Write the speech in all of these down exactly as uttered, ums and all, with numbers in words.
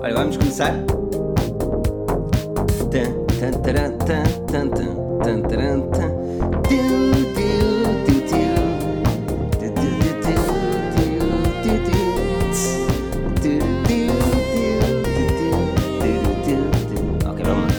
Olha, vamos começar. Tan, tan, taran, tan, tan, tan, tan, taran, tan. Tiu, tiu, tiu, tiu. Tiu, tiu, tiu, tiu, tiu, tiu. Tss. Tiu, tiu, tiu, tiu, tiu, tiu, tiu. Ok, vamos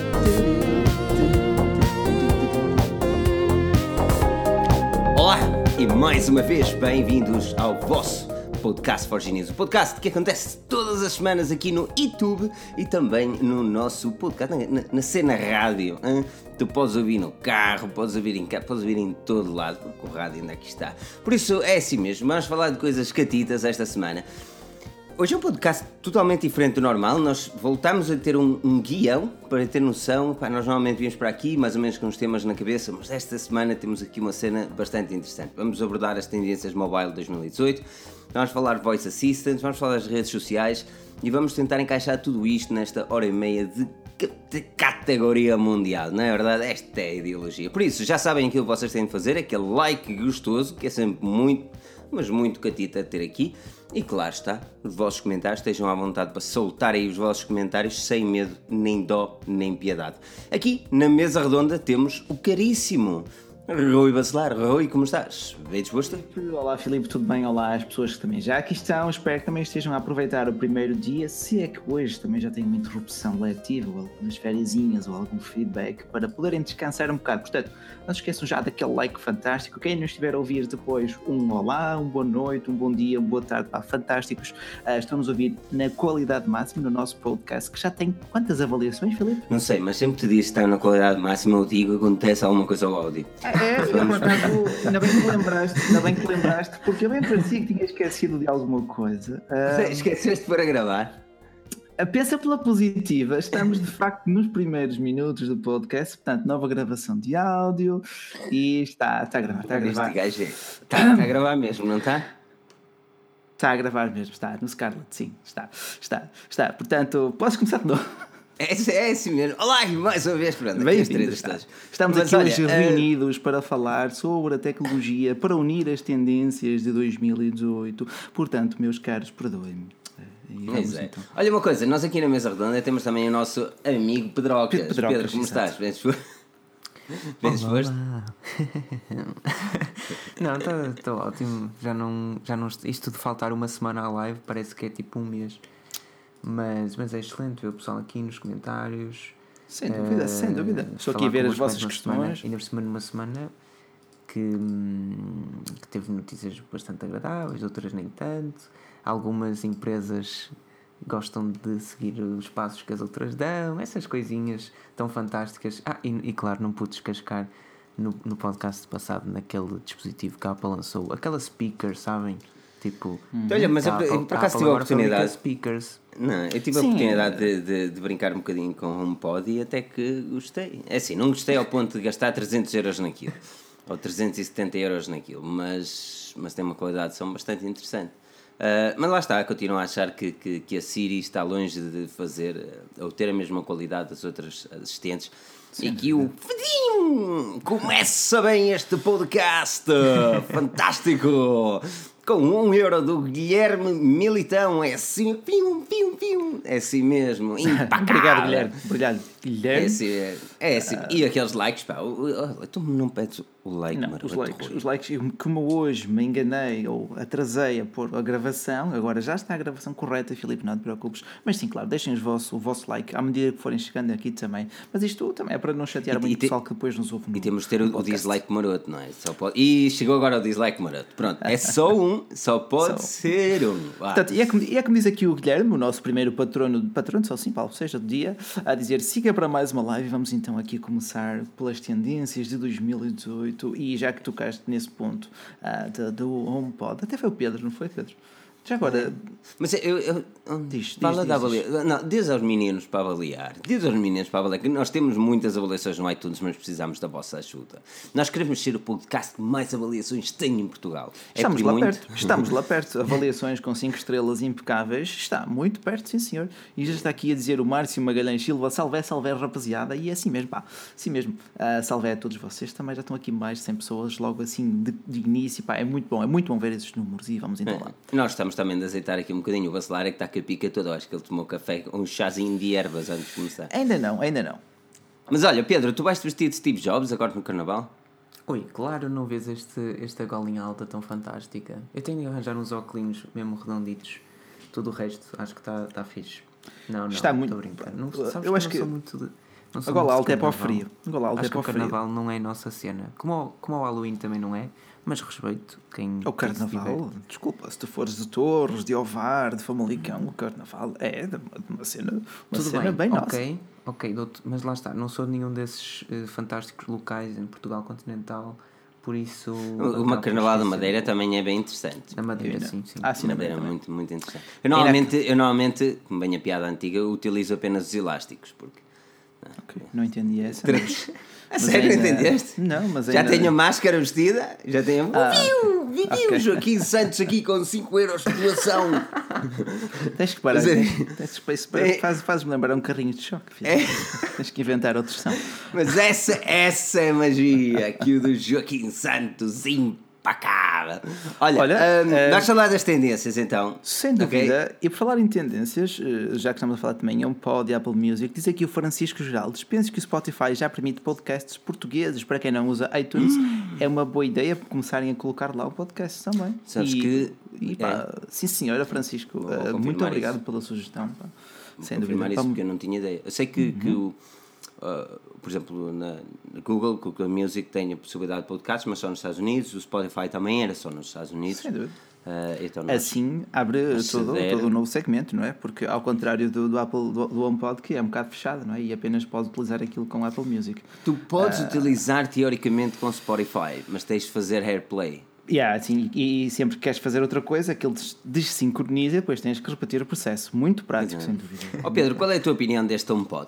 lá. Olá e mais uma vez bem-vindos ao vosso podcast Forge News, o podcast que acontece todas as semanas aqui no YouTube e também no nosso podcast, na, na cena rádio. Hein? Tu podes ouvir no carro, podes ouvir em casa, podes ouvir em todo lado, porque o rádio ainda aqui está. Por isso é assim mesmo, vamos falar de coisas catitas esta semana. Hoje é um podcast totalmente diferente do normal, nós voltamos a ter um, um guião para ter noção. Pá, nós normalmente viemos para aqui mais ou menos com uns temas na cabeça, mas esta semana temos aqui uma cena bastante interessante. Vamos abordar as tendências mobile de dois mil e dezoito, vamos falar voice assistants, vamos falar das redes sociais e vamos tentar encaixar tudo isto nesta hora e meia de, de categoria mundial, não é verdade? Esta é a ideologia. Por isso, já sabem aquilo que vocês têm de fazer, aquele like gostoso, que é sempre muito, mas muito catita ter aqui. E claro está, os vossos comentários, estejam à vontade para soltar aí os vossos comentários sem medo, nem dó, nem piedade. Aqui, na mesa redonda, temos o caríssimo Rui Bacelar. Rui, como estás? Bem disposto? Olá Filipe, tudo bem? Olá às pessoas que também já aqui estão. Espero que também estejam a aproveitar o primeiro dia, se é que hoje também já tem uma interrupção letiva ou algumas fériasinhas ou algum feedback para poderem descansar um bocado. Portanto, não se esqueçam já daquele like fantástico. Quem nos estiver a ouvir depois, um olá, um boa noite, um bom dia, uma boa tarde, pá, fantásticos. Uh, estão-nos a ouvir na qualidade máxima no nosso podcast, que já tem quantas avaliações, Filipe? Não sei, mas sempre te disse que está na qualidade máxima, eu digo, acontece alguma coisa ao áudio. É, por acaso, ainda bem que me lembraste, ainda bem que lembraste, porque eu bem parecia que tinha esquecido de alguma coisa. Uh, Esqueceste para gravar? Pensa pela positiva, estamos de facto nos primeiros minutos do podcast, portanto, nova gravação de áudio e está, está a gravar, está a gravar. Este gajo é, está, está a gravar mesmo, não está? Está a gravar mesmo, está, no Scarlett, sim, está, está, está, portanto, podes começar de novo. É, é assim mesmo. Olá, e mais uma vez, pronto, aqui as tretas todas. Estamos Mas aqui olha, hoje uh... reunidos para falar sobre a tecnologia, para unir as tendências de dois mil e dezoito. Portanto, meus caros, perdoem-me. Vamos, é. Então. Olha uma coisa, nós aqui na mesa redonda temos também o nosso amigo Pedrocas. Pedro, Pedrocas, Pedro, como exato. Estás? Bem disposto? Bem disposto? Não, estou ótimo. Já não, já não, isto de faltar uma semana à live parece que é tipo um mês. Mas, mas é excelente ver o pessoal aqui nos comentários. Sem dúvida, uh, sem dúvida. Estou aqui a ver as vossas questões. Ainda por cima numa semana que, que teve notícias bastante agradáveis, outras nem tanto. Algumas empresas gostam de seguir os passos que as outras dão. Essas coisinhas tão fantásticas. Ah, e, e claro, não pude descascar no, no podcast passado naquele dispositivo que a Apple lançou. Aquela speaker, sabem? Tipo, hum. Olha, mas eu, eu por acaso tive a oportunidade. Speakers. Não, eu tive Sim. a oportunidade de, de, de brincar um bocadinho com o HomePod e até que gostei. É assim, não gostei ao ponto de gastar trezentos euros naquilo ou trezentos e setenta euros naquilo, mas, mas tem uma qualidade de som bastante interessante. Uh, mas lá está, continuo a achar que, que, que a Siri está longe de fazer ou ter a mesma qualidade das outras assistentes. Sim, e que o Fedinho começa bem este podcast fantástico com um euro do Guilherme Militão. É assim, pium, pium, pium. É assim mesmo, impacável. Obrigado, Guilherme. Obrigado, Guilherme. É assim, é, é assim. Uh... E aqueles likes, pá, tu não pedes o like, não, os likes, os likes, como hoje me enganei ou atrasei a pôr a gravação, agora já está a gravação correta, Filipe, não te preocupes. Mas sim, claro, deixem os vosso, o vosso like à medida que forem chegando aqui também. Mas isto também é para não chatear e, muito o pessoal que depois nos ouve no E temos de ter o, o dislike maroto, não é? Só pode... E chegou agora o dislike maroto. Pronto, é só um, só pode só. ser um. Portanto, e, é como, e é como diz aqui o Guilherme, o nosso primeiro patrono, patrono só assim, Paulo, seja do dia, a dizer, siga para mais uma live. Vamos então aqui começar pelas tendências de dois mil e dezoito. E já que tocaste nesse ponto uh, do, do HomePod, até foi o Pedro, não foi, Pedro? Já agora... Mas eu... eu diz, fala diz, da diz, avaliação. Não, diz aos meninos para avaliar. Diz aos meninos para avaliar. Que nós temos muitas avaliações no iTunes, mas precisamos da vossa ajuda. Nós queremos ser o podcast que mais avaliações tem em Portugal. Estamos é lá muito... perto. Estamos lá perto. Avaliações com cinco estrelas impecáveis. Está muito perto, sim senhor. E já está aqui a dizer o Márcio Magalhães Silva. Salve, salve, rapaziada. E é assim mesmo, pá. Assim mesmo. Uh, salve a todos vocês. Também já estão aqui mais de cem pessoas logo assim de, de início. Pá, é muito bom. É muito bom ver esses números. E vamos então lá. É, nós estamos também de azeitar aqui um bocadinho. O Bacelar é que está com a pica toda. Eu acho que ele tomou café, um chazinho de ervas antes de começar. Ainda não, ainda não. Mas olha, Pedro, tu vais-te vestir de Steve Jobs agora no Carnaval? Oi, claro, não vês este, esta golinha alta tão fantástica. Eu tenho de arranjar uns óculos mesmo redonditos. Tudo o resto acho que está tá fixe. Não, não, Está muito... estou a brincar. Não, sabes eu que acho não que... sou muito de, não sou a gola muito alta de é para o carnaval. frio. A gola alta acho é para o que o frio. carnaval não é a nossa cena. Como o, como o Halloween também não é, mas respeito quem... O carnaval, desculpa, se tu fores de Torres, de Ovar, de Famalicão, o carnaval é de uma, de uma cena, uma Tudo cena bem, bem ok, nossa. ok, dou-te- mas lá está, não sou de nenhum desses eh, fantásticos locais em Portugal continental, por isso... O acabo uma por Carnaval da esquecer Madeira um pouco. também é bem interessante. Na Madeira, Eu não. sim, sim. Ah, sim, na Madeira é Madeira muito, muito interessante. Eu normalmente, na- eu normalmente, como bem a piada antiga, utilizo apenas os elásticos. Porque... Ok, não entendi essa. Três. A mas sério, ainda- entendeste? Não, mas Já ainda... tenho a máscara vestida, já tenho. Ah, Viu, viu, ok. Joaquim Santos aqui com cinco euros de doação. Tens que parar. Mas é- Tens, tens que- isso É- faz, faz-me lembrar um carrinho de choque, filho. Tens que inventar outro som. Mas essa, essa é a magia aqui o do Joaquim Santos, impacável. Olha, Olha, hum, eh, vais falar das tendências então. Sem Ok? dúvida. E por falar em tendências, eh, já que estamos a falar também em HomePod e Apple Music, diz aqui o Francisco Geraldes: penso que o Spotify já permite podcasts portugueses para quem não usa iTunes. É uma boa ideia começarem a colocar lá o podcast também. Sabes e, que- e, pá, sim, senhora Francisco, Vou eh, confirmar muito obrigado isso. pela sugestão. Pá. Vou Sem confirmar dúvida. isso Vamos- porque eu não tinha ideia. Eu sei que, que o, uh, por exemplo, na, na Google, Google Music tem a possibilidade de podcasts, mas só nos Estados Unidos. O Spotify também era só nos Estados Unidos. Sem dúvida. Uh, então nós- Assim abre todo, aceder- todo um novo segmento, não é? Porque ao contrário do, do Apple do, do HomePod, que é um bocado fechado, não é? E apenas pode utilizar aquilo com Apple Music. Tu Ah. podes utilizar teoricamente com Spotify, mas tens de fazer AirPlay. Yeah, assim, e, e sempre que queres fazer outra coisa, aquilo des- desincroniza e depois tens que repetir o processo. Muito prático, sem dúvida. Ó Pedro, qual é a tua opinião deste HomePod?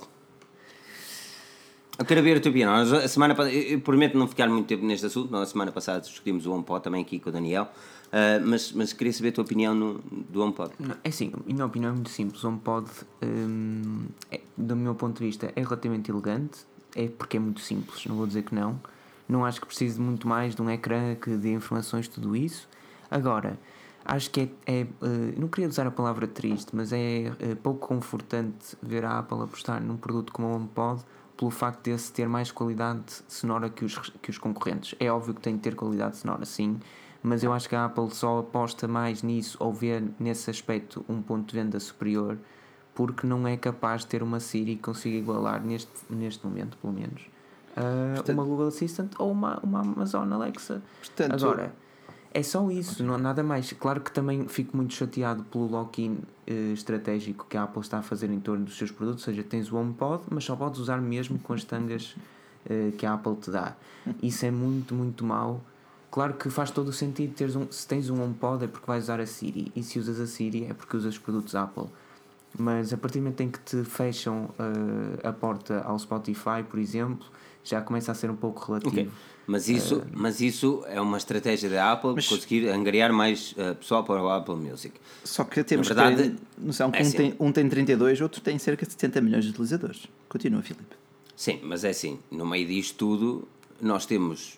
Eu quero ver a tua opinião. Nós, a semana, pa- eu eu prometo não ficar muito tempo neste assunto. Nós, a semana passada discutimos o HomePod também aqui com o Daniel, ah, mas, mas queria saber a tua opinião no, do HomePod. Não, é assim, a minha opinião é muito simples. O HomePod, hum, é, do meu ponto de vista, é relativamente elegante, é porque é muito simples, não vou dizer que não. Não acho que precise de muito mais de um ecrã que dê informações, tudo isso. Agora, acho que é, é eh, não queria usar a palavra triste, mas é eh, pouco confortante ver a Apple apostar num produto como o HomePod pelo facto de esse ter mais qualidade sonora que os, que os concorrentes. É óbvio que tem de ter qualidade sonora, sim, mas eu acho que a Apple só aposta mais nisso ou vê nesse aspecto um ponto de venda superior porque não é capaz de ter uma Siri que consiga igualar neste, neste momento, pelo menos, uh, Portanto- uma Google Assistant ou uma, uma Amazon Alexa. Portanto- Agora, é só isso, não, nada mais. Claro que também fico muito chateado pelo lock-in eh, estratégico que a Apple está a fazer em torno dos seus produtos, ou seja, tens o HomePod, mas só podes usar mesmo com as tangas eh, que a Apple te dá. Isso é muito, muito mau. Claro que faz todo o sentido teres um, se tens um HomePod é porque vais usar a Siri, e se usas a Siri é porque usas os produtos Apple. Mas a partir do momento em que te fecham uh, a porta ao Spotify, por exemplo, já começa a ser um pouco relativo. Ok. Mas isso, mas isso é uma estratégia da Apple Mas- conseguir angariar mais uh, pessoal para o Apple Music. Só que temos Na verdade, que ter noção que é um, assim. tem, um tem trinta e dois, outro tem cerca de setenta milhões de utilizadores. Continua, Filipe. Sim, mas é assim, no meio disto tudo, nós temos,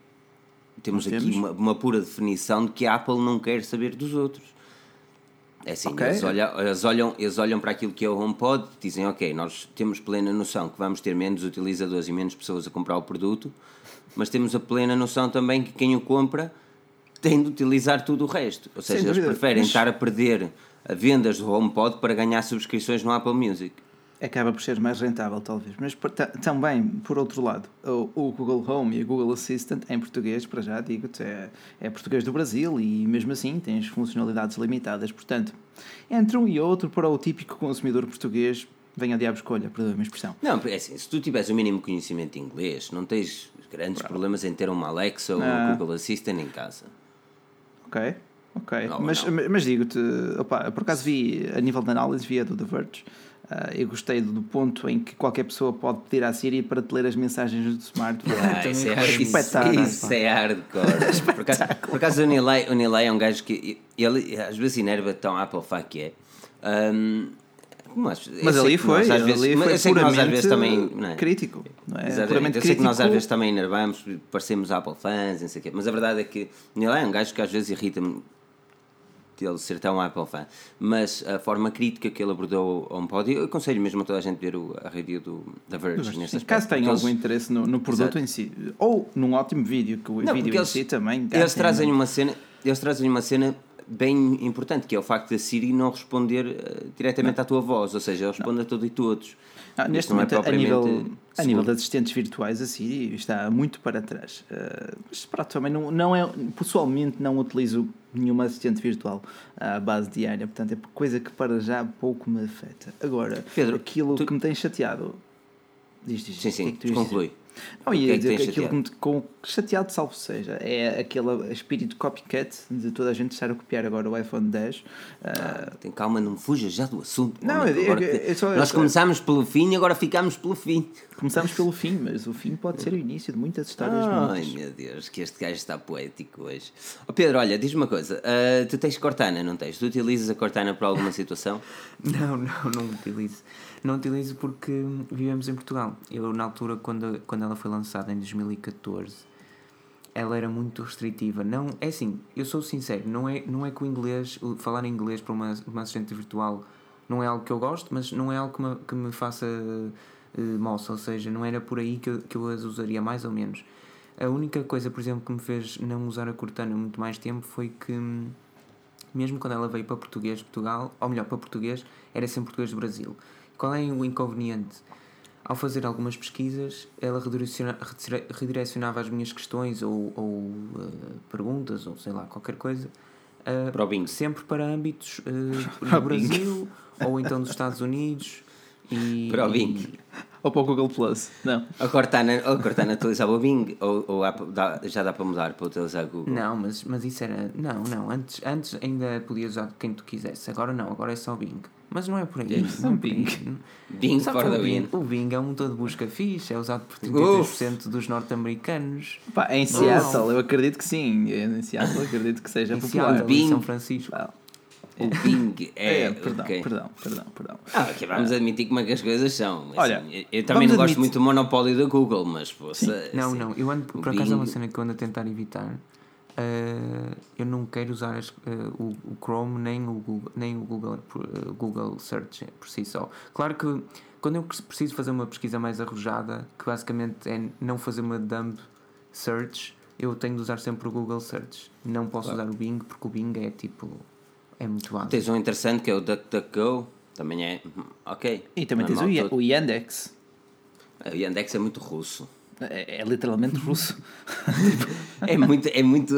temos Nós aqui temos? Uma, uma pura definição de que a Apple não quer saber dos outros. É assim, Ok. eles, olham, eles, olham, eles olham para aquilo que é o HomePod e dizem, ok, nós temos plena noção que vamos ter menos utilizadores e menos pessoas a comprar o produto, mas temos a plena noção também que quem o compra tem de utilizar tudo o resto. Ou seja, Sem eles dúvida, preferem mas- estar a perder a vendas do HomePod para ganhar subscrições no Apple Music. Acaba por ser mais rentável, talvez. Mas por- ta- também, por outro lado, o, o Google Home e o Google Assistant, em português, para já digo-te, é, é português do Brasil e mesmo assim tens funcionalidades limitadas. Portanto, entre um e outro, para o típico consumidor português, venha a diabo escolha, perdoa a minha expressão. Não, é assim, se tu tiveres o mínimo conhecimento de inglês, não tens grandes problemas em ter uma Alexa ou Ah. uma Google Assistant em casa. Ok, ok. Não, mas não. mas digo-te, opa, por acaso vi, a nível de análise, vi a do The Verge. Uh, eu gostei do ponto em que qualquer pessoa pode pedir à Siri para te ler as mensagens do smartphone. Ah, isso, é, isso, Espetáculo. isso é hardcore. Por acaso, por acaso o Nilay, o Nilay é um gajo que ele às vezes enerva tão Apple fuck que é. Um, mas eu Mas sei ali que foi, nós às ali vezes, mas foi eu sei que nós às puramente vezes também. Não é? crítico. Não é? Exatamente. Puramente Eu sei que nós às crítico. vezes também enervamos, parecemos Apple fans, não sei o quê. Mas a verdade é que o Nilay é um gajo que às vezes irrita-me. ele ser tão Apple fan, mas a forma crítica que ele abordou ao um pódio, eu aconselho mesmo a toda a gente ver o, a review do, da Verge neste aspecto. Caso tenham algum eles, interesse no, no produto em si, ou num ótimo vídeo, que o não, vídeo em eles, si também... Eles trazem, uma cena, eles trazem uma cena bem importante, que é o facto da Siri não responder uh, diretamente não. à tua voz, ou seja, ele responde não. a todos e todos. Ah, neste momento, é a, nível, a nível de assistentes virtuais, a Siri está muito para trás. Uh, mas pronto, também não, não é, pessoalmente não utilizo nenhuma assistente virtual à base diária, portanto é coisa que para já pouco me afeta. Agora, Pedro, aquilo tu... que me tem chateado... Diz, diz, sim, sim, que é que conclui. Não, ia dizer que aquilo que me com chateado, salvo seja, é aquele espírito copycat de toda a gente estar a copiar agora o iPhone dez. Ah, uh... Tem calma, não fuja já do assunto. Não, eu, eu, eu, eu só, nós só... começámos pelo fim e agora ficámos pelo fim. Começámos pelo fim, mas o fim pode ser o início de muitas histórias. Ai muitas. Meu Deus, que este gajo está poético hoje. Oh, Pedro, olha, diz-me uma coisa, uh, tu tens Cortana, não tens? Tu utilizas a Cortana para alguma situação? Não, não, não utilizo. Não utilizo porque vivemos em Portugal. Eu, na altura, quando, quando ela foi lançada, em dois mil e catorze, ela era muito restritiva. Não, é assim, eu sou sincero, não é, não é que o inglês, o falar em inglês para uma, uma assistente virtual não é algo que eu gosto, mas não é algo que me, que me faça uh, moça, ou seja, não era por aí que eu, que eu as usaria mais ou menos. A única coisa, por exemplo, que me fez não usar a Cortana muito mais tempo foi que, mesmo quando ela veio para português de Portugal, ou melhor, para português, era sempre português do Brasil. Qual é o inconveniente? Ao fazer algumas pesquisas, ela redireciona, redirecionava as minhas questões ou, ou uh, perguntas, ou sei lá, qualquer coisa, uh, para o Bing. Sempre para âmbitos uh, do Brasil ou então dos Estados Unidos. E, para o Bing. E... Ou para o Google Plus. Não. A Cortana, a Cortana utilizava o Bing ou, ou há, dá, já dá para mudar para utilizar o Google? Não, mas, mas isso era... Não, não. Antes, antes ainda podias usar quem tu quisesse. Agora não. Agora é só o Bing. Mas não é por aí. É não Bing. Bing for the win. O Bing é um motor de busca fixe. É usado por trinta e três por cento dos norte-americanos. Pá, em Seattle, oh. eu acredito que sim. Em Seattle, acredito que seja em popular. Seattle, Bing, em São Francisco. Wow. O Bing é... é perdão, okay. perdão, perdão, perdão. Ah, okay, vamos admitir como é que as coisas são. Assim, Olha, eu, eu também não admitir... gosto muito do monopólio da Google, mas... Poça, não, assim, não. Eu ando, por acaso Bing... é uma cena que eu ando a tentar evitar. Uh, eu não quero usar as, uh, o, o Chrome nem o Google, nem o Google, uh, Google Search por si só. Claro que quando eu preciso fazer uma pesquisa mais arrojada, que basicamente é não fazer uma dumb search, eu tenho de usar sempre o Google Search. Não posso claro. usar o Bing, porque o Bing é tipo... é muito básico. Tens um interessante que é o DuckDuckGo, também é... ok. E também tens o, todo. o Yandex. O Yandex é muito russo. É, é literalmente russo. é muito... é muito...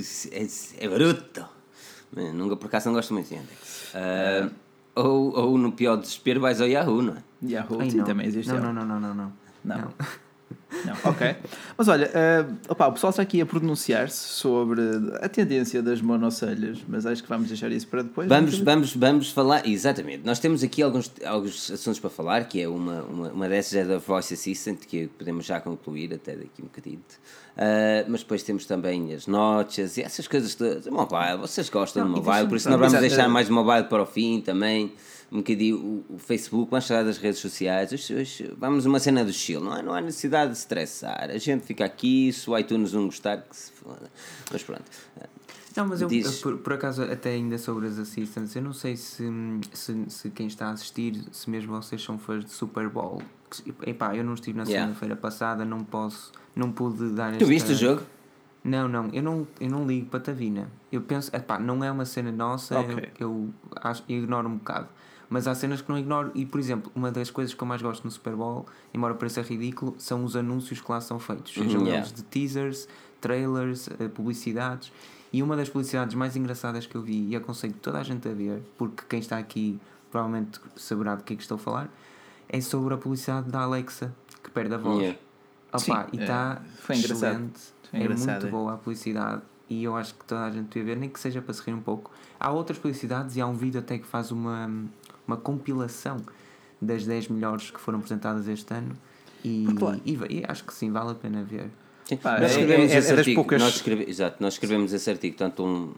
é, é bruto. Nunca, por acaso não gosto muito de Yandex. Uh, ou, ou no pior desespero vais ao Yahoo, não é? Yahoo, Ai, sim, não. também existe. Não, não, não, não, não, não. Não. não. Não, ok. Mas olha, uh, opa, o pessoal está aqui a pronunciar-se sobre a tendência das monocelhas, mas acho que vamos deixar isso para depois. Vamos, vamos, vamos falar, exatamente. Nós temos aqui alguns, alguns assuntos para falar, que é uma, uma, uma dessas é da Voice Assistant, que podemos já concluir até daqui um bocadinho. Uh, mas depois temos também as notches e essas coisas todas. Mobile, vocês gostam não, de mobile, por isso nós vamos exato. deixar mais mobile para o fim também. Um bocadinho o, o Facebook, vamos falar das redes sociais. Hoje, hoje, vamos uma cena do estilo, não, é? Não há necessidade de estressar. A gente fica aqui, se o iTunes não gostar, que se foda. Mas pronto. Não, mas eu, Diz... por, por acaso, até ainda sobre as assistants, eu não sei se, se, se quem está a assistir, se mesmo vocês são fãs de Super Bowl. Epá, eu não estive na yeah. segunda-feira passada, não posso, não pude dar esta... Tu viste o jogo? Não, não, eu não, eu não ligo para Tavina. Eu penso, epá, não é uma cena nossa, okay. eu, eu, acho, eu ignoro um bocado. Mas há cenas que não ignoro. E, por exemplo, uma das coisas que eu mais gosto no Super Bowl, embora pareça ridículo, são os anúncios que lá são feitos. Sejam yeah. eles de teasers, trailers, publicidades. E uma das publicidades mais engraçadas que eu vi, e aconselho toda a gente a ver, porque quem está aqui provavelmente saberá do que é que estou a falar, é sobre a publicidade da Alexa, que perde a voz. Yeah. Opa, e está é, excelente. Foi é muito boa a publicidade. E eu acho que toda a gente devia ver, nem que seja para se rir um pouco. Há outras publicidades e há um vídeo até que faz uma... uma compilação das dez melhores que foram apresentadas este ano e, claro. e, e acho que sim, vale a pena ver. Sim. Nós escrevemos é, é, esse é artigo, poucas... nós escreve... Exato, nós escrevemos esse artigo, tanto um,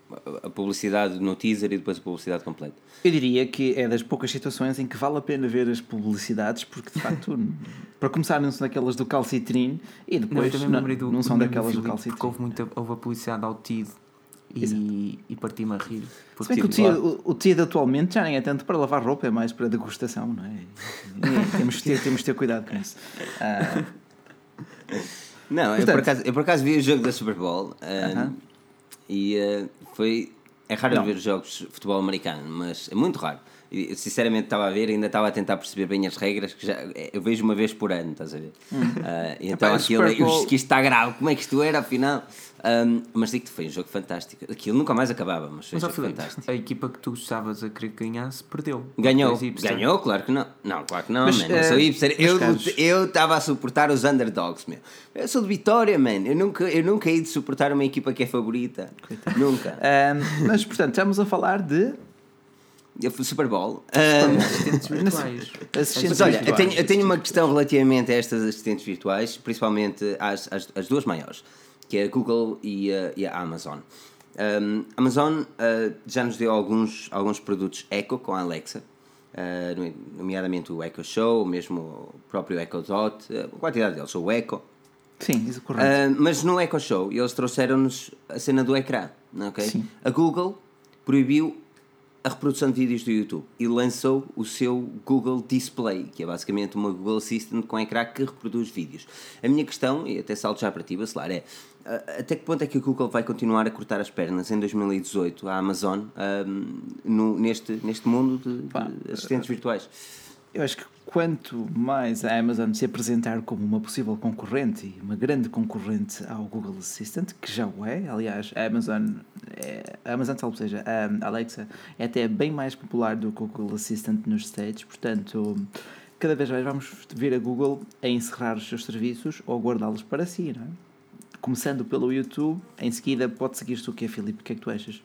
a publicidade no teaser e depois a publicidade completa. Eu diria que é das poucas situações em que vale a pena ver as publicidades, porque de facto, para começar, não são daquelas do Calcitrin e depois não, não, do, não são daquelas do Calcitrin. Porque houve, muita, houve a publicidade ao T I D e, e parti-me a rir. Se bem que o tecido, o, o tecido atualmente já nem é tanto para lavar roupa, é mais para degustação, não é? E, temos, de ter, temos de ter cuidado com isso. Uh, não, eu por, acaso, eu por acaso vi o jogo da Super Bowl uh, uh-huh. e uh, foi... É raro não. ver jogos de futebol americano, mas é muito raro. Eu, sinceramente estava a ver, ainda estava a tentar perceber bem as regras, que já eu vejo uma vez por ano, estás a ver? Hum. Uh, então Epá, aquilo, eu, Bowl... que isto está grave, como é que isto era afinal? Um, mas digo-te, foi um jogo fantástico. Aquilo nunca mais acabava, mas foi mas, um jogo Felipe, fantástico. A equipa que tu estavas a querer que ganhasse perdeu. Ganhou, ganhou, claro que não. Não, claro que não, mas, man. Eu sou hipster. Eu estava a suportar os underdogs, meu. Eu sou de Vitória, man. Eu nunca, eu nunca hei de suportar uma equipa que é favorita. Coitado. Nunca. Um, mas, portanto, estamos a falar de... Super Bowl. Um, assistentes virtuais. Assistentes mas olha, virtuais. Eu, tenho, eu tenho uma questão relativamente a estas assistentes virtuais, principalmente às, às, às duas maiores, que é a Google e a, e a Amazon. Um, a Amazon uh, já nos deu alguns, alguns produtos Echo com a Alexa, uh, nomeadamente o Echo Show, mesmo o próprio Echo Dot, a quantidade deles, o Echo. Sim, isso é correto. Uh, mas no Echo Show eles trouxeram-nos a cena do ecrã. Okay? Sim. A Google proibiu a reprodução de vídeos do YouTube e lançou o seu Google Display, que é basicamente uma Google Assistant com ecrã que reproduz vídeos. A minha questão, e até salto já para ti, Bacelar, é até que ponto é que a Google vai continuar a cortar as pernas em dois mil e dezoito à Amazon um, no, neste, neste mundo de, Pá, de assistentes virtuais? Eu acho que quanto mais a Amazon se apresentar como uma possível concorrente e uma grande concorrente ao Google Assistant, que já o é, aliás, a Amazon, é, a Amazon, ou seja, a Alexa é até bem mais popular do que o Google Assistant nos States, portanto, cada vez mais vamos ver a Google a encerrar os seus serviços ou guardá-los para si, não é? Começando pelo YouTube, em seguida pode seguir-se o que é, Filipe? O que é que tu achas?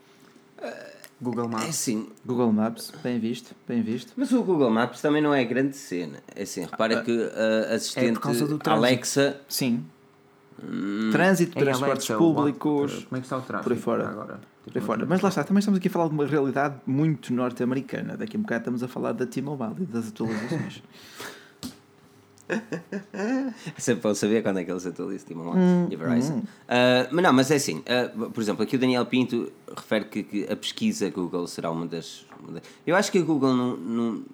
Google Maps. É assim. Google Maps, bem visto, bem visto. Mas o Google Maps também não é grande cena. É assim, repara ah, que a assistente é Alexa... Sim. Hum, trânsito, é transportes Alexa, públicos... Como é que está o tráfego? Por aí fora. Agora, por aí fora. Mas lá está, também estamos aqui a falar de uma realidade muito norte-americana. Daqui a um bocado estamos a falar da T-Mobile e das atualizações. Sempre para saber quando é que eles atualizam T-Mobile hum, e Verizon. Hum. Uh, mas não, mas é assim. Uh, por exemplo, aqui o Daniel Pinto refere que, que a pesquisa Google será uma das, uma das... Eu acho que a Google não, não...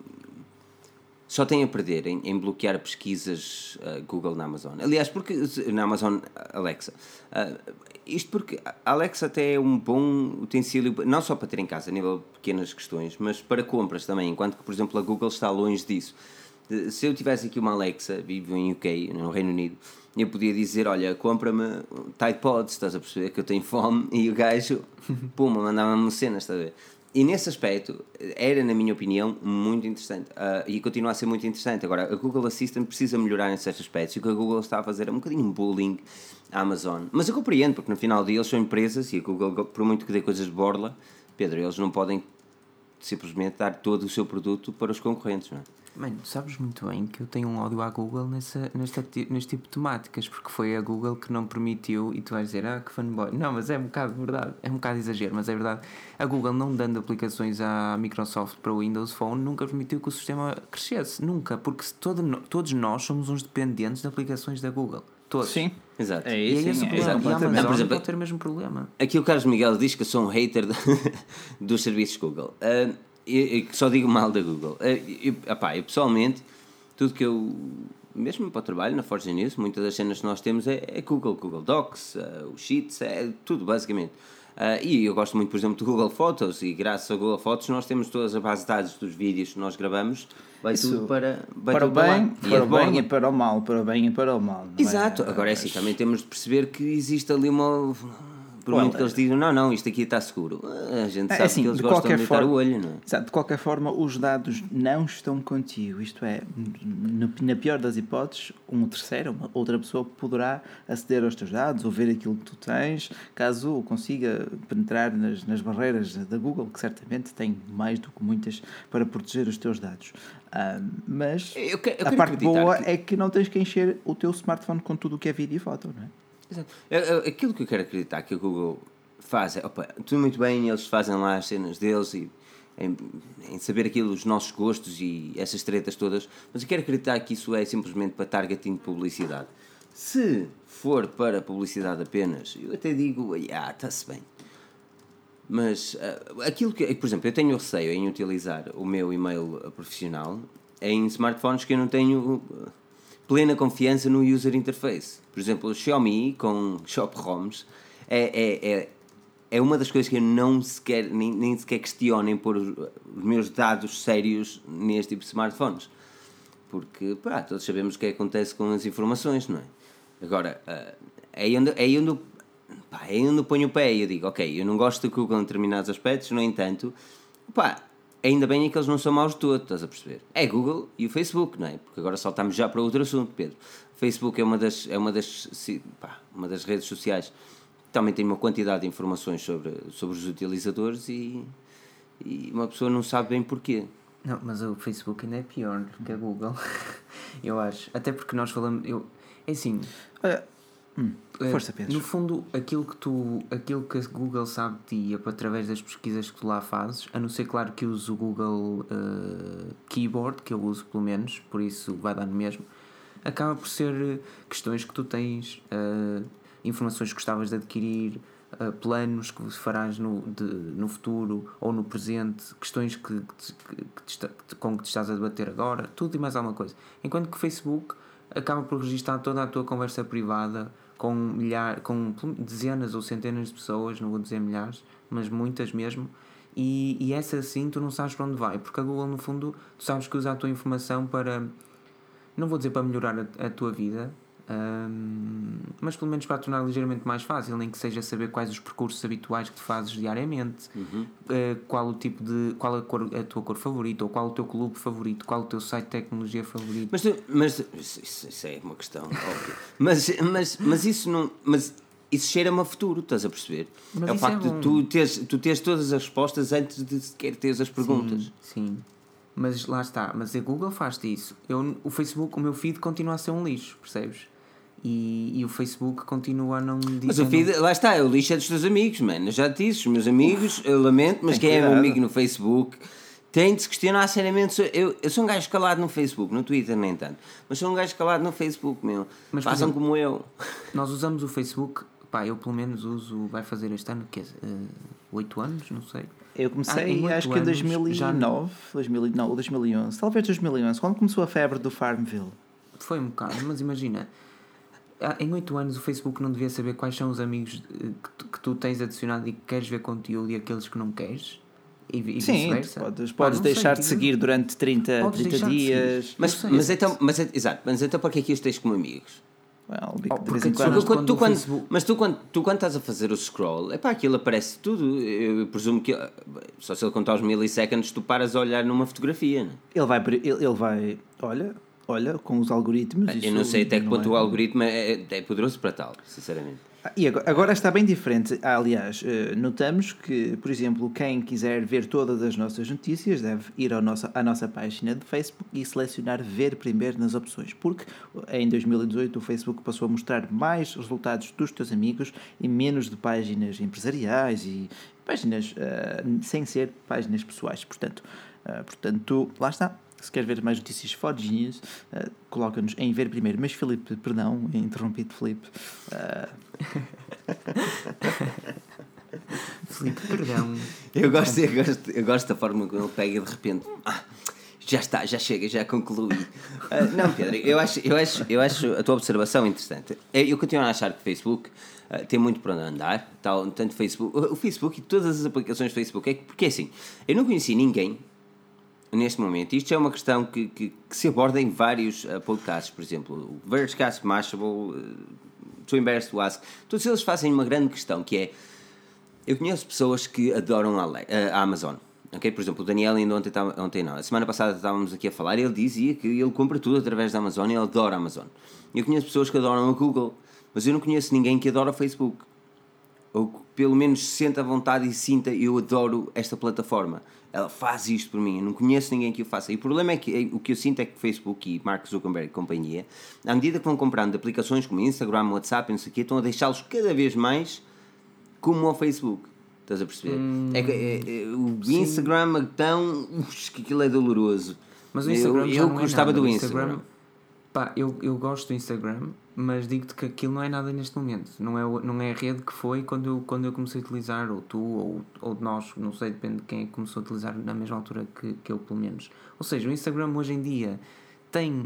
só tem a perder em, em bloquear pesquisas uh, Google na Amazon. Aliás, porque na Amazon Alexa. Uh, isto porque a Alexa até é um bom utensílio, não só para ter em casa, a nível de pequenas questões, mas para compras também, enquanto que, por exemplo, a Google está longe disso. Se eu tivesse aqui uma Alexa, vivo em U K, no Reino Unido, eu podia dizer, olha, compra-me Tide Pods, estás a perceber que eu tenho fome, e o gajo, pum, mandava-me cenas, estás a ver? E nesse aspecto, era, na minha opinião, muito interessante, uh, e continua a ser muito interessante. Agora, a Google Assistant precisa melhorar em certos aspectos, e o que a Google está a fazer é um bocadinho um bullying à Amazon. Mas eu compreendo, porque no final do dia eles são empresas, e a Google, por muito que dê coisas de borla, Pedro, eles não podem simplesmente dar todo o seu produto para os concorrentes, não é? Mano, sabes muito bem que eu tenho um ódio à Google nessa, nesta, neste tipo de temáticas, porque foi a Google que não permitiu, e tu vais dizer, ah, que fanboy. Não, mas é um bocado verdade, é um bocado exagero, mas é verdade. A Google, não dando aplicações à Microsoft para o Windows Phone, nunca permitiu que o sistema crescesse, nunca, porque todo, todos nós somos uns dependentes de aplicações da Google. Todos. Sim, exato. É isso, e é esse sim, o problema. é, e a Amazon não, por exemplo, pode ter o mesmo problema. Aqui o Carlos Miguel diz que eu sou um hater de, dos serviços Google. Uh, eu, eu só digo mal da Google. Uh, eu, opá, eu pessoalmente, tudo que eu, mesmo para o trabalho, na Forge News, muitas das cenas que nós temos é, é Google, Google Docs, uh, o Sheets, é tudo basicamente. Uh, e eu gosto muito, por exemplo, do Google Fotos, e graças ao Google Fotos nós temos todas as bases de dados dos vídeos que nós gravamos, vai Isso, tudo para, vai para, tudo o bem, para, para o bem e para o mal, para o bem e para o mal. Exato, é? Agora é assim, também temos de perceber que existe ali uma... Por well, muito que eles digam, não, não, isto aqui está seguro. A gente é, sabe assim, que eles de gostam de deitar forma, o olho, não é? Exato, de qualquer forma, os dados não estão contigo. Isto é, no, na pior das hipóteses, um terceiro, uma outra pessoa poderá aceder aos teus dados ou ver aquilo que tu tens, caso consiga penetrar nas, nas barreiras da Google, que certamente tem mais do que muitas para proteger os teus dados. Ah, mas eu que, eu a parte boa que... é que não tens que encher o teu smartphone com tudo o que é vídeo e foto, não é? Exato. Aquilo que eu quero acreditar que a Google faz é, opa, tudo muito bem, eles fazem lá as cenas deles e em, em saber aquilo, os nossos gostos e essas tretas todas, mas eu quero acreditar que isso é simplesmente para targeting de publicidade. Se for para publicidade apenas, eu até digo, ah, está-se bem. Mas uh, aquilo que, por exemplo, eu tenho receio em utilizar o meu e-mail profissional em smartphones que eu não tenho plena confiança no user interface. Por exemplo, o Xiaomi com Shop ROMs é, é, é, é uma das coisas que eu não sequer, nem, nem sequer questiono em pôr os, os meus dados sérios neste tipo de smartphones. Porque, pá, todos sabemos o que acontece com as informações, não é? Agora, uh, é aí onde, é aí onde, pá, é aí onde eu ponho o pé e eu digo, ok, eu não gosto do Google em determinados aspectos, no entanto, pá, ainda bem é que eles não são maus de todo, estás a perceber? É Google e o Facebook, não é? Porque agora saltamos já para outro assunto, Pedro. O Facebook é uma das, é uma das, pá, uma das redes sociais que também tem uma quantidade de informações sobre, sobre os utilizadores e, e uma pessoa não sabe bem porquê. Não, mas o Facebook ainda é pior que a Google, eu acho. Até porque nós falamos... Eu, é assim... Olha, hum, força, Pedro. No fundo, aquilo que, tu, aquilo que a Google sabe de ti é através das pesquisas que tu lá fazes, a não ser, claro, que uso o Google uh, Keyboard, que eu uso pelo menos, por isso vai dar no mesmo, acaba por ser questões que tu tens, uh, informações que gostavas de adquirir, Uh, planos que farás no, de, no futuro ou no presente, questões que, que, que, que está, com que te estás a debater agora, tudo e mais alguma coisa. Enquanto que o Facebook acaba por registrar toda a tua conversa privada com, milhares, com dezenas ou centenas de pessoas, não vou dizer milhares, mas muitas mesmo, e, e essa assim tu não sabes para onde vai, porque a Google no fundo tu sabes que usa a tua informação para, não vou dizer para melhorar a, a tua vida, Um, mas pelo menos para a tornar ligeiramente mais fácil, nem que seja saber quais os percursos habituais que tu fazes diariamente, uhum. uh, qual o tipo de, qual a, cor, a tua cor favorita, ou qual o teu clube favorito, qual o teu site de tecnologia favorito. Mas, tu, mas isso, isso é uma questão óbvia. mas, mas, mas isso não, mas isso cheira-me a futuro, estás a perceber? Mas é o facto é de tu teres, tu teres todas as respostas antes de sequer teres as perguntas. Sim, sim. Mas lá está, mas a Google faz-te isso. Eu, o Facebook, o meu feed continua a ser um lixo, percebes? E, e o Facebook continua a não dizer. Mas o feed, lá está, o lixo é dos teus amigos, mano. Eu já te disse, os meus amigos, eu lamento, mas quem é meu amigo no Facebook tem de se questionar seriamente. Eu, eu sou um gajo calado no Facebook, no Twitter nem tanto, mas sou um gajo calado no Facebook, meu. Mas, façam exemplo, como eu. Nós usamos o Facebook, pá, eu pelo menos uso, vai fazer este ano, que é oito uh, anos, não sei. Eu comecei, ah, acho que em dois mil e nove, já... dois mil e nove ou dois mil e onze, talvez dois mil e onze, quando começou a febre do Farmville. Foi um bocado, mas imagina. Em oito anos o Facebook não devia saber quais são os amigos que tu, que tu tens adicionado e que queres ver conteúdo e aqueles que não queres? E, e sim, vice-versa? podes, podes ah, deixar sei, de seguir durante trinta, trinta dias. Mas, sei, mas, então, mas, exato, mas então para que é que os tens como amigos? Well, oh, de vez em quando. quando, tu, quando Facebook... Mas tu quando, tu quando estás a fazer o scroll, é pá, aquilo aparece tudo. Eu presumo que só se ele contar os milliseconds tu paras a olhar numa fotografia, não? Ele vai, ele, ele vai, olha... Olha, com os algoritmos... Eu não sei até que ponto é... o algoritmo é, é poderoso para tal, sinceramente. E agora, agora está bem diferente. Aliás, notamos que, por exemplo, quem quiser ver todas as nossas notícias deve ir ao nosso, à nossa página de Facebook e selecionar ver primeiro nas opções, porque em dois mil e dezoito o Facebook passou a mostrar mais resultados dos teus amigos e menos de páginas empresariais e páginas uh, sem ser páginas pessoais. Portanto, uh, portanto, lá está. Se queres ver mais notícias forginhas, uh, coloca-nos em ver primeiro. Mas Filipe, perdão, interrompi-te, Filipe. Uh... Filipe, perdão. Eu gosto, eu, gosto, eu gosto da forma como ele pega e de repente... Ah, já está, já chega, já concluí. Uh, não, Pedro, eu acho, eu, acho, eu acho a tua observação interessante. Eu continuo a achar que o Facebook uh, tem muito para onde andar. Tal, tanto Facebook, o Facebook e todas as aplicações do Facebook. É porque assim, eu não conheci ninguém... Neste momento, isto é uma questão que, que, que se aborda em vários uh, podcasts, por exemplo, o Vergecast, Mashable, uh, To Embarrass to Ask, todos eles fazem uma grande questão que é, eu conheço pessoas que adoram a, uh, a Amazon, ok? Por exemplo, o Daniel ainda ontem, ontem não, a semana passada estávamos aqui a falar e ele dizia que ele compra tudo através da Amazon e ele adora a Amazon. Eu conheço pessoas que adoram a Google, mas eu não conheço ninguém que adora o Facebook, ou pelo menos se sente à vontade e sinta, eu adoro esta plataforma. Ela faz isto por mim, eu não conheço ninguém que o faça. E o problema é que é, o que eu sinto é que o Facebook e Mark Zuckerberg e companhia, à medida que vão comprando aplicações como Instagram, WhatsApp, não sei o quê, estão a deixá-los cada vez mais como ao Facebook. Estás a perceber? Hum, é que é, é, o sim. Instagram, então, ux, que aquilo é doloroso. Mas o Instagram eu, já eu não gostava é nada. do o Instagram. Instagram pá, eu, eu gosto do Instagram, mas digo-te que aquilo não é nada neste momento. Não é, não é a rede que foi quando eu, quando eu comecei a utilizar, ou tu, ou, ou nós, não sei, depende de quem é que começou a utilizar na mesma altura que, que eu, pelo menos. Ou seja, o Instagram hoje em dia tem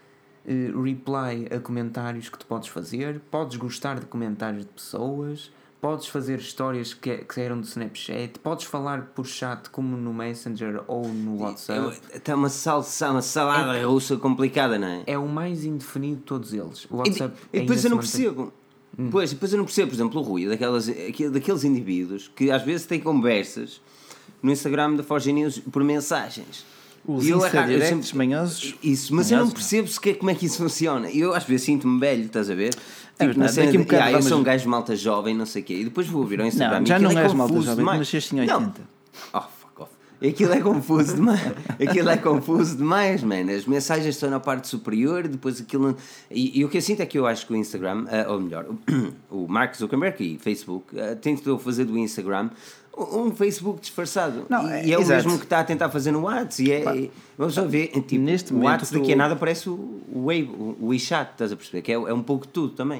uh, reply a comentários que tu podes fazer, podes gostar de comentários de pessoas, podes fazer histórias que, que eram do Snapchat, podes falar por chat como no Messenger ou no WhatsApp. Está uma, salsa, uma salada é, russa complicada, não é? É o mais indefinido de todos eles. O WhatsApp e, e depois eu não percebo. Hum. Pois, depois eu não percebo, por exemplo, o Rui, daquelas, daqueles indivíduos que às vezes têm conversas no Instagram da Forge News por mensagens. Os Insta-directs manhosos. Isso, mas manhosos, eu não percebo sequer como é que isso funciona. Eu às vezes sinto-me velho, estás a ver? É tipo, na cena um de, ah, vamos... eu sou um gajo malta jovem, não sei o quê. E depois vou ouvir ao Instagram. Não, já não é és malta jovem, mas nasceste em oitenta. Oh, fuck off. Aquilo é confuso demais. Aquilo é confuso demais, man. As mensagens estão na parte superior, depois aquilo... E, e o que eu sinto é que eu acho que o Instagram, uh, ou melhor, o Mark Zuckerberg e Facebook, uh, tentou fazer do Instagram um Facebook disfarçado. Não, e, e é o exato. mesmo que está a tentar fazer no WhatsApp. E é, vamos só ver, tipo, neste o WhatsApp daqui a nada parece o, o Wave, o WeChat, estás a perceber? Que é, é um pouco de tudo também.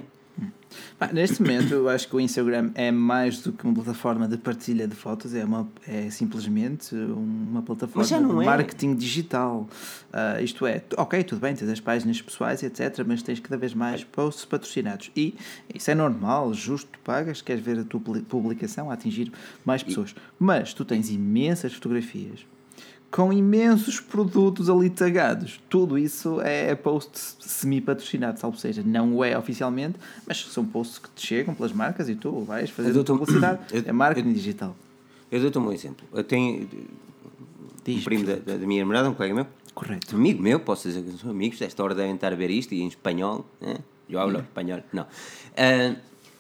Ah, neste momento eu acho que o Instagram é mais do que uma plataforma de partilha de fotos, é, uma, é simplesmente uma plataforma de é. marketing digital. Uh, isto é, ok, tudo bem, tens as páginas pessoais, etcétera, mas tens cada vez mais posts patrocinados. E isso é normal, justo, tu pagas, queres ver a tua publicação a atingir mais pessoas. Mas tu tens imensas fotografias com imensos produtos ali tagados. Tudo isso é posts semi-patrocinados, ou seja, não é oficialmente, mas são posts que te chegam pelas marcas e tu vais fazer publicidade. Eu, é marketing eu, digital. Eu dou-te um exemplo. Eu tenho Diz, um primo da, da minha namorada, um colega meu. Correto. Um amigo meu, posso dizer que são amigos, esta hora devem estar a ver isto e em espanhol. Né? Eu hablo espanhol. Não. Uh,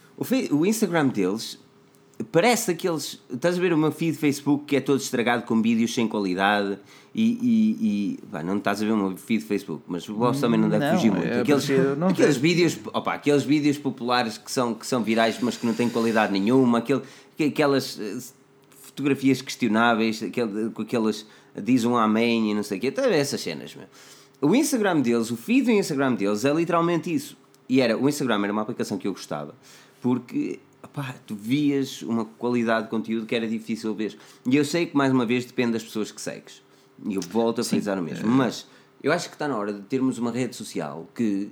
o, o Instagram deles... Parece aqueles... Estás a ver o meu feed Facebook que é todo estragado com vídeos sem qualidade e... e, e bah, não estás a ver o meu feed Facebook, mas o vosso também não deve não, fugir muito. É aqueles aqueles vídeos, opa, aqueles vídeos populares que são, que são virais mas que não têm qualidade nenhuma, aquele, aquelas fotografias questionáveis, aquele, com aquelas... Diz um amém e não sei o quê. Estás a ver essas cenas, meu. O Instagram deles, o feed do Instagram deles é literalmente isso. E era... O Instagram era uma aplicação que eu gostava porque... Pá, tu vias uma qualidade de conteúdo que era difícil ver. E eu sei que, mais uma vez, depende das pessoas que segues. E eu volto a frisar o mesmo. Mas eu acho que está na hora de termos uma rede social que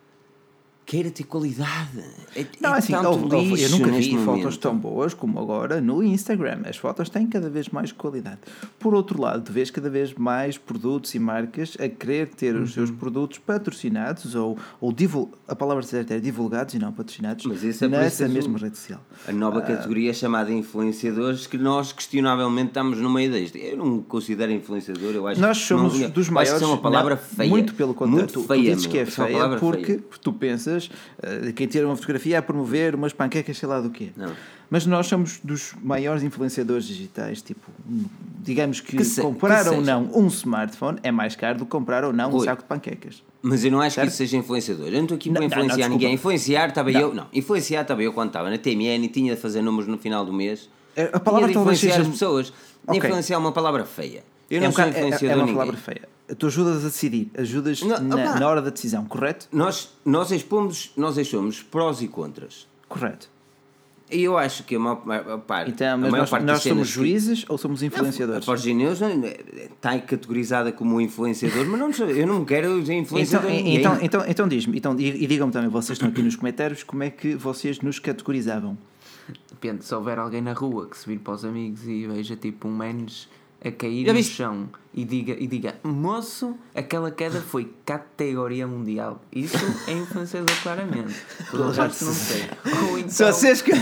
queira ter qualidade. É, não, é assim, eu, eu nunca vi fotos tão boas como agora no Instagram. As fotos têm cada vez mais qualidade. Por outro lado, tu vês cada vez mais produtos e marcas a querer ter uhum. os seus produtos patrocinados ou, ou divul- a palavra certa é divulgados e não patrocinados Mas isso é nessa mesma rede social. A nova uh, categoria chamada influenciadores, que nós questionavelmente estamos no meio deste. Eu não me considero influenciador, eu acho nós somos não, dos maiores. Acho que é uma palavra não, feia. Muito pelo contrário. Muito tu, feia, tu dizes que é feia é porque feia. tu pensas uh, quem tira uma fotografia é a promover umas panquecas, sei lá do quê. Não. Mas nós somos dos maiores influenciadores digitais, tipo, digamos que, que se, comprar que ou não um smartphone é mais caro do que comprar ou não Rui, um saco de panquecas. Mas eu não acho certo? que isso seja influenciador. Eu não estou aqui para influenciar não, não, ninguém. Influenciar estava não. eu, não, influenciar estava eu quando estava na T M N e tinha de fazer números no final do mês. A palavra tinha de influenciar seja... as pessoas. Okay. Influenciar é uma palavra feia. Eu não é um sou ca... influenciador é, é uma ninguém. palavra feia. Tu ajudas a decidir, ajudas não, na, na hora da decisão, correto? Nós, nós expomos, nós expomos prós e contras. Correto. E eu acho que a maior, a parte... Então, mas a maior nós, parte nós somos que... juízes ou somos influenciadores? A Forge News está categorizada como influenciador, mas não, eu não quero ser influenciador então, ninguém. Então, então, então diz-me, então, e, e digam-me também, vocês estão aqui nos comentários, como é que vocês nos categorizavam? Depende, se houver alguém na rua que se vir para os amigos e veja tipo um menos a cair Já no viste? chão e diga, e diga, moço, aquela queda foi categoria mundial. Isso é influenciador claramente. Todo o resto não sei. Ou então, Só vocês que...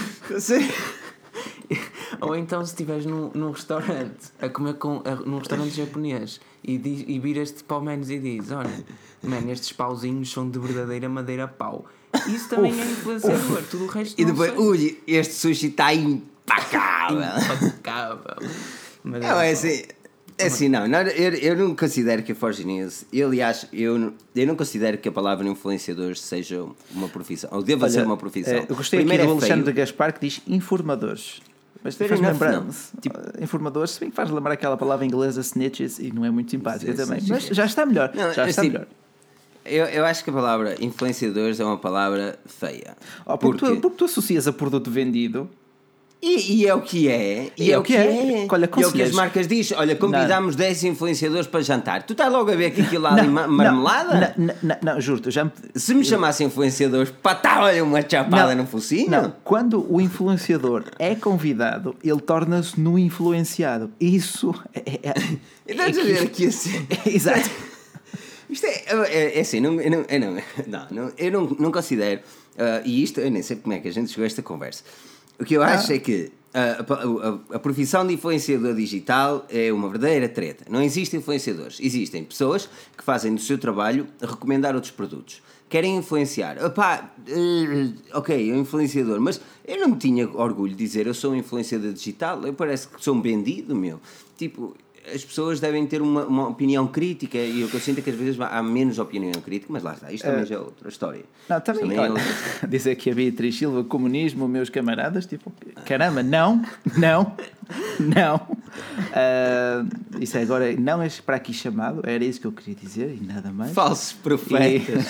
Ou então se estiveres num, num restaurante a comer com, a, num restaurante japonês e, diz, e viras-te para o menos e dizes, olha, man, estes pauzinhos são de verdadeira madeira pau. Isso também uf, é influenciador. Uf. Tudo o resto e não depois, sei. Ui, este sushi está impecável. Impecável. Mas não, é assim, é assim não, não eu, eu não considero que a Forge News, eu, aliás, eu, eu não considero que a palavra influenciador seja uma profissão, ou deva ser uma profissão. Eu gostei Primeiro aqui do é Alexandre feio. Gaspar que diz informadores. Mas faz lembrar tipo, informadores, se bem que faz lembrar aquela palavra inglesa snitches e não é muito simpática sim, também. Sim, sim. Mas já está melhor. Não, já está assim, melhor. eu, eu acho que a palavra influenciadores é uma palavra feia. Oh, porque, porque... Tu, porque tu associas a produto vendido. E, e é o que é. E, e é, é o que é. é. Olha, e é o que as marcas dizem. Olha, convidamos dez influenciadores para jantar. Tu estás logo a ver que aquilo lá ali marmelada? Não, não, não, não, juro-te. Já me... Se me chamassem influenciadores, pá, tá, olha, uma chapada no focinho. Não, quando o influenciador é convidado, ele torna-se no influenciado. Isso é... é, é Estás a ver aqui assim. Exato. Isto é, é, é assim, não, eu, não, eu, não, não, não, eu não, não considero, uh, e isto eu nem sei como é que a gente chegou a esta conversa. O que eu acho ah. é que a, a, a profissão de influenciador digital é uma verdadeira treta. Não existem influenciadores, existem pessoas que fazem do seu trabalho recomendar outros produtos. Querem influenciar. Opá, uh, ok, é um influenciador, mas eu não me tinha orgulho de dizer eu sou um influenciador digital, eu parece que sou um bandido, meu. Tipo, as pessoas devem ter uma, uma opinião crítica e o que eu sinto é que às vezes há menos opinião crítica, mas lá está, isto também uh, já é outra história. Não, também, também olha, é outra... dizer que a Beatriz Silva, comunismo, meus camaradas, tipo, caramba, não, não, não. Uh, isso agora não é para aqui chamado, era isso que eu queria dizer e nada mais. Falsos profetas.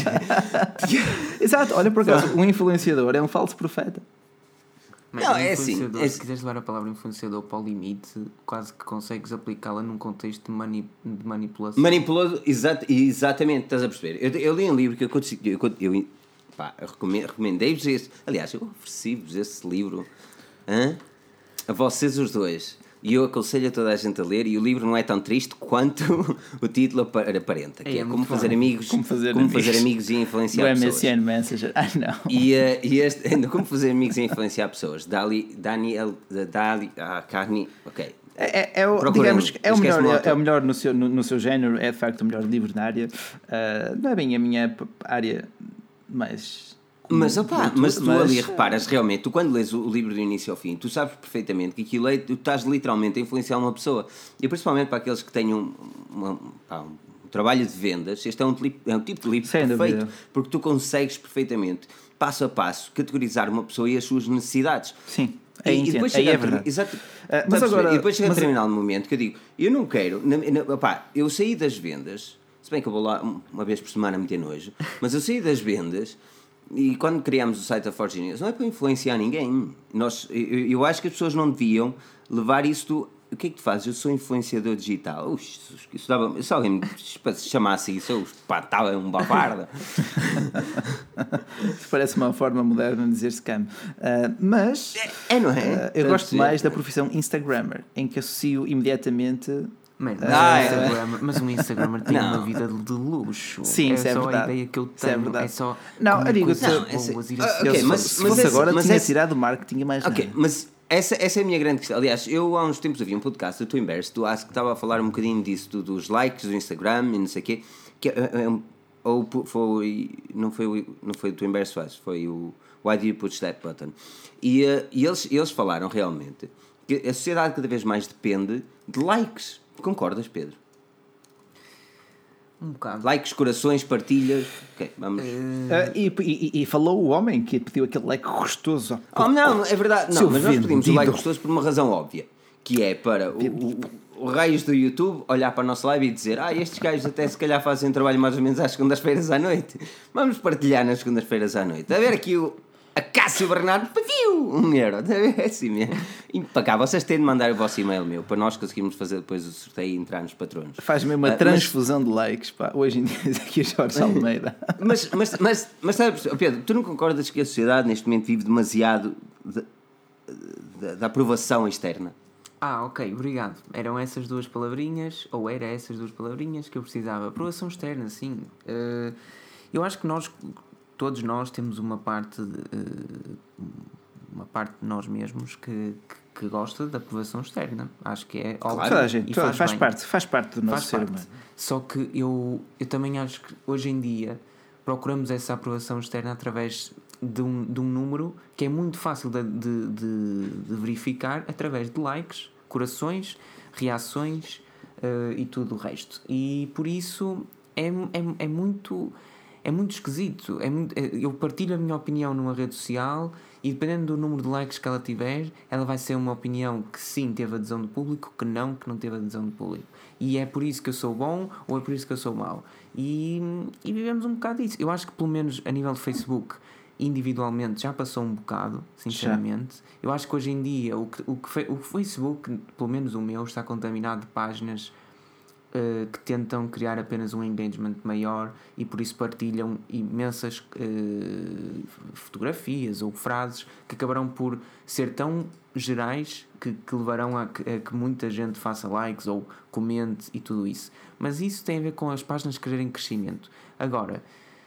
E... Exato, olha por acaso, um influenciador é um falso profeta. Mas não, é assim, é... se quiseres levar a palavra influenciador para o limite, quase que consegues aplicá-la num contexto de, mani... de manipulação. Manipulado, exat... exatamente, estás a perceber. Eu, eu li um livro que eu, eu, eu, pá, eu recomendei-vos esse. Aliás, eu ofereci-vos esse livro hein? A vocês os dois. E eu aconselho a toda a gente a ler. E o livro não é tão triste quanto o título aparenta, que é, é Como, fazer amigos, como, fazer, como amigos. fazer amigos e influenciar do pessoas. M S N Messenger, ah não. E, uh, e este, Como fazer amigos e influenciar pessoas. Dali, Daniel, Dali, ah, Carney, ok. É, é, é, o, digamos, é, o melhor, é, é o melhor no seu, no, no seu género, é de facto o melhor livro na área. Uh, não é bem a minha área mais... Mas, opa, mas tu mas... ali reparas realmente, tu quando lês o livro do início ao fim, tu sabes perfeitamente que aquilo é, tu estás literalmente a influenciar uma pessoa. E principalmente para aqueles que têm um, uma, pá, um trabalho de vendas, este é um, é um tipo de livro Sem perfeito, dúvida. Porque tu consegues perfeitamente, passo a passo, categorizar uma pessoa e as suas necessidades. Sim. E, e depois chega é verdade. Exato, uh, mas agora, e depois chega mas... a determinado momento que eu digo, eu não quero, na, na, opá, eu saí das vendas, se bem que eu vou lá uma vez por semana meter nojo, mas eu saí das vendas. E quando criámos o site da Forge News, não é para influenciar ninguém. Nós, eu, eu acho que as pessoas não deviam levar isso do... O que é que tu fazes? Eu sou influenciador digital. Ux, isso dava, se alguém me chamasse isso, eu estava um babarda. Parece uma forma moderna de dizer scam. Uh, mas... É, é, não é? Uh, eu gosto mais da profissão Instagrammer, em que associo imediatamente... Man, mas, ah, um Instagram, é. mas um Instagramer tem não. uma vida de luxo. Sim, é isso é só verdade. a ideia que eu tenho. É, é só. Não, eu digo, não, esse, boas, uh, okay, mas, se mas fosse esse, agora, mas tinha esse, tirado o marketing e mais Ok, nada. mas essa, essa é a minha grande questão. Aliás, eu há uns tempos ouvi um podcast do Twinverse, do Ask, que estava a falar um bocadinho disso, do, dos likes do Instagram e não sei o quê. Que, é, é, ou foi. Não foi o, não foi o Twinverse, foi o Why Do You Push That Button? E, uh, e eles, eles falaram realmente que a sociedade cada vez mais depende de likes. Concordas, Pedro? Um bocado. Likes, corações, partilhas. Ok, vamos. Uh, e, e, e falou o homem que pediu aquele like gostoso. Oh, não, é verdade. Não, mas nós pedimos o like gostoso por uma razão óbvia. Que é para o, o, o raios do YouTube olhar para a nossa live e dizer: Ah, estes gajos até se calhar fazem um trabalho mais ou menos às segundas-feiras à noite. Vamos partilhar nas segundas-feiras à noite. A ver aqui o. A Cássio Bernardo pediu um euro. É assim mesmo. Impecável. Vocês têm de mandar o vosso e-mail, meu, para nós conseguirmos fazer depois o sorteio e entrar nos patronos. Faz mesmo uma uh, transfusão mas... de likes, pá. Hoje em dia aqui o Jorge Almeida. mas, mas, mas, mas sabes, Pedro, tu não concordas que a sociedade neste momento vive demasiado de, de, da aprovação externa? Ah, ok, obrigado. Eram essas duas palavrinhas, ou era essas duas palavrinhas que eu precisava. Aprovação externa, sim. Uh, eu acho que nós... Todos nós temos uma parte de, uma parte de nós mesmos que, que, que gosta da aprovação externa. Acho que é óbvio. Claro, gente, faz, faz, parte, faz parte do nosso faz ser humano. Só que eu, eu também acho que hoje em dia procuramos essa aprovação externa através de um, de um número que é muito fácil de, de, de, de verificar através de likes, corações, reações uh, e tudo o resto. E por isso é, é, é muito... É muito esquisito. É muito, eu partilho a minha opinião numa rede social E dependendo do número de likes que ela tiver, ela vai ser uma opinião que sim teve adesão do público, que não, que não teve adesão do público. E é por isso que eu sou bom ou é por isso que eu sou mau. E, e vivemos um bocado disso. Eu acho que pelo menos a nível de Facebook, individualmente, já passou um bocado, sinceramente. Já. Eu acho que hoje em dia o, que, o, que, o Facebook, pelo menos o meu, está contaminado de páginas Uh, que tentam criar apenas um engagement maior e por isso partilham imensas uh, fotografias ou frases que acabarão por ser tão gerais que, que levarão a que, a que muita gente faça likes ou comente e tudo isso. Mas isso tem a ver com as páginas quererem crescimento. Agora,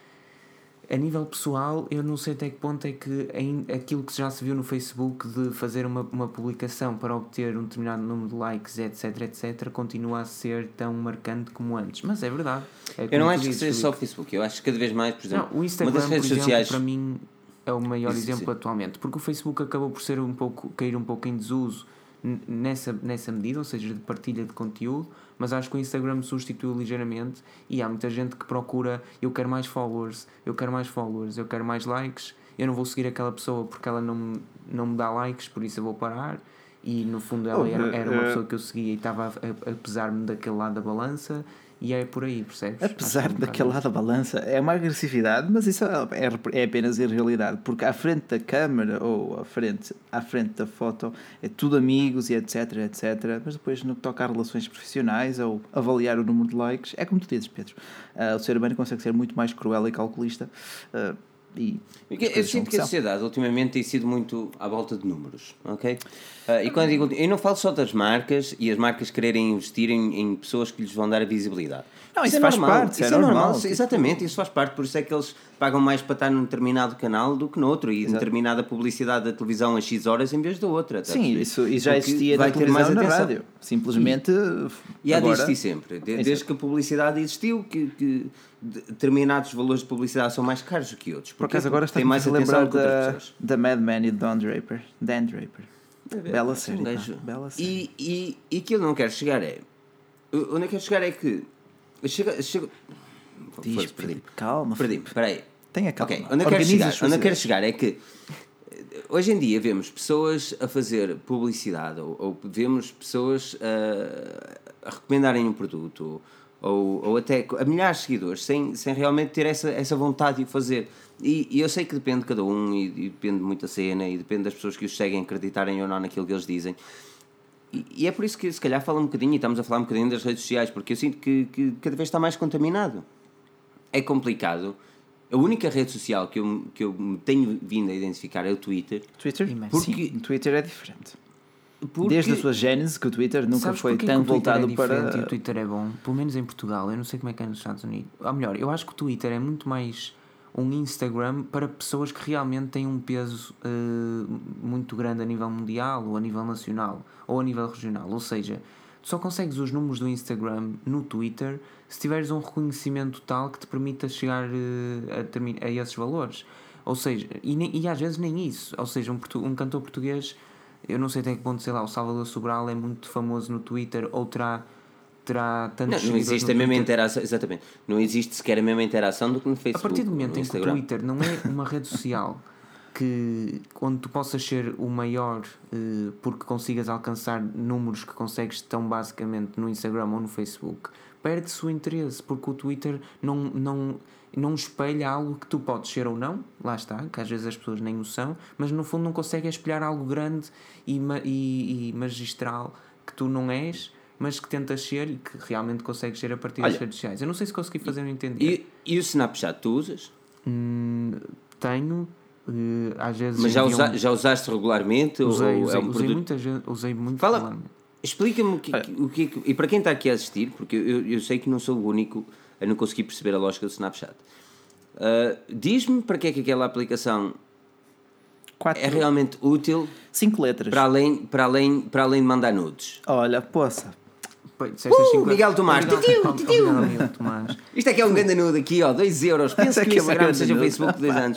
a nível pessoal, eu não sei até que ponto é que aquilo que já se viu no Facebook de fazer uma, uma publicação para obter um determinado número de likes, etc, etc, continua a ser tão marcante como antes. Mas é verdade. É eu não acho que seja só o Facebook. Eu acho que cada vez mais, por exemplo, não, o Instagram, uma das redes por exemplo, sociais... para mim é o maior isso, exemplo sim. atualmente. Porque o Facebook acabou por ser um pouco, cair um pouco em desuso nessa, nessa medida, ou seja, de partilha de conteúdo, mas acho que o Instagram substituiu ligeiramente e há muita gente que procura, eu quero mais followers, eu quero mais followers, eu quero mais likes, eu não vou seguir aquela pessoa porque ela não, não me dá likes, por isso eu vou parar. E no fundo ela era, era uma pessoa que eu seguia e estava a, a pesar-me daquele lado da balança. E é por aí, percebes? Apesar um daquele lado da balança, é uma agressividade, mas isso é, é apenas a realidade, porque à frente da câmara ou à frente, à frente da foto é tudo amigos e etc, etc, mas depois no que toca a relações profissionais ou avaliar o número de likes, é como tu dizes, Pedro, uh, o ser humano consegue ser muito mais cruel e calculista. Uh, E eu sinto que a sociedade ultimamente tem sido muito à volta de números, ok? Uh, e quando digo, eu não falo só das marcas e as marcas quererem investir em, em pessoas que lhes vão dar a visibilidade. Não, isso, isso é faz normal, parte, isso é, é normal, normal. Exatamente, isso faz parte, por isso é que eles pagam mais para estar num determinado canal do que no outro, e Exato. determinada publicidade da televisão a X horas em vez da outra. Tá? Sim, isso, isso já existia na televisão mais na rádio, simplesmente... E, e há agora... de existir sempre, desde Exato. que a publicidade existiu, que... que determinados valores de publicidade são mais caros do que outros. Por acaso agora está mais a lembrar da, da Mad Men e de Don Draper. Dan Draper. É bem, Bela série. Um gajo... Bela série. E, e, e que eu não quero chegar é... Onde eu quero chegar é que... Chega... chega... Diz, perdi. Calma. Perdi-me, espera aí. Tenha calma. Okay. Onde eu quero chegar, onde eu quero chegar é que hoje em dia vemos pessoas a fazer publicidade ou, ou vemos pessoas a, a recomendarem um produto ou, ou até a milhares de seguidores, sem, sem realmente ter essa, essa vontade de o fazer. E, e eu sei que depende de cada um, e, e depende de muita cena, e depende das pessoas que os seguem acreditarem ou não naquilo que eles dizem. E, e é por isso que se calhar fala um bocadinho, e estamos a falar um bocadinho das redes sociais, porque eu sinto que, que cada vez está mais contaminado. É complicado. A única rede social que eu, que eu me tenho vindo a identificar é o Twitter. Twitter? Porque Sim, o Twitter é diferente. Porque... Desde a sua gênese, que o Twitter nunca Sabes foi tão voltado é para... E o Twitter é bom, pelo menos em Portugal. Eu não sei como é que é nos Estados Unidos. Ou melhor, eu acho que o Twitter é muito mais um Instagram para pessoas que realmente têm um peso uh, muito grande a nível mundial, ou a nível nacional, ou a nível regional. Ou seja, tu só consegues os números do Instagram no Twitter se tiveres um reconhecimento tal que te permita chegar uh, a, termi- a esses valores. Ou seja, e, nem, e às vezes nem isso. Ou seja, um, um cantor português... Eu não sei até que ponto, sei lá, o Salvador Sobral é muito famoso no Twitter ou terá, terá tantos não, não existe a mesma interação, exatamente. Não existe sequer a mesma interação do que no Facebook. A partir do momento em que o Twitter não é uma rede social que, onde tu possas ser o maior eh, porque consigas alcançar números que consegues tão basicamente no Instagram ou no Facebook, perde-se o interesse, porque o Twitter não... não não espelha algo que tu podes ser ou não, lá está, que às vezes as pessoas nem o são, mas no fundo não consegue espelhar algo grande e, e, e magistral que tu não és, mas que tentas ser e que realmente consegues ser a partir Olha, das redes sociais. Eu não sei se consegui fazer-me entender. E, e o Snapchat tu usas? Hum, tenho, uh, às vezes... Mas já, usa, um... já usaste regularmente? Usei, ou usei, é um usei, produto... muitas, usei muito Fala, regularmente. Explica-me o que, o que... E para quem está aqui a assistir, porque eu, eu sei que não sou o único a não conseguir perceber a lógica do Snapchat. Uh, diz-me para que é que aquela aplicação Quatro. é realmente útil. Cinco letras. Para além, para além, para além de mandar nudes. Olha, poça. Uh, Miguel Tomás. Titiu, titiu. Isto é que é um grande nude aqui, ó, dois euros. Penso que, que o Instagram seja o Facebook de dois anos.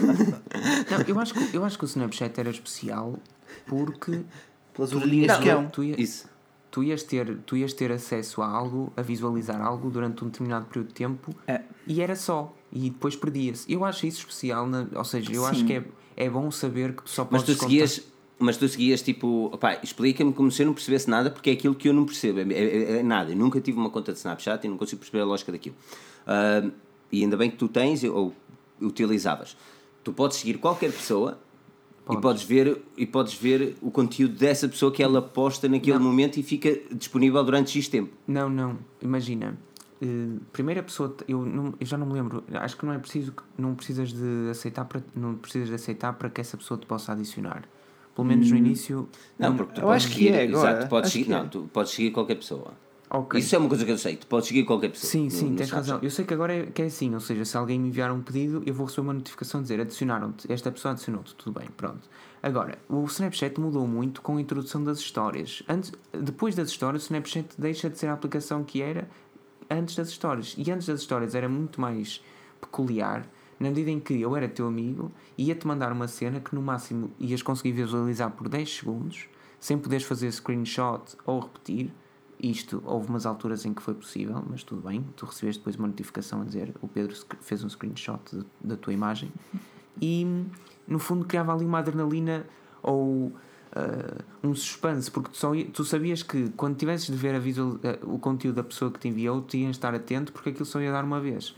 Não, eu, acho que, eu acho que o Snapchat era especial porque... Pelas orelhinhas que é um. Tu ia, Isso. Tu ias, ter, tu ias ter acesso a algo, a visualizar algo durante um determinado período de tempo é. e era só. E depois perdia-se. Eu acho isso especial, na, ou seja, eu Sim. acho que é, é bom saber que tu só Mas podes tu seguias, mas tu seguias tipo, opá, explica-me como se eu não percebesse nada, porque é aquilo que eu não percebo, é, é, é nada. Eu nunca tive uma conta de Snapchat e não consigo perceber a lógica daquilo. Uh, e ainda bem que tu tens ou utilizavas. Tu podes seguir qualquer pessoa. Podes. E, podes ver, e podes ver o conteúdo dessa pessoa que ela posta naquele não. momento e fica disponível durante X tempo. Não, não. Imagina. Uh, primeira pessoa, eu, não, eu já não me lembro. Acho que não é preciso, não precisas de aceitar para, não precisas de aceitar para que essa pessoa te possa adicionar. Pelo menos hum. no início. Não, não porque tu eu podes acho seguir, que é agora. Exato, tu podes acho seguir, não, é. tu podes seguir qualquer pessoa. Okay. Isso é uma coisa que eu sei, tu podes seguir qualquer pessoa. Sim, sim, no, tens no razão. Eu sei que agora é, que é assim, ou seja, se alguém me enviar um pedido, eu vou receber uma notificação a dizer adicionaram-te, esta pessoa adicionou-te, tudo bem, pronto. Agora, o Snapchat mudou muito com a introdução das histórias. Antes, depois das histórias, o Snapchat deixa de ser a aplicação que era antes das histórias. E antes das histórias era muito mais peculiar, na medida em que eu era teu amigo e ia-te mandar uma cena que no máximo ias conseguir visualizar por dez segundos, sem poderes fazer screenshot ou repetir. Isto, houve umas alturas em que foi possível, mas tudo bem, tu recebeste depois uma notificação a dizer o Pedro fez um screenshot de, da tua imagem e no fundo criava ali uma adrenalina ou uh, um suspense, porque tu, só, tu sabias que quando tivesses de ver a visual, uh, o conteúdo da pessoa que te enviou, tu ias estar atento porque aquilo só ia dar uma vez.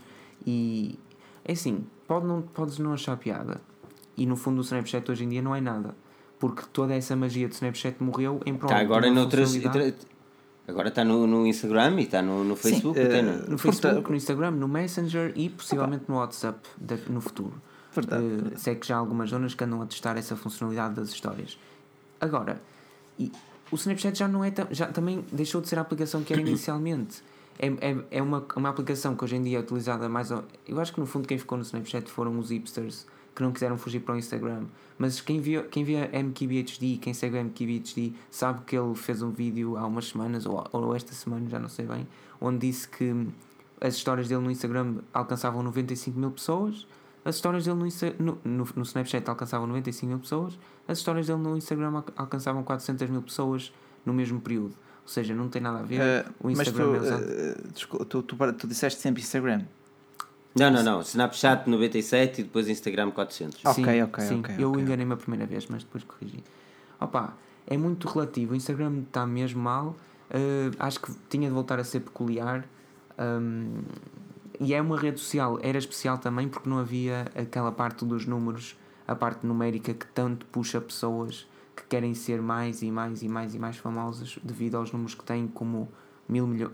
E é assim, pode não, podes não achar piada, e no fundo o Snapchat hoje em dia não é nada, porque toda essa magia do Snapchat morreu em prol tá, agora de uma noutras, funcionalidade. Agora está no, no Instagram e está no, no Facebook. Sim, até uh, no, no Facebook, no Instagram, no Messenger e possivelmente no WhatsApp de, no futuro. Verdade. Uh, sei que já há algumas zonas que andam a testar essa funcionalidade das histórias. Agora, e, o Snapchat já não é tam, já também deixou de ser a aplicação que era inicialmente. É, é, é uma, uma aplicação que hoje em dia é utilizada mais. Eu acho que no fundo quem ficou no Snapchat foram os hipsters que não quiseram fugir para o Instagram. Mas quem via, quem via M K B H D, quem segue o M K B H D, sabe que ele fez um vídeo há umas semanas, ou, ou esta semana, já não sei bem, onde disse que as histórias dele no Instagram alcançavam noventa e cinco mil pessoas, as histórias dele no, Insta, no, no, no Snapchat alcançavam noventa e cinco mil pessoas, as histórias dele no Instagram alcançavam quatrocentas mil pessoas no mesmo período. Ou seja, não tem nada a ver. Uh, o Instagram mas tu, é usado... uh, desculpa, tu, tu, tu disseste sempre Instagram. Não, não, não. Snapchat noventa e sete e depois Instagram quatrocentos. Ok, sim, ok, sim. ok. Eu okay. enganei-me a primeira vez, mas depois corrigi. Opa, é muito relativo. O Instagram está mesmo mal. Uh, acho que tinha de voltar a ser peculiar. Um, e é uma rede social. Era especial também porque não havia aquela parte dos números, a parte numérica que tanto puxa pessoas que querem ser mais e mais e mais e mais famosas devido aos números que têm, como mil milhões,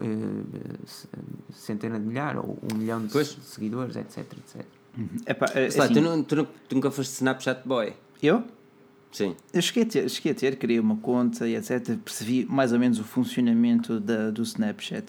uh, centena de milhar ou um milhão de pois. seguidores, etc, etcétera. Uhum. Epá, é, assim, assim, tu, não, tu, não, tu nunca foste Snapchat boy? Eu? Sim. Eu cheguei a ter, cheguei a ter, criei uma conta e etcétera. Percebi mais ou menos o funcionamento da, do Snapchat.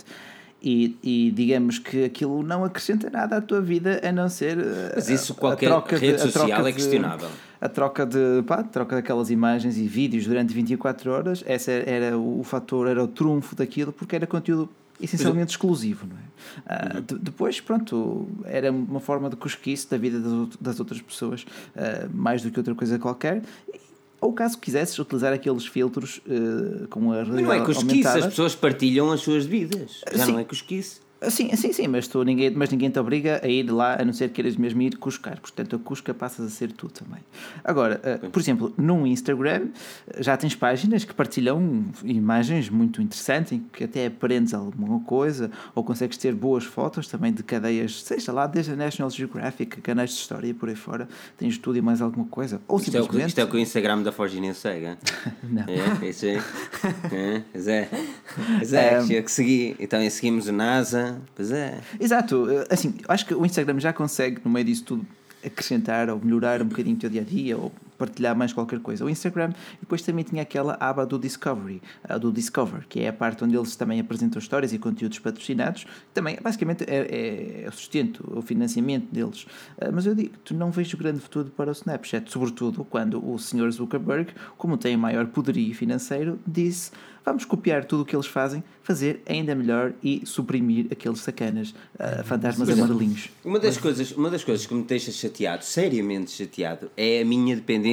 E, e digamos que aquilo não acrescenta nada à tua vida a não ser Mas isso a, qualquer a troca rede de, a social troca é questionável. De, a troca de pá, troca daquelas imagens e vídeos durante vinte e quatro horas. Esse era, era o, o fator, era o trunfo daquilo, porque era conteúdo essencialmente exclusivo, não é? Uh, uhum. de, depois, pronto, era uma forma de cosquice da vida das, das outras pessoas, uh, mais do que outra coisa qualquer. Ou caso quisesses utilizar aqueles filtros uh, com a realidade não é cosquice, aumentada. As pessoas partilham as suas vidas. Já sim. Não é cosquice. Sim, sim, sim, mas, tu, ninguém, mas ninguém te obriga a ir lá, a não ser que queiras mesmo ir cuscar. Portanto, a cusca passas a ser tu também. Agora, uh, por exemplo, no Instagram já tens páginas que partilham imagens muito interessantes, em que até aprendes alguma coisa, ou consegues ter boas fotos também de cadeias, seja lá, desde a National Geographic, canais de história e por aí fora, tens tudo e mais alguma coisa. Ou isto, simplesmente... é o, isto é o que o Instagram da Forginha segue. Não. É, isso é. É, pois é. Pois é, um, que segui. Então, seguimos o NASA. Pois é. Exato, assim, acho que o Instagram já consegue, no meio disso tudo, acrescentar ou melhorar um bocadinho o teu dia a dia ou partilhar mais qualquer coisa. O Instagram depois também tinha aquela aba do Discovery, do Discover, que é a parte onde eles também apresentam histórias e conteúdos patrocinados. Também, basicamente, é, é o sustento, o financiamento deles. Mas eu digo, tu não vejo grande futuro para o Snapchat, sobretudo quando o senhor Zuckerberg, como tem maior poderio financeiro, disse: vamos copiar tudo o que eles fazem, fazer ainda melhor e suprimir aqueles sacanas, uh, fantasmas amarelinhos. Uma das, coisas, uma das coisas que me deixa chateado, seriamente chateado, é a minha dependência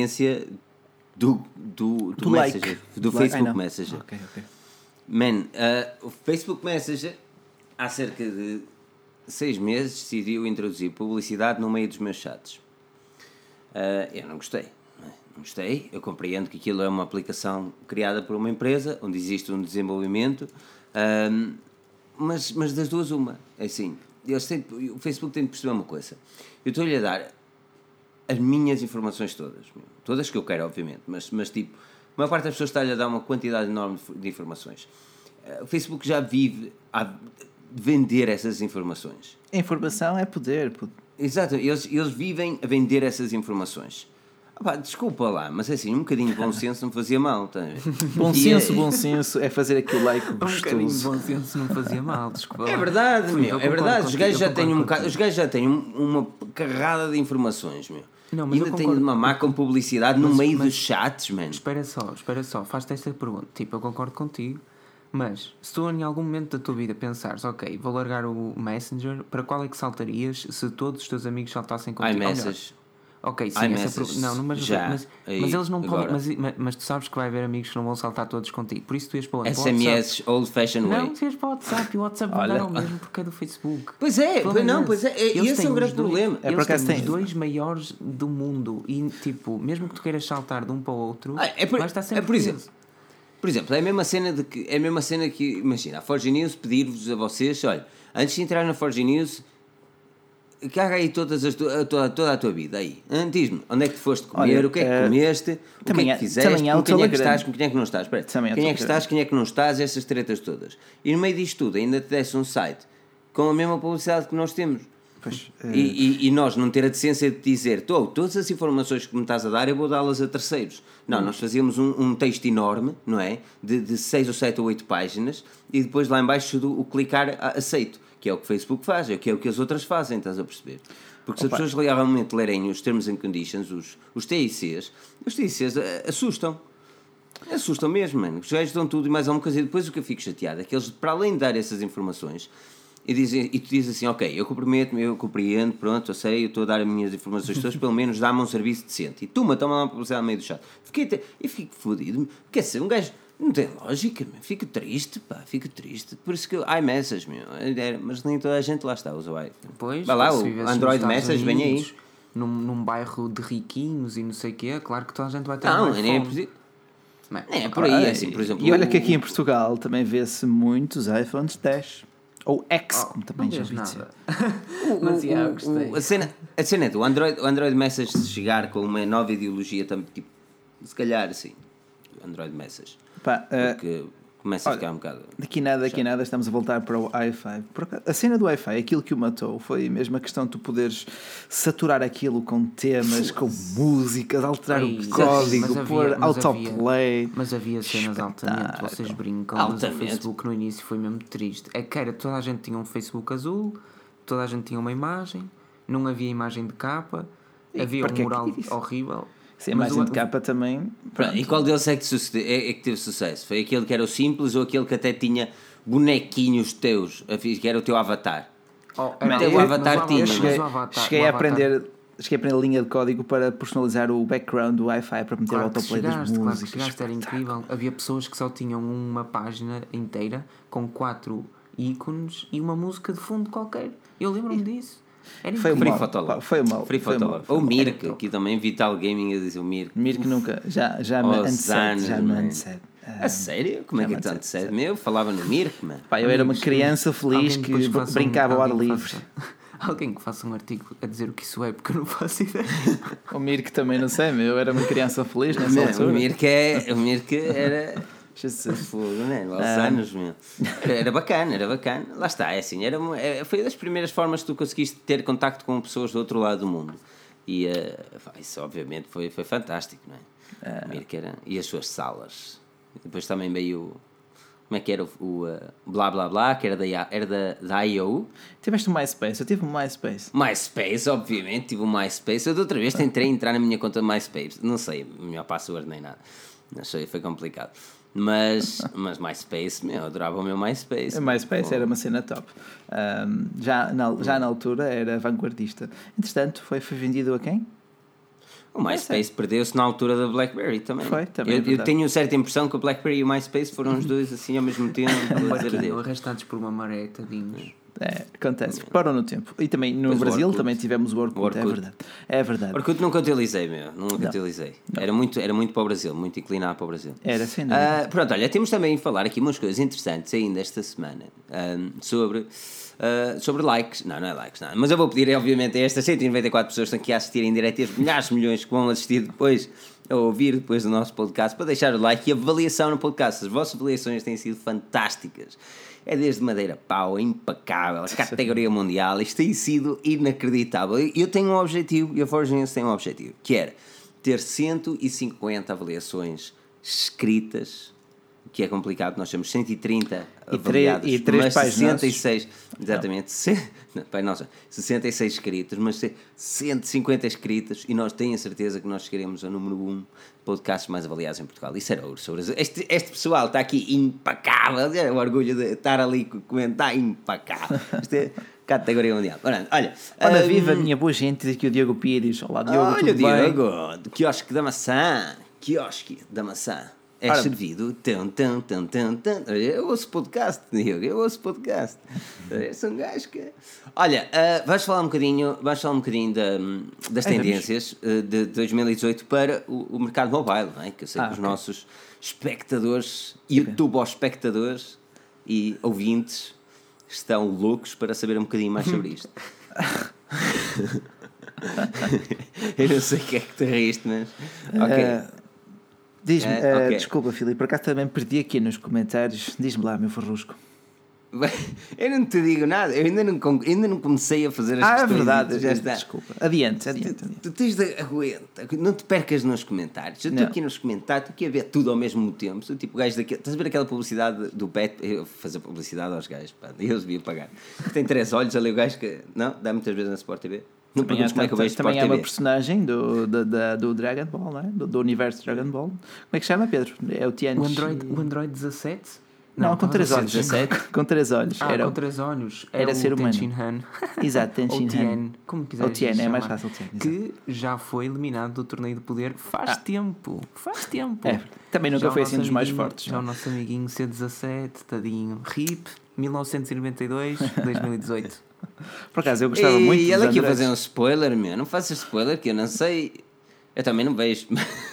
do, do, do, do Messenger, like. do, do Facebook Ai, Messenger. Okay, okay. Man, uh, o Facebook Messenger há cerca de seis meses decidiu introduzir publicidade no meio dos meus chats. Uh, eu não gostei. Não, é? não gostei. Eu compreendo que aquilo é uma aplicação criada por uma empresa, onde existe um desenvolvimento, uh, mas, mas das duas uma. É assim, eles têm, o Facebook tem de perceber uma coisa. Eu estou-lhe a dar as minhas informações todas. Todas que eu quero, obviamente, mas, mas tipo, a maior parte das pessoas está-lhe a dar uma quantidade enorme de informações. Uh, o Facebook já vive a vender essas informações. A informação é poder, puto. Exato, eles, eles vivem a vender essas informações. Ah, pá, desculpa lá, mas assim, um bocadinho de bom senso não fazia mal. Tá? Bom senso, é... bom senso é fazer aquilo like gostoso. Um bocadinho de bom senso não fazia mal, desculpa lá. É verdade, meu, é verdade. Os gajos já têm um bocado, os gajos já têm uma carrada de informações, meu. Não, mas e ainda têm de mamar com publicidade mas, no meio mas, dos chats, mano. Espera só, espera só, faz-te esta pergunta. Tipo, eu concordo contigo. Mas, se tu em algum momento da tua vida pensares, ok, vou largar o Messenger, para qual é que saltarias se todos os teus amigos saltassem contigo? iMessage. Ok, sim, essa pro... não, não, mas, já, mas, aí, mas eles não agora. podem. Mas, mas tu sabes que vai haver amigos que não vão saltar todos contigo. Por isso tu ias para o S M S, old fashioned way. Não, tu ias para o WhatsApp e o WhatsApp vai dar o mesmo porque é do Facebook. Pois é, pois não, pois é. é e esse é um grande dois, problema. É eles têm os dois maiores do mundo e, tipo, mesmo que tu queiras saltar de um para o outro, ah, é por, vais estar sempre é por exemplo. Por exemplo, é a mesma cena de que é a mesma cena que, imagina, a Forge News pedir-vos a vocês, olha, antes de entrar na Forge News, caga aí todas as, toda, toda a tua vida aí. Diz-me, onde é que tu foste comer, olha, o que é que uh, comeste, o que é que fizeste, com quem é que estás, com quem é que não estás, espera, quem é que estás, quem é que não estás, essas tretas todas. E no meio disto tudo ainda te desse um site com a mesma publicidade que nós temos. Pois, uh... e, e, e nós não ter a decência de dizer, tô, todas as informações que me estás a dar eu vou dá-las a terceiros. Não, hum. nós fazíamos um, um texto enorme, não é? De, de seis ou sete ou oito páginas e depois lá em baixo do, o clicar a, aceito, que é o que o Facebook faz, é o que, é o que as outras fazem, estás a perceber? Porque se Opa. as pessoas realmente lerem os Terms and Conditions, os, os T I Cs, os T I Cs assustam. Assustam mesmo, mano. Os gajos dão tudo e mais alguma coisa. E depois o que eu fico chateado é que eles, para além de dar essas informações, e, dizem, e tu dizes assim, ok, eu comprometo-me, eu compreendo, pronto, eu sei, eu estou a dar as minhas informações todas, pelo menos dá-me um serviço decente. E toma, toma lá uma publicidade no meio do chat. Fiquei até, e fico fodido. Quer dizer, um gajo não tem lógica, meu. Fico triste, pá, fico triste. Por isso que eu, iMessage, meu, mas nem toda a gente lá está, usa o iPhone. Pois, vai lá, o Android Message, vem aí. Num, num bairro de riquinhos e não sei o quê, claro que toda a gente vai ter não, um iPhone. Nem é preciso. É, por aí, assim, por exemplo. E olha que aqui em Portugal também vê-se muitos iPhones dez. Ou X, oh, como também já vi dizer. Mas já, gostei. A cena, a cena é do Android, o Android Message chegar com uma nova ideologia, também, tipo, se calhar, assim, o Android Message. Pá, porque uh, começa olha, a ficar um bocado. Daqui nada, daqui nada, estamos a voltar para o Wi-Fi. A cena do Wi-Fi, aquilo que o matou, foi mesmo a questão de tu poderes saturar aquilo com temas, com músicas, alterar Ei, o código, havia, pôr autoplay. Mas havia cenas altamente, vocês brincam, altamente. Mas o Facebook no início foi mesmo triste. É que era, toda a gente tinha um Facebook azul, toda a gente tinha uma imagem, não havia imagem de capa, e havia um mural é horrível. Sim, a imagem o... de capa também. Pronto. E qual deles é que, sucede... é que teve sucesso? Foi aquele que era o simples ou aquele que até tinha bonequinhos teus, que era o teu avatar? Oh, não, o avatar mas, tinha. Eu cheguei, avatar, cheguei a aprender. Cheguei a aprender a linha de código para personalizar o background do Wi-Fi para meter claro o autoplay chegaste, das músicas. Claro que chegaste, era incrível. Havia pessoas que só tinham uma página inteira com quatro ícones e uma música de fundo qualquer. Eu lembro-me disso. Era foi o Free Fotolog. Foi o mal. Free Fotolog. Ou Mirk, aqui também Vital Gaming a dizer o Mirk. Mirk nunca, já, já me antecede. Já me antecede. A sério? Como é que é tanto antecede? Meu, falava no Mirk, mano. Pá, eu era uma criança feliz que brincava ao ar livre. Alguém que faça um artigo a dizer o que isso é, porque eu não faço ideia. O Mirk também não sei, meu. Eu era uma criança feliz nessa não, altura. O Mirk, é, o Mirk era... Fogo, né? Aos ah. anos, meu. Era bacana, era bacana. Lá está, é assim, era, foi das primeiras formas que tu conseguiste ter contacto com pessoas do outro lado do mundo. E uh, isso, obviamente, foi, foi fantástico, não é? Ah. Mirk era, e as suas salas. Depois também veio... Como é que era o, o uh, Blá Blá Blá, que era da, era da, da I O. Tiveste um MySpace, eu tive um MySpace. MySpace, obviamente, tive um MySpace. Eu de outra vez tentei entrar na minha conta MySpace. Não sei, a minha password nem nada. Não sei, foi complicado. Mas, mas MySpace, meu, eu adorava o meu MySpace. O MySpace oh. era uma cena top. Um, já, na, já na altura era vanguardista. Entretanto, foi, foi vendido a quem? O MySpace perdeu-se na altura da BlackBerry também. Foi, também. Eu, eu tenho certa impressão que o BlackBerry e o MySpace foram os dois assim ao mesmo tempo. Arrastados por uma maré, tadinhos. É, acontece, param no tempo. E também no Pois, o Brasil Orkut. também tivemos o Orkut, O Orkut. é verdade. É verdade. Orkut nunca utilizei, meu. Nunca Não. utilizei. Era muito, era muito para o Brasil, muito inclinado para o Brasil. Era, sem dúvida. Ah, pronto, olha, temos também a falar aqui umas coisas interessantes ainda esta semana ahm, sobre, ah, sobre likes. Não, não é likes, não. Mas eu vou pedir, obviamente, a estas cento e noventa e quatro pessoas que estão aqui a assistir em direto e as milhares de milhões que vão assistir depois, a ouvir depois do nosso podcast, para deixar o like e a avaliação no podcast. As vossas avaliações têm sido fantásticas. É desde madeira pau, é impecável, categoria mundial, isto tem sido inacreditável. Eu tenho um objetivo, e a Forginense tem um objetivo, que era ter cento e cinquenta avaliações escritas, que é complicado, nós temos cento e trinta E avaliadas, três- e três mas pais sessenta e nossos. seis, exatamente, se- não, pai nossa, sessenta e seis escritas, mas cento e cinquenta escritas, e nós tenho a certeza que nós chegaremos ao número um podcast mais avaliados em Portugal. Isso era ouro sobre este, este pessoal está aqui impecável, é o orgulho de estar ali a comentar impecável. Isto é categoria mundial. Ora, olha, Ora, hum, viva, minha boa gente, aqui o Diogo Pires. Olá, Diogo, olha, tudo bem? Diogo, do quiosque da maçã, quiosque da maçã. É Ora, servido. Tão, tão, tão, tão, tão. Eu ouço podcast, Diogo. Eu ouço podcast. Eu sou um gajo que. Olha, uh, vais falar um bocadinho, vais falar um bocadinho da, das É, vamos. tendências uh, de dois mil e dezoito para o, o mercado mobile, não é? Que eu sei Ah, que os ok. nossos espectadores, YouTube-espectadores e ouvintes estão loucos para saber um bocadinho mais sobre isto. Eu não sei o que é que te riste, mas. Ok. Eh, Diz-me, É, eh, ok. desculpa, Filipe, por acaso também perdi aqui nos comentários. Diz-me lá, meu farrusco. Eu não te digo nada, eu ainda não, com- ainda não comecei a fazer as Ah, é questões. verdade, e tu já está. desculpa. Adiante, adiante, adiante. Tu tens de aguenta, não te percas nos comentários. Eu estou Não. aqui nos comentários, estou aqui a ver tudo ao mesmo tempo. Sou tipo o gajo daquele. Estás a ver aquela publicidade do Pet? Eu fazer publicidade aos gajos, pá, eles deviam pagar. Tem três olhos ali, o gajo que. Não? Dá muitas vezes na Sport T V. Não Também, há, perguntes como é que eu vejo também Sport há uma T V. personagem do, do, da- do Dragon Ball, não é? do, do universo Dragon Ball. Como é que chama, Pedro? É o Tianchi. O Android, o Android dezassete? Não, com estava três a olhos. dizer dezassete. Com três olhos. Ah, Era com o- três olhos. era é ser o humano. Tenshin Han. Exato, Tenshin Ou Tien, Han. como quiseres Ou Tien, é mais chamar. fácil, Tien, exato. Que já foi eliminado do torneio de poder faz Ah. tempo. Faz tempo. É, também nunca Já o foi nosso assim dos mais amiguinho- fortes. Já não o é? nosso amiguinho C dezassete, tadinho. R I P, mil novecentos e noventa e dois, dois mil e dezoito. Por acaso, eu gostava E muito ele dos aqui a Androids. fazer um spoiler, meu. Não faças spoiler que eu não sei. Eu também não vejo.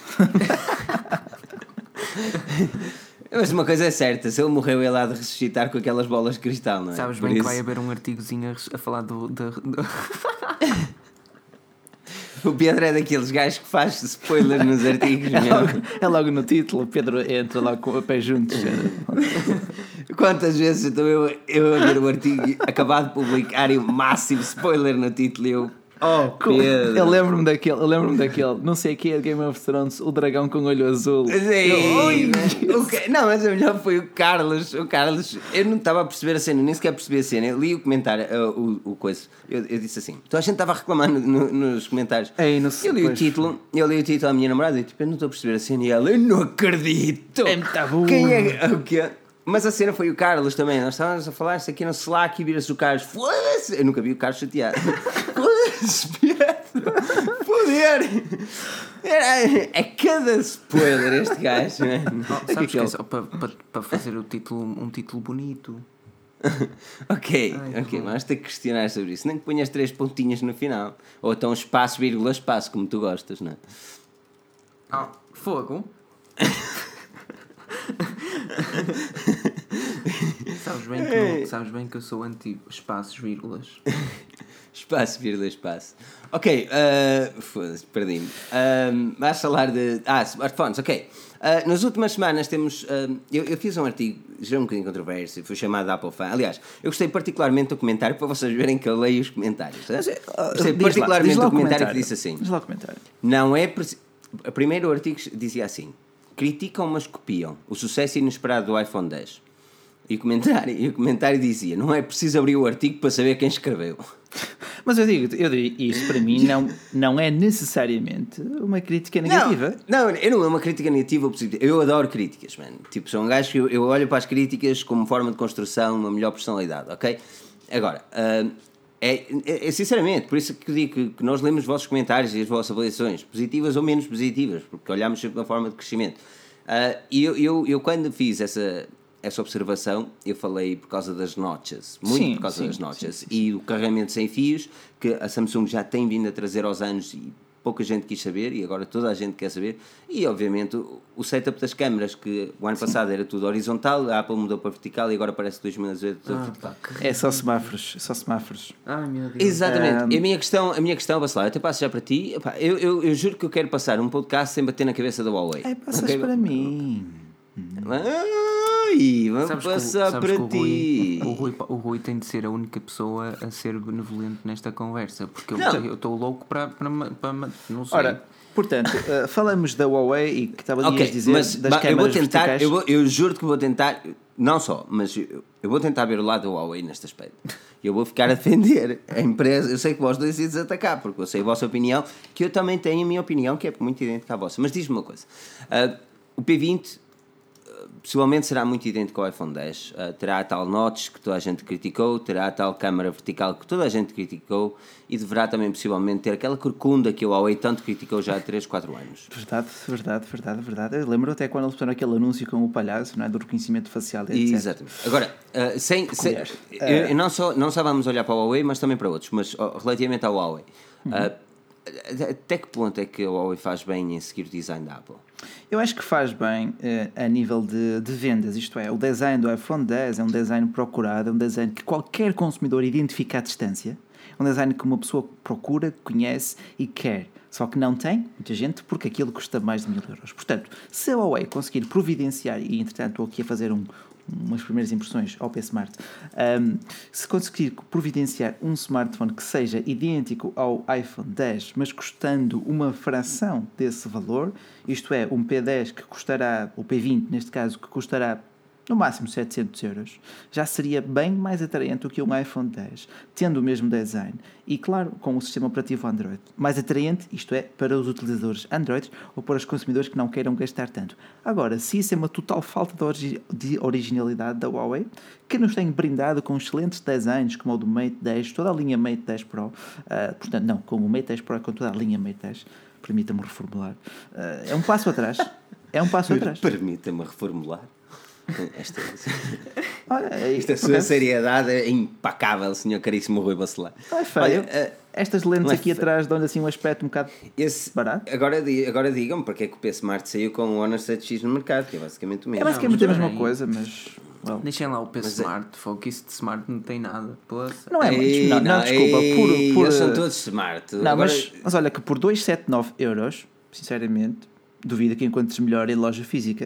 Mas uma coisa é certa, se ele morreu, ele há de ressuscitar com aquelas bolas de cristal, não é? Sabes Por bem que isso- vai haver um artigozinho a, res- a falar do. do- do- O Pedro é daqueles gajos que faz spoilers nos artigos, É meu. logo, é logo no título, o Pedro entra lá com o pé juntos. Quantas vezes estou eu, eu a ver o artigo acabado de publicar e o máximo spoiler no título e eu. Oh, Pedro! Eu lembro-me daquele, eu lembro-me daquele, não sei o que é Game of Thrones, o dragão com olho azul. Sim, Eu, ui, o que- não, mas o melhor foi o Carlos. O Carlos, eu não estava a perceber a cena, nem sequer percebi a cena. Eu li o comentário, uh, o, o coisa. Eu, eu disse assim: então a gente estava a reclamar no- no- nos comentários. Ei, não Eu li o pois. título, eu li o título à minha namorada e tipo, eu não estou a perceber a cena. E ela, eu não acredito! É muito burro. Quem é? O quê? Mas a cena foi o Carlos também. Nós estávamos a falar isso aqui no Slack e vira-se o Carlos. Foda-se! Eu nunca vi o Carlos chateado. Foda-se, Pedro! Poder! É, é cada spoiler este gajo, não é? Oh, sabes que é aquele- só para pa, pa fazer o título, um título bonito. Ok, Ai, ok, bom. vamos ter que questionar sobre isso. Nem que ponhas três pontinhas no final. Ou então espaço, vírgula, espaço, como tu gostas, não é? Ah, fogo. sabes, bem que não- sabes bem que eu sou anti-espaços, vírgulas. Espaço, vírgula, espaço. Ok, uh, foda-se, perdi-me. Um, vais falar de. Ah, smartphones, ok. Uh, nas últimas semanas temos. Uh, eu, eu fiz um artigo, já um bocadinho controverso, foi chamado Apple Fan. Aliás, eu gostei particularmente do comentário para vocês verem que eu leio os comentários. Tá? Mas, eh, Gostei diz lá- particularmente diz lá do o comentário que disse assim: Diz lá o comentário. não é. preci- O primeiro artigo dizia assim: criticam, mas copiam. O sucesso inesperado do iPhone dez. E o comentário, e o comentário dizia: não é preciso abrir o artigo para saber quem escreveu. Mas eu digo, eu digo isto para mim não, não é necessariamente uma crítica negativa. Não, não, eu não é uma crítica negativa ou positiva. Eu adoro críticas, mano. Tipo, sou um gajo que eu, eu olho para as críticas como forma de construção, uma melhor personalidade, ok? Agora, ah, é, é, é sinceramente, por isso que eu digo que, que nós lemos os vossos comentários e as vossas avaliações, positivas ou menos positivas, porque olhamos sempre na forma de crescimento. Ah, E eu, eu, eu, quando fiz essa, essa observação, eu falei por causa das notches, muito Sim, por causa sim, das notches, sim, sim, e do carregamento sem fios, que a Samsung já tem vindo a trazer aos anos e pouca gente quis saber, e agora toda a gente quer saber, e obviamente o, o setup das câmaras, que o ano sim. passado era tudo horizontal, a Apple mudou para vertical e agora parece que dois mil e dezoito tudo ah, vertical. É só semáforos, só semáforos. Ai, meu Deus. Exatamente, um... a minha questão, a minha questão, Bacelar, eu até passo já para ti, epá, eu, eu, eu juro que eu quero passar um podcast sem bater na cabeça da Huawei. É, passas okay? para mim. Ai, vamos sabes passar o, para o ti. Rui, o, Rui, o Rui tem de ser a única pessoa a ser benevolente nesta conversa, porque eu estou louco para, para, para. Não sei. Ora, portanto, uh, falamos da Huawei e que estava okay, a dizer mas, das bah, câmaras eu vou tentar, verticais. Eu, vou, eu juro que vou tentar, não só, mas eu, eu vou tentar ver o lado da Huawei neste aspecto. Eu vou ficar a defender a empresa. Eu sei que vós dois iam desatacar, porque eu sei a vossa opinião, que eu também tenho a minha opinião, que é muito idêntica à vossa. Mas diz-me uma coisa: uh, o P vinte possivelmente será muito idêntico ao iPhone dez, uh, terá a tal notch que toda a gente criticou, terá a tal câmara vertical que toda a gente criticou e deverá também possivelmente ter aquela corcunda que o Huawei tanto criticou já há três, quatro anos. Verdade, verdade, verdade, verdade. Eu lembro até quando eles fizeram aquele anúncio com o palhaço, não é? Do reconhecimento facial, etcétera. Exatamente. Agora, uh, sem, sem, uh, eu, não, só, não só vamos olhar para o Huawei, mas também para outros, mas uh, relativamente ao Huawei, uhum. uh, até que ponto é que o Huawei faz bem em seguir o design da Apple? Eu acho que faz bem uh, a nível de, de vendas, isto é, o design do iPhone dez é um design procurado, é um design que qualquer consumidor identifica à distância, é um design que uma pessoa procura, conhece e quer, só que não tem, muita gente, porque aquilo custa mais de mil euros. Portanto, se a Huawei conseguir providenciar, e entretanto estou aqui a fazer um umas primeiras impressões ao P Smart, um, se conseguir providenciar um smartphone que seja idêntico ao iPhone dez, mas custando uma fração desse valor, isto é, um P dez que custará, o P vinte neste caso, que custará no máximo setecentos euros, já seria bem mais atraente do que um iPhone dez, tendo o mesmo design e, claro, com o sistema operativo Android. Mais atraente, isto é, para os utilizadores Android ou para os consumidores que não queiram gastar tanto. Agora, se isso é uma total falta de, origi- de originalidade da Huawei, que nos tem brindado com excelentes designs, como o do Mate dez, toda a linha Mate dez Pro, uh, portanto, não, como o Mate dez Pro e com toda a linha Mate dez, permita-me reformular, uh, é um passo atrás. É um passo atrás. Permita-me reformular. Esta, Olha, esta sua porque... seriedade é impecável, senhor caríssimo Rui Bacelar. Não é feio. Olha, uh, estas lentes aqui feio. Atrás dão-lhe assim um aspecto um bocado esse, barato. Agora, agora digam-me porque é que o P Smart saiu com o Honor sete X no mercado, que é basicamente o mesmo. É basicamente não, a mesma coisa, mas... Well, deixem lá o P Smart, é... fogo, isso de Smart não tem nada. Poxa. Não é, ei, não, não, não, desculpa. Ei, por, por, eles são todos Smart. Não, agora... mas, mas olha que por duzentos e setenta e nove euros, sinceramente, duvido que encontres melhor em loja física.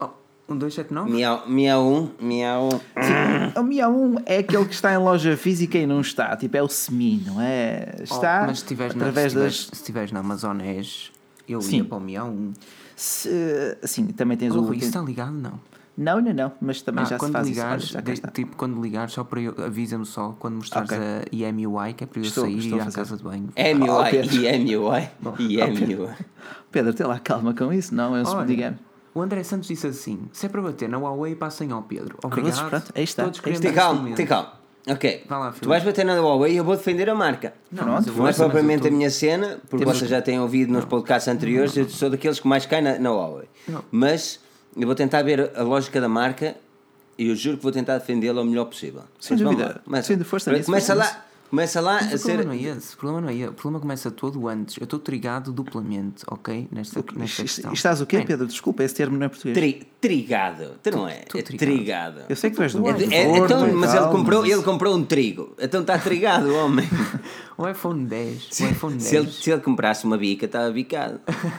Um dois sete nove? Miau, miau um, miau um. Sim, o miau um é aquele que está em loja física e não está. Tipo, é o semi, não é? Está oh, mas se tiveres através na, das... Se estiveres na Amazon Edge, eu sim. ia para o miau um. Se, sim, também tens oh, o... Rui, isso está ligado? Não. Não, não, não. Mas também ah, já quando se faz ligares, isso. Olha, de, tipo, quando ligares, só para eu... Avisa-me só quando mostrares okay. a I M U I, que é para eu estou, sair estou e ir à casa de banho. M U I, I M U I, I M U I. Pedro, tem lá calma com isso, não? É um digamos. O André Santos disse assim: se é para bater na Huawei, passem ao Pedro. Obrigado. Cruzes, pronto, aí está. Todos tem calma, tem calma. Ok. Vai lá, tu vais bater na Huawei e eu vou defender a marca. Não, não, não é propriamente tô... a minha cena, porque Temos... vocês já têm ouvido nos podcasts anteriores, não, não, não. Eu sou daqueles que mais cai na, na Huawei. Não. Mas eu vou tentar ver a lógica da marca e eu juro que vou tentar defendê-la o melhor possível. Sem mas dúvida. Sem de força nisso. Começa lá. Começa lá mas a o ser. Problema não é esse. O problema não é esse. O problema começa todo antes. Eu estou trigado duplamente, ok? Nesta, o, nesta questão. Estás o quê, Pedro? Desculpa, esse termo não é português. Tri, trigado. Tu não é? É trigado. Eu sei que tu és do é, é, é, então, Mas ele comprou, ele comprou um trigo. Então está trigado, homem. O iPhone dez. O iPhone dez. Se, ele, se ele comprasse uma bica, estava bicado.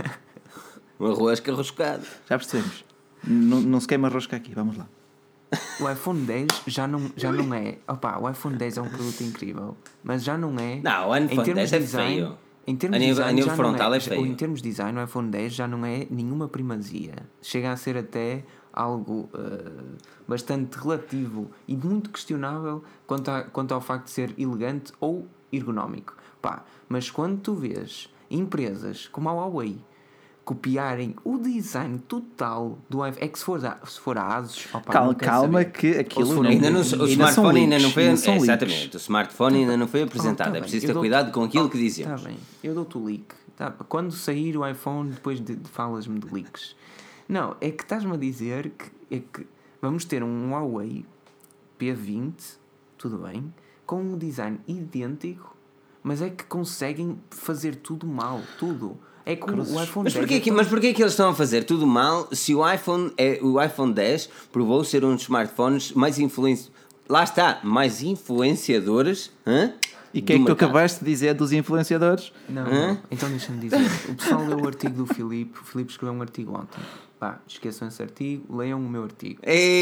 Um arroz carroscado. Já percebemos. Não, não se queima rosca aqui, vamos lá. O iPhone dez já não, já não é. Opa, o iPhone dez é um produto incrível, mas já não é. Não, o iPhone dez é feio. Em termos a de nível, design, a nível já frontal não é, é feio. Em termos de design, o iPhone dez já não é nenhuma primazia. Chega a ser até algo uh, bastante relativo e muito questionável quanto, a, quanto ao facto de ser elegante ou ergonómico. Pá, mas quando tu vês empresas como a Huawei copiarem o design total do iPhone, é que se for a, se for a ASUS, opa, calma, calma que aquilo não, ainda não, o ainda smartphone ainda leaks, não foi ainda exatamente leaks. O smartphone ainda não foi apresentado, oh, tá é preciso ter cuidado com aquilo oh, que dizemos. Está bem, eu dou-te o leak, tá? Quando sair o iPhone depois de, de falas-me de leaks. Não, é que estás-me a dizer que, é que Vamos ter um Huawei P vinte, tudo bem, com um design idêntico, mas é que conseguem fazer tudo mal, tudo. É que o iPhone mas dez porquê, é que, tão... mas porquê que eles estão a fazer tudo mal se o iPhone, é, o iPhone dez provou ser um dos smartphones mais influenciadores, lá está, mais influenciadores, hã? E o que é que tu acabaste de dizer dos influenciadores? Não, não. Então deixa-me dizer. O pessoal leu o artigo do Filipe. O Filipe escreveu um artigo ontem. Pá, esqueçam esse artigo, leiam o meu artigo.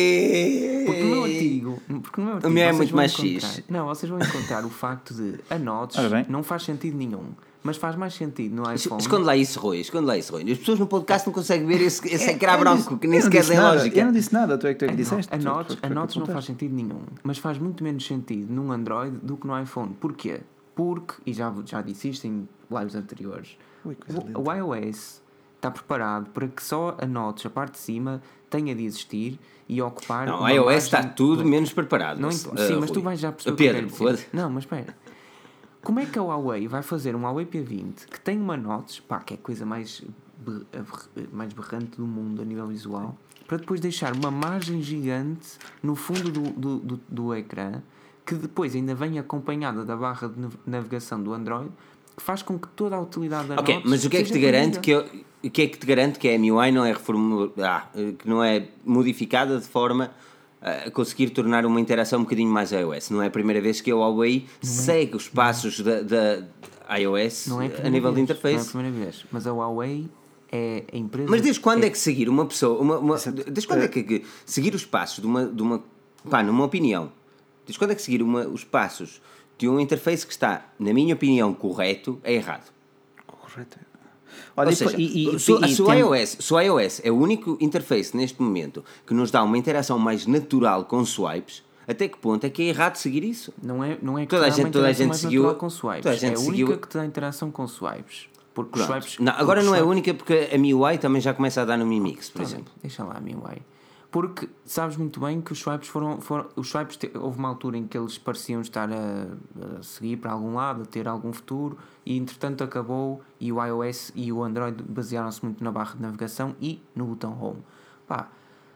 Ei, porque no meu artigo, porque no meu artigo o meu é vocês muito vão mais encontrar, X. Não, vocês vão encontrar o facto de a Notes não faz sentido nenhum. Mas faz mais sentido no iPhone. Esconde lá isso, Rui. Esconde lá isso, Rui. As pessoas no podcast não conseguem ver esse, esse É, ecrã eu branco disse- que nem eu não sequer disse tem nada, lógica. Eu não disse nada, tu é que tu é que A, disseste. a tu- Notes, tu- tu- a tu Notes não faz apontaste. sentido nenhum, mas faz muito menos sentido num Android do que no iPhone. Porquê? Porque, e já, já disse isto em lives anteriores, Ui, coisa linda. o, o iOS está preparado para que só a Notes, a parte de cima, tenha de existir e ocupar. Não, uma o iOS margem está tudo do- menos preparado. Não, uh, sim, mas tu Rui. vais já perceber o que eu Pedro, quero dizer. foda-se. Não, mas espera. Como é que a Huawei vai fazer um Huawei P vinte que tem uma Notes, pá, que é a coisa mais, ber- mais berrante do mundo a nível visual, para depois deixar uma margem gigante no fundo do, do, do, do ecrã, que depois ainda vem acompanhada da barra de nav- navegação do Android, que faz com que toda a utilidade da Ok, Notes mas o que é que te seja garante perdida. que eu- o que é que te garante que a M U I não é reformulada, ah, que não é modificada de forma a conseguir tornar uma interação um bocadinho mais iOS? Não é a primeira vez que a Huawei segue os passos da, da iOS Não é a a primeira nível de vez, Não é a interface. primeira vez, mas a Huawei é a empresa... Mas desde quando é que seguir uma pessoa, uma, uma- desde quando é que, que seguir os passos de uma, de uma, pá, numa opinião, desde quando é que seguir uma, os passos de um interface que está, na minha opinião, correto, é errado? Correto. Olha, Ou e- seja, e- e- se, e se o tem- iOS, se o iOS é o único interface neste momento que nos dá uma interação mais natural com swipes, até que ponto é que é errado seguir isso? Não é, não é que Toda a te dá gente- uma toda a interação gente mais seguiu- natural com swipes. toda a gente é a seguiu- única que te dá interação com swipes. Porque os Pronto. swipes... Não, agora porque não os é a swipes- única porque a M U I também já começa a dar no Mi Mix, por Tá exemplo. bem, deixa lá a M U I. Porque sabes muito bem que os swipes foram... foram os swipes te- houve uma altura em que eles pareciam estar a, a seguir para algum lado, a ter algum futuro, e entretanto acabou, e o iOS e o Android basearam-se muito na barra de navegação e no botão Home. Pá,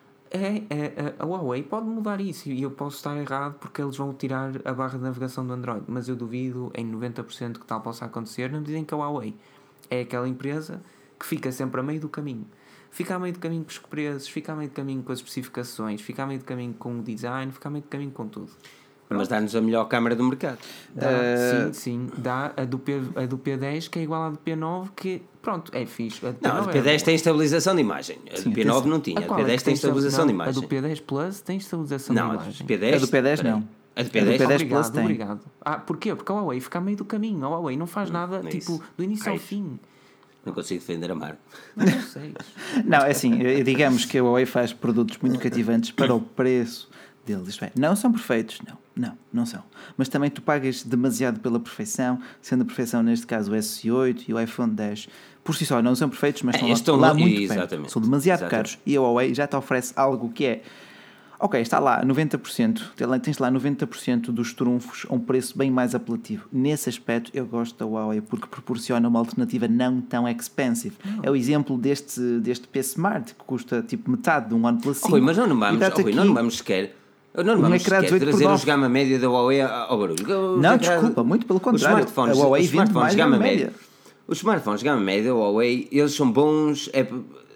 é, é, a Huawei pode mudar isso, e eu posso estar errado porque eles vão tirar a barra de navegação do Android, mas eu duvido em noventa por cento que tal possa acontecer, na medida em que a Huawei é aquela empresa que fica sempre a meio do caminho. Fica a meio do caminho com os preços, fica a meio do caminho com as especificações, fica a meio do caminho com o design, fica a meio do caminho com tudo. Mas dá-nos a melhor câmara do mercado. Dá, Uh, sim, sim. Dá a do, P, a do P dez, que é igual à do P nove, que pronto, é fixe. A do Não, a P nove do é P dez boa. tem estabilização de imagem. A Sim, do P nove atenção. não tinha. A A do qual P é dez que tem estabilização de não, imagem. A do P dez Plus tem estabilização Não, de a do imagem. P dez, A do P dez peraí. não. A do P A do dez, P dez obrigado, Plus tem. obrigado. Ah, porquê? Porque a Huawei fica a meio do caminho. A Huawei não faz nada, não é tipo, isso. do início Ai. ao fim. não consigo defender a marca. Não, não sei. Não, é assim, eh, digamos que a Huawei faz produtos muito cativantes para o preço deles. Isto é, não são perfeitos, não, não, não são. Mas também tu pagas demasiado pela perfeição, sendo a perfeição neste caso o S oito e o iPhone dez. Por si só não são perfeitos, mas É, estão lá, estão lá no- muito exatamente. perto. São demasiado Exatamente. caros. E a Huawei já te oferece algo que é... Ok, está lá noventa por cento, tem lá- tens lá noventa por cento dos trunfos a um preço bem mais apelativo. Nesse aspecto eu gosto da Huawei porque proporciona uma alternativa não tão expensive. É o exemplo deste, deste P Smart que custa tipo metade de um OnePlus cinco. Rui, mas não, não e vamos, dá-te oh, Rui, não, aqui- não vamos sequer. Não um vamos ecrã sequer dezoito por trazer nove. os gama média da Huawei ao barulho. Os Não, ecrã- desculpa, muito pelo os contrário. smartphones, A Huawei os vende smartphones mais gama gama média. média. Os smartphones gama média da Huawei, eles são bons. É,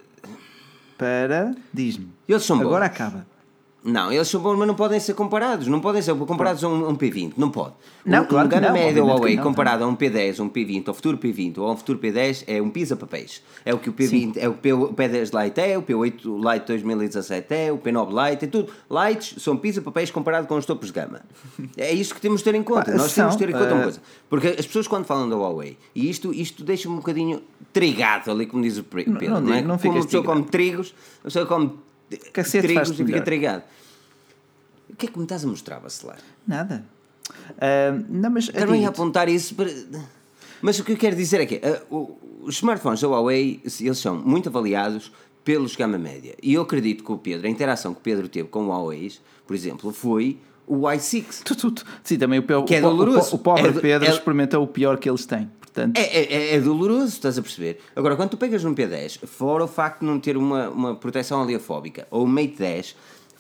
Para, diz-me, eles são bons. agora acaba. Não, eles são bons, mas não podem ser comparados. Não podem ser comparados a um, um P vinte. Não pode. Não, um, claro um que gama não, média da obviamente Huawei que não, comparado a um P dez, um P vinte, ao futuro P vinte ou ao futuro P dez é um pisa-papéis. É o que o P vinte, é o que o P dez Lite é, o P oito Lite dois mil e dezassete é, o P nove Lite é tudo. Lights são pisa-papéis comparado com os topos de gama. É isto que temos de ter em conta. Pá, Nós são, temos de ter em conta uma uh, coisa. Porque as pessoas quando falam da Huawei, e isto, isto deixa-me um bocadinho trigado ali, como diz o Pedro. Não, não Não, é? digo, não Como uma ficas pessoa trigado. come trigos, a pessoa come Cacete trigos faz-te e fica melhor. trigado. O que é que me estás a mostrar, Bacelar? Nada. Ah, não, mas Também a digo-te, apontar isso para... Mas o que eu quero dizer é que uh, o- os smartphones da Huawei, eles são muito avaliados pelos gama média. E eu acredito que o Pedro, a interação que o Pedro teve com o Huawei, por exemplo, foi o i seis. tu, tu, tu. Sim, também o, pe- Que é o po- o, doloroso. po- o pobre É do- Pedro é- experimentou o pior que eles têm. Portanto, É, é, é doloroso, estás a perceber? Agora, quando tu pegas num P dez, fora o facto de não ter uma, uma proteção aleafóbica, ou o Mate dez,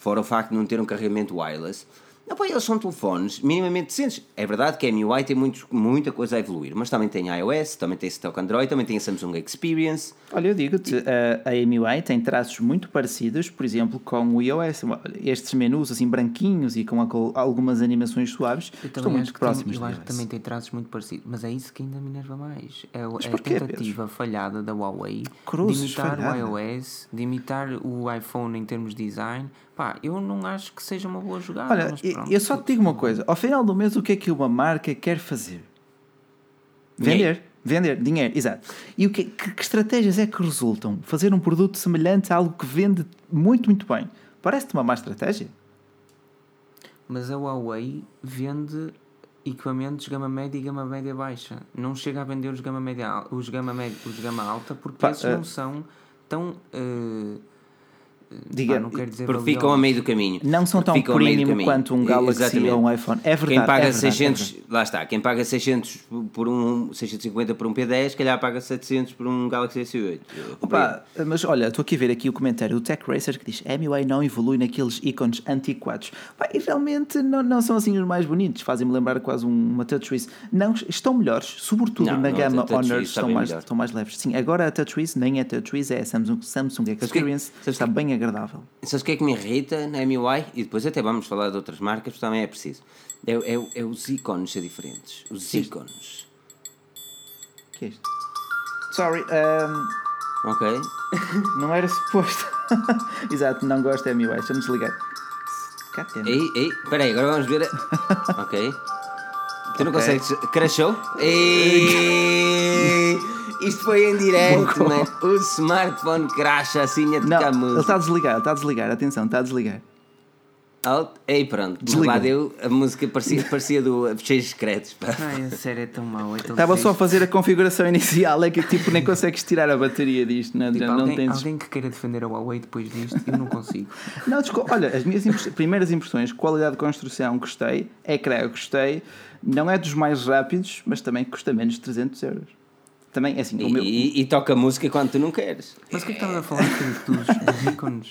fora o facto de não ter um carregamento wireless. Não, pá, eles são telefones minimamente decentes. É verdade que a M U I tem muitos, muita coisa a evoluir, mas também tem iOS, também tem stock Android, também tem a Samsung Experience. Olha, eu digo-te, a, a M U I tem traços muito parecidos, por exemplo, com o iOS. Estes menus assim branquinhos e com a, algumas animações suaves estão muito próximos. Tem, eu acho que também tem traços muito parecidos, mas é isso que ainda me enerva mais. É, é a porquê, tentativa Pedro? falhada da Huawei Cruzes, de imitar falhada. o iOS, de imitar o iPhone em termos de design. Pá, eu não acho que seja uma boa jogada. Olha, mas eu, pronto, eu só te digo uma coisa. Ao final do mês, o que é que uma marca quer fazer? Vender. Dinheiro. Vender. Dinheiro, exato. E o que, que, que estratégias é que resultam? Fazer um produto semelhante a algo que vende muito, muito bem. Parece-te uma má estratégia? Mas a Huawei vende equipamentos gama média e gama média baixa. Não chega a vender os gama, média, os gama, média, os gama alta porque Pá, esses uh, não são tão... Uh, Diga, pá, não quero dizer Porque ficam a meio do caminho. não são Porque tão ficam a meio do premium caminho. quanto um Galaxy Exatamente. ou um iPhone. É verdade. Quem paga é verdade, seiscentos, é verdade. lá está, quem paga seiscentos por um seiscentos e cinquenta por um P dez, calhar paga setecentos por um Galaxy S oito. Opa, mas olha, estou aqui a ver aqui o comentário do Tech Racer que diz a M U I não evolui naqueles ícones antiquados. Pá, e realmente não, não são assim os mais bonitos, fazem-me lembrar quase um, uma TouchWiz. Não, estão melhores, sobretudo Não, na não, gama a TouchWiz Honor está estão bem mais, melhor. estão mais leves. Sim, agora a TouchWiz nem é TouchWiz, é a Samsung, Samsung Experience, sabes está bem agradável. Sabes o que é que me irrita na M U I? E depois até vamos falar de outras marcas, porque também é preciso. É, é, é os ícones ser diferentes. Os ícones. O que é isto? Sorry, um, Ok? não era suposto. Exato, não gosto da M U I, deixa-me desligar. Cadê? Ei, ei, espera aí, agora vamos ver. a- Ok. Tu não Ok. consegues. Crashou? Ei! Isto foi em direto, Bugou. mano. O smartphone crasha assim a Não, tocar ele música. está a desligar, ele está a desligar, atenção, está a desligar. Alt. Ei, pronto. Mas Desliga. lá deu, a música parecia, parecia do Fecheiros Secretos. Pá. Ai, a série é tão mau. É tão Estava só a triste. fazer a configuração inicial, é que tipo nem consegues tirar a bateria disto, não, Tipo, já não alguém, tens. alguém que queira defender a Huawei depois disto, eu não consigo. Não, desculpa, olha, as minhas impress- primeiras impressões, qualidade de construção, gostei, ecrã, gostei, não é dos mais rápidos, mas também custa menos de trezentos euros. Também, é assim, E, o meu. e, e toca música quando tu não queres. Mas o que é que estavas a falar dos, dos ícones?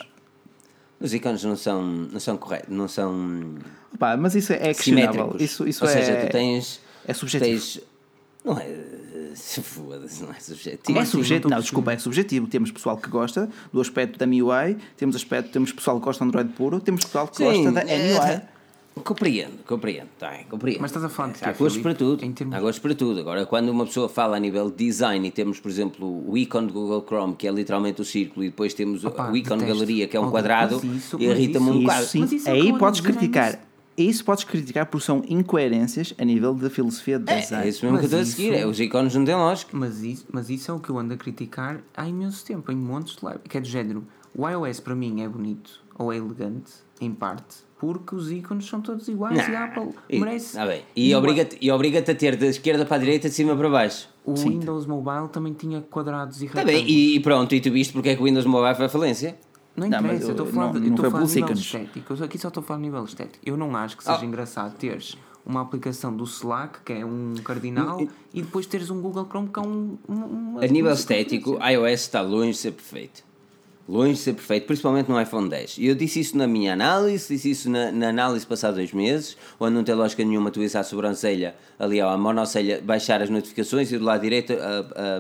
Os ícones não são, não são corretos, não são Pá, mas isso é questionável. simétricos. Isso, isso Ou é, seja, tu tens. é subjetivo. Tens, não é. Foda-se, não é subjetivo. É assim? subjetivo, Não não, estou desculpa, é subjetivo. Temos pessoal que gosta do aspecto da M U I, temos, aspecto, temos pessoal que gosta de Android puro, temos pessoal que gosta da M U I. é, compreendo, compreendo, tá, bem, compreendo. Mas estás a falar de quê, Há gostos Filipe? para tudo. Em termos- Há gostos para tudo. Agora, quando uma pessoa fala a nível de design e temos, por exemplo, o ícone do Google Chrome, que é literalmente o círculo, e depois temos o- Opa, o ícone detesto. galeria, que é um Oh, quadrado, mas isso- e mas irrita-me um isso- bocado. Isso sim, Mas isso é o que aí eu podes ando a dizer, criticar. mas- Isso podes criticar porque são incoerências a nível da filosofia de É, design. é isso mesmo Mas que eu estou a isso- seguir. É, os ícones não têm lógica. Mas isso, mas isso é o que eu ando a criticar há imenso tempo, em montes de live. Que é do género, o iOS para mim é bonito ou é elegante, em parte, porque os ícones são todos iguais e a Apple E, merece. ah, bem. e obriga-te e obriga-te a ter da esquerda para a direita, de cima para baixo. O Sim. Windows Mobile também tinha quadrados e Está retângulos. bem, e, e pronto, e tu viste porque é que o Windows Mobile foi à falência? Não Não, interessa, mas eu estou a eu- falar, não- de- eu não estou a foi falar a pelos nível ícones. estético. Eu aqui só estou a falar a nível estético. Eu não acho que seja Ah. engraçado teres uma aplicação do Slack, que é um cardinal, e depois teres um Google Chrome, que é um... um uma, A nível uma estético, circunferência. iOS está longe de ser perfeito. Longe de ser perfeito, principalmente no iPhone dez. E eu disse isso na minha análise, disse isso na, na análise passada dois meses, onde não tem lógica nenhuma tu ires à sobrancelha, ali à monocelha, baixar as notificações e do lado direito a, a,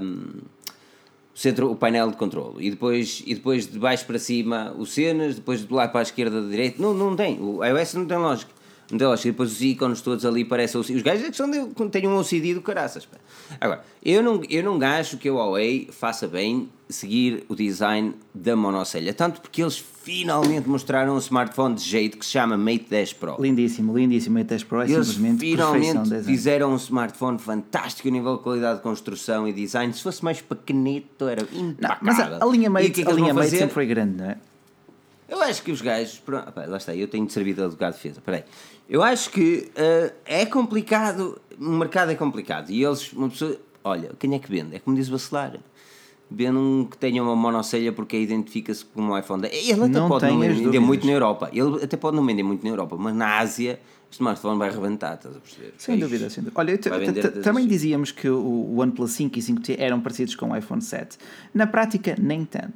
o, centro, o painel de controle. E depois, e depois de baixo para cima o cenas, depois de lá para a esquerda da direita. Não, não tem. O iOS não tem lógica. Não tem lógica. E depois os ícones todos ali parecem... Os gajos é que são de, têm um O C D do caraças. Pá. Agora, eu não, eu não acho que a Huawei faça bem seguir o design da monocelha. Tanto porque eles finalmente mostraram um smartphone de jeito que se chama Mate dez Pro. Lindíssimo, lindíssimo. O Mate dez Pro é Eles simplesmente perfeição finalmente de design. fizeram um smartphone fantástico a nível de qualidade de construção e design. Se fosse mais pequenito era Não, impecável. mas a, a linha E o Mate, que é que a eles linha vão Mate fazer? sempre foi grande, não é? Eu acho que os gajos. Pronto, opa, lá está, eu tenho de servir de advogado de defesa. Peraí. Eu acho que uh, é complicado, o mercado é complicado. E eles, uma pessoa. Olha, quem é que vende? É como diz o Bacelar. Vende um que tenha uma monocelha porque identifica-se como um iPhone dez. Ele até Não pode não tenhas vender dúvidas. muito na Europa. Ele até pode não vender muito na Europa, mas na Ásia o smartphone vai arrebentar, estás a perceber? Sem É dúvida, isto. sem dúvida. Olha, eu te- Vai te- vender te- todas também as- dizíamos que o OnePlus cinco e cinco T eram parecidos com o iPhone sete. Na prática, nem tanto.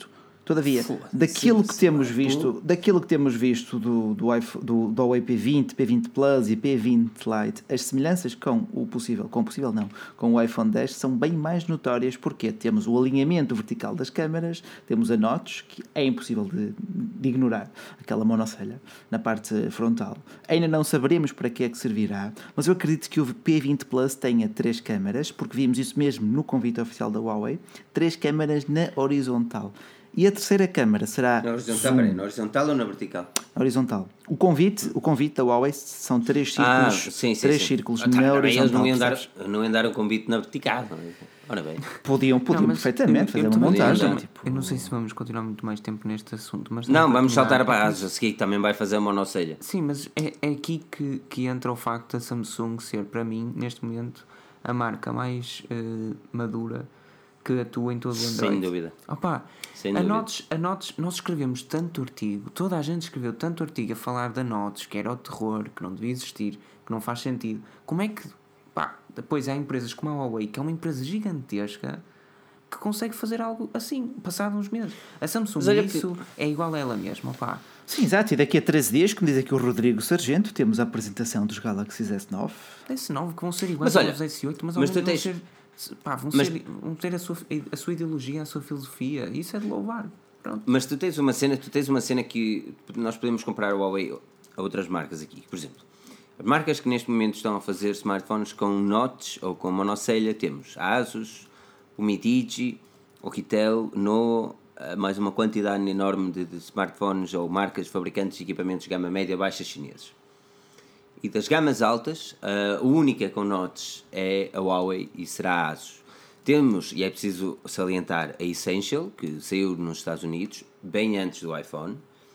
Todavia, Foda-se, daquilo que se temos vai, visto, pô. daquilo que temos visto do, do, iPhone- do, do Huawei P vinte, P vinte Plus e P vinte Lite, as semelhanças com o possível, com o possível não, com o iPhone dez são bem mais notórias, porque temos o alinhamento vertical das câmaras, temos a notch, que é impossível de, de ignorar, aquela monocelha na parte frontal. Ainda não saberemos para que é que servirá, mas eu acredito que o P vinte Plus tenha três câmaras, porque vimos isso mesmo no convite oficial da Huawei, três câmaras na horizontal. E a terceira câmara será Na horizontal, zoom. peraí, na horizontal ou na vertical? Horizontal. O convite, o convite da Huawei são três círculos, Ah, sim, sim, três sim. círculos Ah, tá, na também horizontal. eles não iam, dar, percebes? não iam dar um convite na vertical. Ora bem. Podiam, podiam Não, mas perfeitamente eu- fazer eu uma também- montagem. eu- tipo- Eu não sei se vamos continuar muito mais tempo neste assunto, mas Não, para vamos terminar, saltar para a é Asus, a seguir que também vai fazer a monocelha. Sim, mas é, é aqui que, que entra o facto da Samsung ser, para mim, neste momento, a marca mais eh, madura que atua em todo o Android. Sem dúvida. Opa, Sem a dúvida. Notch, a Notch, nós escrevemos tanto artigo, toda a gente escreveu tanto artigo a falar da Notch, que era o terror, que não devia existir, que não faz sentido. Como é que, pá, depois há empresas como a Huawei, que é uma empresa gigantesca, que consegue fazer algo assim, passado uns meses. A Samsung, Mas olha isso é igual a ela mesma, pá. Sim, exato. E daqui a treze dias, como diz aqui o Rodrigo Sargento, temos a apresentação dos Galaxy S nove. S nove que vão ser iguais Mas olha, aos S oito, mas, ao mas tu menos tens- vão ser, pá, vão, mas- ser, vão ter a sua, a sua ideologia, a sua filosofia. Isso é de louvar. Pronto. Mas tu tens uma cena, tu tens uma cena que nós podemos comprar o Huawei a outras marcas aqui. Por exemplo, as marcas que neste momento estão a fazer smartphones com notch ou com monocelha, temos a Asus, o Midigi, o Kitel, no mais uma quantidade enorme de, de smartphones ou marcas fabricantes de equipamentos de gama média baixa chineses. E das gamas altas, a única com notch é a Huawei e será a Asus. Temos, e é preciso salientar, a Essential, que saiu nos Estados Unidos, bem antes do iPhone,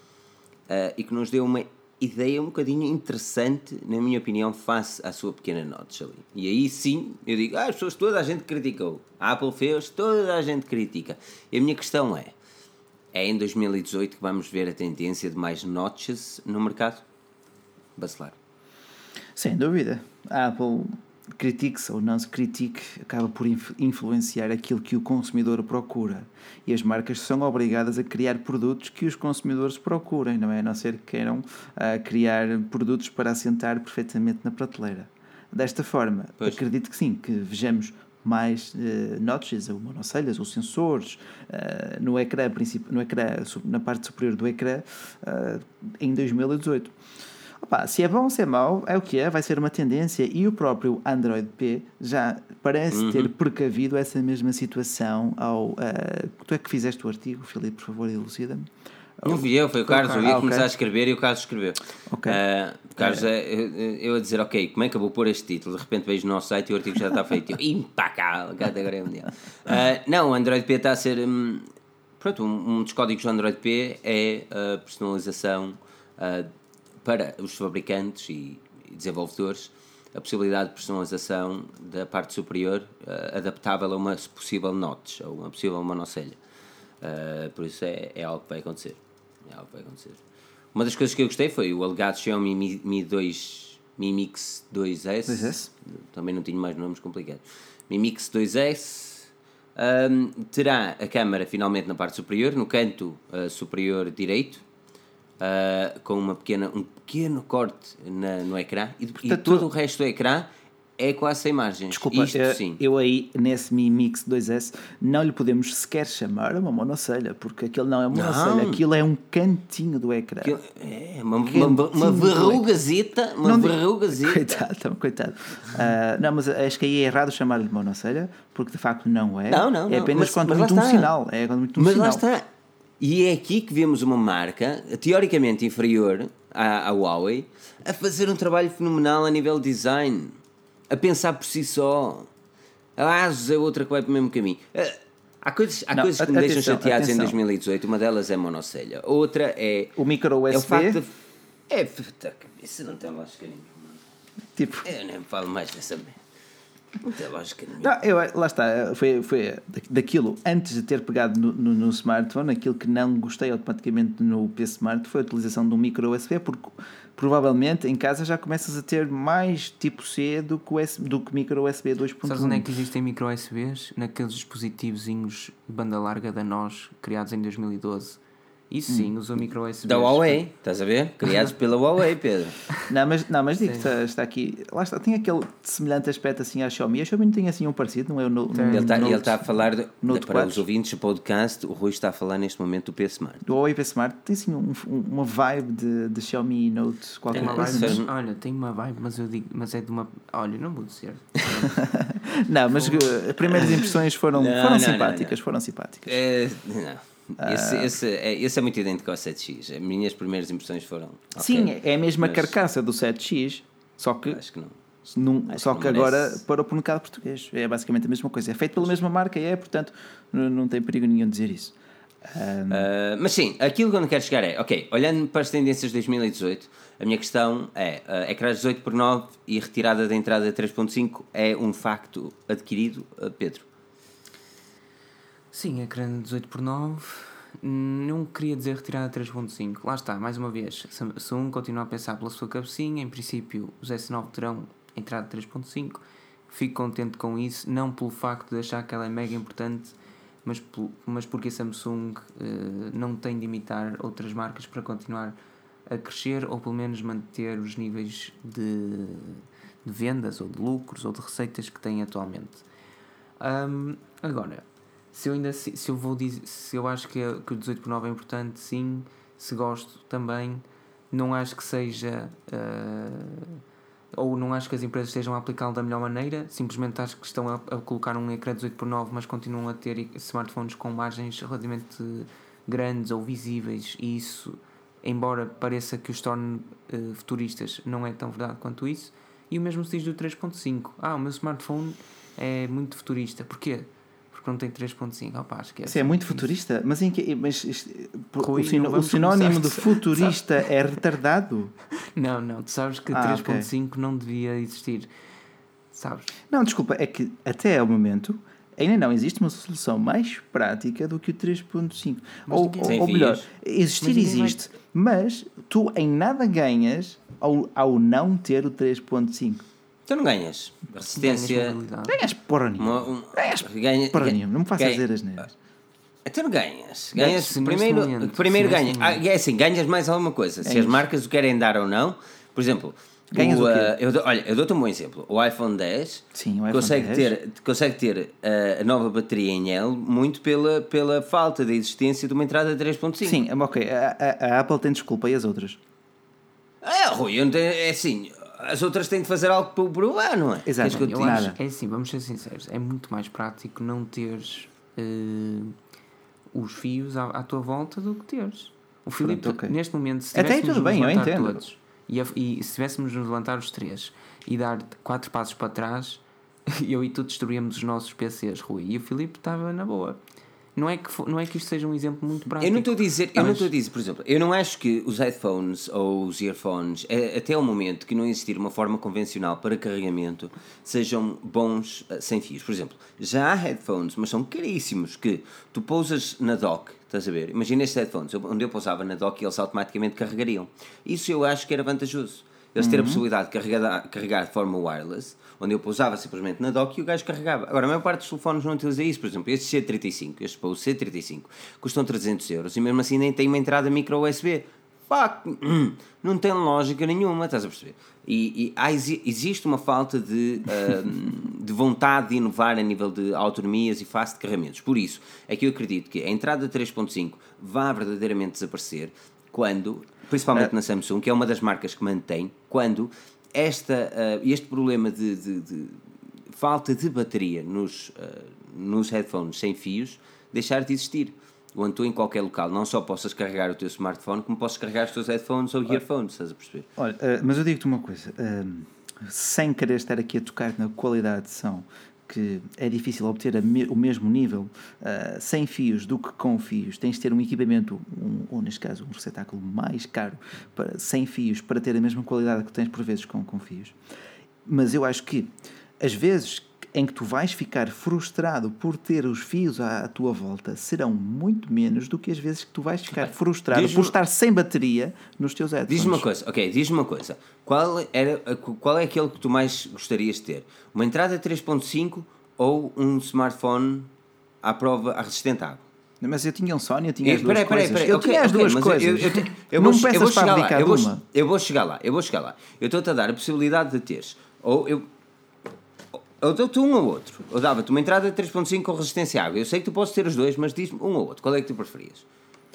uh, e que nos deu uma ideia um bocadinho interessante, na minha opinião, face à sua pequena notch ali. E aí sim, eu digo, ah, as pessoas, toda a gente criticou. A Apple fez, toda a gente critica. E a minha questão é, é em dois mil e dezoito que vamos ver a tendência de mais notches no mercado? Bacelar. Sem dúvida. A Apple, critique-se ou não se critique, acaba por inf- influenciar aquilo que o consumidor procura. E as marcas são obrigadas a criar produtos que os consumidores procurem, não é? A não ser que queiram uh, criar produtos para assentar perfeitamente na prateleira. Desta forma, Pois. acredito que sim, que vejamos mais uh, notches, ou monocelhas, ou sensores uh, no ecrã, princip- no ecrã, na parte superior do ecrã uh, em dois mil e dezoito. Opa, se é bom ou se é mau, é o que é, vai ser uma tendência, e o próprio Android P já parece Uhum. ter precavido essa mesma situação ao... Uh, tu é que fizeste o artigo, Filipe, por favor, elucida-me. Não fui eu, foi o Foi o Carlos. Eu Carlos. ia Ah, começar ok. a escrever e o Carlos escreveu. Ok. Ah, o Carlos, é, eu, eu a dizer, ok, como é que eu vou pôr este título? De repente vejo no nosso site e o artigo já está feito. Eu, impacável, categoria mundial. Ah, não, o Android P está a ser. Hum, pronto, um, um dos códigos do Android P é a personalização ah, para os fabricantes e, e desenvolvedores, a possibilidade de personalização da parte superior ah, adaptável a uma possível notch ou uma possível monocelha. Uh, por isso é, é algo que vai acontecer. É algo que vai acontecer. Uma das coisas que eu gostei foi o alegado Xiaomi Mi, Mi dois, Mi Mix dois S. dois S. Também não tinha mais nomes complicados. Mi Mix dois S um, terá a câmara finalmente na parte superior, no canto uh, superior direito, uh, com uma pequena, um pequeno corte na, no ecrã, e, Portanto, e todo o resto do ecrã é quase sem margens. Desculpa, Isto eu, sim. eu aí, nesse Mi Mix dois S, não lhe podemos sequer chamar uma monocelha, porque aquilo não é uma monocelha, Não. aquilo é um cantinho do ecrã. Aquilo- É, uma, uma, uma Cantinho do verrugazita, uma Não digo- verrugazita. Coitado, então, coitado. Ah, não, mas acho que aí é errado chamar-lhe monocelha, porque de facto não é. Não, não, É não, apenas mas- quando mas lá muito um está. sinal. É quando muito um Mas sinal. lá está. E é aqui que vemos uma marca, teoricamente inferior à, à Huawei, a fazer um trabalho fenomenal a nível de design, a pensar por si só. A Asus é outra que vai para o mesmo caminho. Ah, Há coisas, há Não, coisas que me atenção, deixam chateados em atenção. dois mil e dezoito. Uma delas é monocelha. Outra é. O micro É o U S B, facto de. É, puta, isso não tem lógica nenhuma. tipo, Eu nem falo mais dessa merda. Não tem lógica nenhuma. Não, eu, lá está, foi, foi daquilo, antes de ter pegado no, no, no smartphone, aquilo que não gostei automaticamente no P C Smart foi a utilização de um micro U S B, porque provavelmente em casa já começas a ter mais tipo C do que, U S B, do que micro U S B dois ponto um. Sabes onde é que existem micro U S Bs? Naqueles dispositivozinhos de banda larga da nós, criados em dois mil e doze. Isso sim, hum. usam micro U S Bs. Da Huawei, estás a ver? Criados pela Huawei, Pedro. Não, mas, não, mas digo que está, está aqui. Lá está, tem aquele semelhante aspecto assim à Xiaomi. A Xiaomi não tem assim um parecido, não é? No, no, ele está no, ele tá a falar, de, de, para quatro. Os ouvintes do podcast, o Rui está a falar neste momento do P Smart. Do Huawei P Smart tem assim um, um, uma vibe de, de Xiaomi Note qualquer tem uma coisa. Vibe, mas, olha, tem uma vibe, mas eu digo, mas é de uma. Olha, não vou dizer. Não, mas as primeiras impressões foram, não, foram não, simpáticas, não, não. foram simpáticas. É, não. Esse, esse, é, esse é muito idêntico ao sete X. As minhas primeiras impressões foram. Sim, okay, é a mesma mas... carcaça do sete X, só que, acho que não. Num, acho só que, que não agora merece... para o mercado português. É basicamente a mesma coisa. É feito pela mesma marca e é, portanto, não, não tem perigo nenhum dizer isso. Um... Uh, mas sim, aquilo que eu não quero chegar é, ok, olhando para as tendências de dois mil e dezoito, a minha questão é, uh, ecrãs dezoito por nove e retirada da entrada três ponto cinco é um facto adquirido, uh, Pedro? Sim, ecrã dezoito por nove, não queria dizer retirada três ponto cinco, lá está, mais uma vez, Samsung continua a pensar pela sua cabecinha, em princípio os S nove terão entrada três ponto cinco, fico contente com isso, não pelo facto de achar que ela é mega importante, mas, mas porque a Samsung uh, não tem de imitar outras marcas para continuar a crescer ou pelo menos manter os níveis de, de vendas ou de lucros ou de receitas que tem atualmente. Um, agora, se eu ainda se, se eu vou dizer, se eu acho que, é, que o dezoito por nove é importante, sim, se gosto também, não acho que seja uh, ou não acho que as empresas estejam a aplicá-lo da melhor maneira, simplesmente acho que estão a, a colocar um ecrã dezoito por nove, mas continuam a ter smartphones com margens relativamente grandes ou visíveis, e isso, embora pareça que os torne uh, futuristas, não é tão verdade quanto isso. E o mesmo se diz do três ponto cinco. Ah, o meu smartphone é muito futurista. Porquê? Porque não tem três ponto cinco. Opa, esquece. Isso é muito futurista? Mas, em que, mas isto, Rui, o, sino, o sinónimo de futurista é retardado? Não, não. Tu sabes que ah, três ponto cinco okay. não devia existir. Sabes? Não, desculpa. É que até ao momento ainda não existe uma solução mais prática do que o três ponto cinco. Ou, ou, ou melhor, existir mas existe, vai... mas tu em nada ganhas ao, ao não ter o três ponto cinco. Tu não ganhas resistência. Ganhas, ganhas porra nenhuma. Um, ganhas ganha, porra nenhuma. Não me faças dizer as neiras. Tu não ganhas. Ganhas ganhas primeiro, momento, primeiro ganhas. Ah, é assim, ganhas mais alguma coisa. Ganhas. Se as marcas o querem dar ou não. Por exemplo, ganhas o, o quê? Uh, eu dou, olha, eu dou-te um bom exemplo. O iPhone dez, Sim, o iPhone consegue, dez. Ter, consegue ter uh, a nova bateria em L muito pela, pela falta de existência de uma entrada de três ponto cinco. Sim, ok. A, a, a Apple tem desculpa, e as outras? É, Rui, eu não tenho, é assim... As outras têm de fazer algo para o provar, não é? Exato, eu acho, é assim, vamos ser sinceros, é muito mais prático não teres uh, os fios à, à tua volta do que teres. O Filipe, Pronto, okay. neste momento, se até tudo bem, eu entendo. Todos, e, a, e se tivéssemos nos levantar os três e dar quatro passos para trás, eu e tu destruíamos os nossos P Cs, Rui, e o Filipe estava na boa. Não é, que, não é que isto seja um exemplo muito prático. Eu não estou a dizer, eu não estou a dizer, por exemplo, eu não acho que os headphones ou os earphones, até o momento que não existir uma forma convencional para carregamento, sejam bons uh, sem fios. Por exemplo, já há headphones, mas são caríssimos, que tu pousas na dock, estás a ver? Imagina estes headphones, onde eu pousava na dock e eles automaticamente carregariam. Isso eu acho que era vantajoso. Eles terem uhum. a possibilidade de carregar, carregar de forma wireless, onde eu pousava simplesmente na dock e o gajo carregava. Agora, a maior parte dos telefones não utiliza isso. Por exemplo, este C trinta e cinco, este para o C trinta e cinco, custam trezentos euros e mesmo assim nem tem uma entrada micro U S B. Fuck! Não tem lógica nenhuma, estás a perceber? E, e há, existe uma falta de, um, de vontade de inovar a nível de autonomias e fase de carregamentos. Por isso, é que eu acredito que a entrada três ponto cinco vá verdadeiramente desaparecer quando, principalmente na Samsung, que é uma das marcas que mantém, quando esta, uh, este problema de, de, de falta de bateria nos, uh, nos headphones sem fios deixar de existir. Onde tu em qualquer local não só possas carregar o teu smartphone, como possas carregar os teus headphones ou earphones, estás a perceber? Olha, uh, mas eu digo-te uma coisa, uh, sem querer estar aqui a tocar na qualidade de som, que é difícil obter a me, o mesmo nível uh, sem fios do que com fios. Tens de ter um equipamento, um, ou neste caso um receptáculo mais caro para, sem fios, para ter a mesma qualidade que tens por vezes com, com fios. Mas eu acho que às vezes em que tu vais ficar frustrado por ter os fios à, à tua volta serão muito menos do que as vezes que tu vais ficar frustrado Diz-me- por estar sem bateria nos teus headphones. Diz-me uma coisa, ok, diz-me uma coisa. Qual, era, qual é aquele que tu mais gostarias de ter? Uma entrada três ponto cinco ou um smartphone à prova, à resistente à água? Mas eu tinha um Sony, eu tinha as duas Peraí, peraí, coisas. peraí. Eu Ok, tinha as ok, duas mas coisas. Eu, eu, te- eu não vou, me peças eu vou para chegar lá, abdicar eu de vou, uma. eu vou chegar lá, eu vou chegar lá. Eu estou-te a dar a possibilidade de teres, ou eu, eu dou-te um ou outro, ou dava-te uma entrada de três ponto cinco com resistência à água. Eu sei que tu podes ter os dois, mas diz-me um ou outro. Qual é que tu preferias?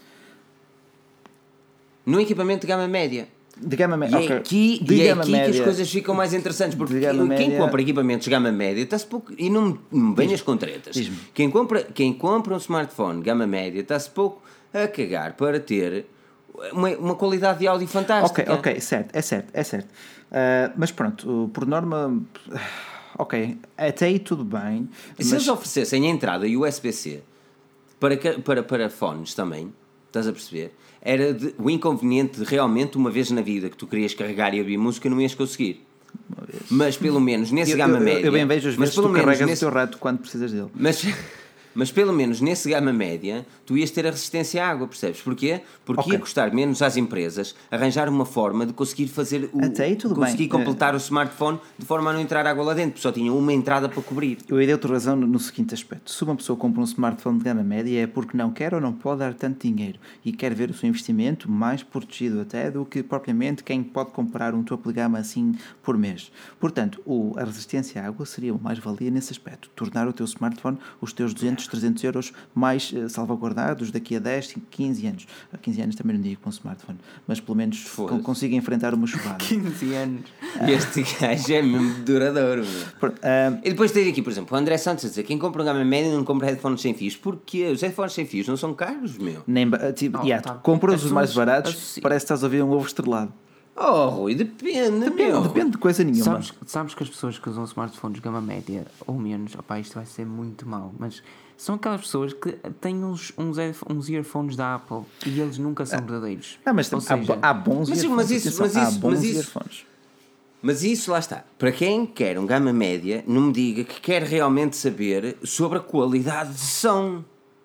No equipamento de gama média. De gama E média. é ok. aqui, De e é gama aqui que as média. coisas ficam mais interessantes, porque De gama quem média- compra equipamentos de gama média está-se pouco. E não, não me venhas com tretas. Diz-me. Quem compra, quem compra um smartphone de gama média está-se pouco a cagar para ter uma, uma qualidade de áudio fantástica. Ok, ok, certo, é certo, é certo. Ah, mas pronto, por norma, ok, até aí tudo bem. E se mas eles oferecessem a entrada U S B-C para, ca- para, para fones também, estás a perceber? Era de- o inconveniente de realmente, uma vez na vida que tu querias carregar e ouvir música, não ias conseguir. Mas pelo menos nesse eu, gama eu, média. eu bem vejo as mas vezes que pelo tu menos carregas nesse- o teu rato quando precisas dele. Mas, mas pelo menos nesse gama média tu ias ter a resistência à água, percebes? Porquê? Porque Ok. ia custar menos às empresas arranjar uma forma de conseguir fazer o, Até aí tudo conseguir bem. completar o smartphone de forma a não entrar água lá dentro, porque só tinha uma entrada para cobrir. Eu aí dei-te razão no, no seguinte aspecto. Se uma pessoa compra um smartphone de gama média é porque não quer ou não pode dar tanto dinheiro e quer ver o seu investimento mais protegido até do que propriamente quem pode comprar um topo de gama assim por mês. Portanto, o, a resistência à água seria uma mais-valia nesse aspecto. Tornar o teu smartphone os teus duzentos, trezentos euros mais eh, salvaguardados daqui a dez, quinze anos. A quinze anos também não digo com um smartphone, mas pelo menos Foda-se. con- consiga enfrentar uma chuvada. quinze anos. Este gajo é mesmo duradouro. meu. Pronto, ah, E depois tens aqui, por exemplo, o André Santos a dizer: quem compra um gama média não compra headphones sem fios. Porquê? Os headphones sem fios não são caros, meu. nem, ba- tipo, Oh, yeah, tá. tu compras As os mais pessoas baratos, associam- parece que estás a ver um ovo estrelado. Oh, Rui, depende, Depende, meu. depende de coisa nenhuma. Sabes, sabes que as pessoas que usam smartphones de gama média ou menos, opá, isto vai ser muito mau, mas são aquelas pessoas que têm uns, uns, earf- uns earphones da Apple e eles nunca são verdadeiros. Não, mas Ou há, seja, há bons mas- earphones. mas isso- atenção, mas há isso- bons mas isso- earphones. Mas isso lá está. Para quem quer um gama média, não me diga que quer realmente saber sobre a qualidade de som.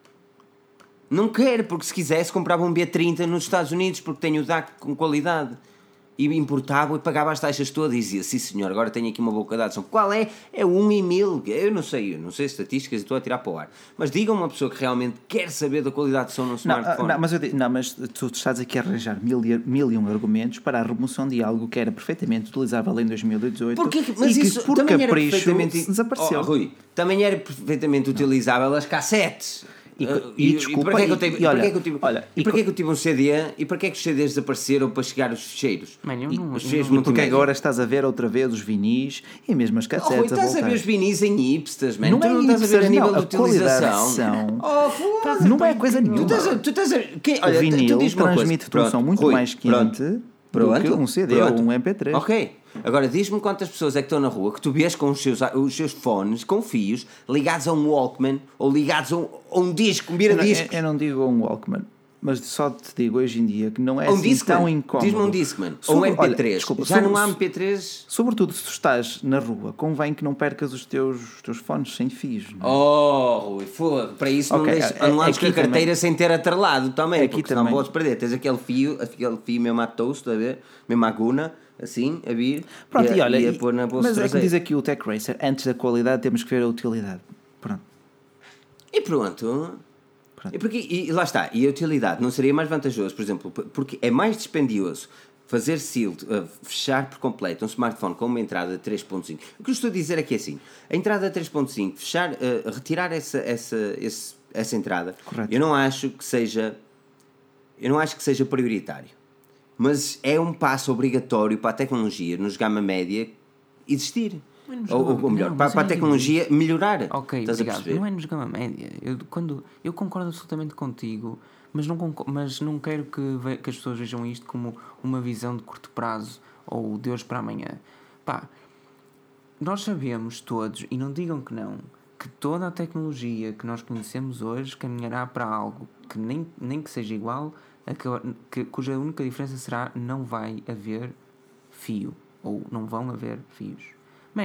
Não quer, porque se quisesse comprava um B trinta nos Estados Unidos porque tem o D A C com qualidade. E importava e pagava as taxas todas e dizia: sim senhor, agora tenho aqui uma boa qualidade de som. Qual é? É um em mil. Eu não sei, eu não sei estatísticas e estou a tirar para o ar. Mas diga uma pessoa que realmente quer saber da qualidade de som num Não, smartphone. ah, não, mas eu digo- não, mas tu estás aqui a arranjar mil e, mil e um argumentos para a remoção de algo que era perfeitamente utilizável em dois mil e dezoito Porque, mas e que isso por também era capricho perfeitamente desapareceu. Oh, Rui, também era perfeitamente utilizável as cassetes. E- Uh, e desculpa, para que é que eu e- tive, e para olha, que é que eu tive, olha, e e para que co- é que eu tive um C D e para que é que os C Ds desapareceram para chegar os ficheiros? Mano, eu E não- os eu ficheiros não- Porque multimédia. agora estás a ver outra vez os vinis e mesmo as Oh, Rui, cassetes a estás a voltar. ver os vinis em hipsters, man. Não Tu é não estás a ver a hipsters, nível não, de a qualidade utilização. de som. Oh, foda-se. Não é coisa Tu nenhuma. estás a, tu estás a, que, O olha, tu vinil diz-me uma coisa. transmite-te um som Pronto, muito Rui, mais pronto. quente Pronto, do que um C D pronto. ou um M P três. Ok. Agora diz-me quantas pessoas é que estão na rua que tu vês com os seus, os seus fones com fios ligados a um Walkman ou ligados a um, a um disco, um Eu não, vira-discos. eu não digo um Walkman, mas só te digo hoje em dia que não é Ou um assim Discman. tão incómodo. Diz-me um Discman. Ou um Sobre- M P três. olha, desculpa, Já sobre- não há M P três. Sobretudo se tu estás na rua, convém que não percas os teus, os teus fones sem fios. Não é? Oh, Rui, foda. Para isso não, Ok, deixes, é- não andes aqui com a carteira também. sem ter atrelado também, Aqui porque senão também. podes perder. Tens aquele fio, aquele fio mesmo à toast, a ver? Mesmo à guna, assim, a vir. Pronto, e, e, a, olha, e a e- pôr na bolsa mas é que traseira. diz aqui o Tech Racer, antes da qualidade temos que ver a utilidade. Pronto. E pronto. Pronto. E, porque, e lá está. E a utilidade não seria mais vantajoso, por exemplo, porque é mais dispendioso fazer sealed, uh, fechar por completo um smartphone com uma entrada de três ponto cinco. O que eu estou a dizer aqui é assim: a entrada de três ponto cinco, fechar, uh, retirar essa, essa, esse, essa entrada, Correto. eu não acho que seja. Eu não acho que seja prioritário. Mas é um passo obrigatório para a tecnologia nos gama média existir. Mas Ou, ou não, melhor, mas para, eu para a não digo tecnologia melhorar. Ok, Estás a obrigado. perceber? Não é nos gama média. Eu, quando, eu concordo absolutamente contigo, mas não, conco- mas não quero que, ve- que as pessoas vejam isto como uma visão de curto prazo ou de hoje para amanhã. Pá, nós sabemos todos, e não digam que não, que toda a tecnologia que nós conhecemos hoje caminhará para algo que nem, nem que seja igual, a que, que, cuja única diferença será não vai haver fio, ou não vão haver fios. Man,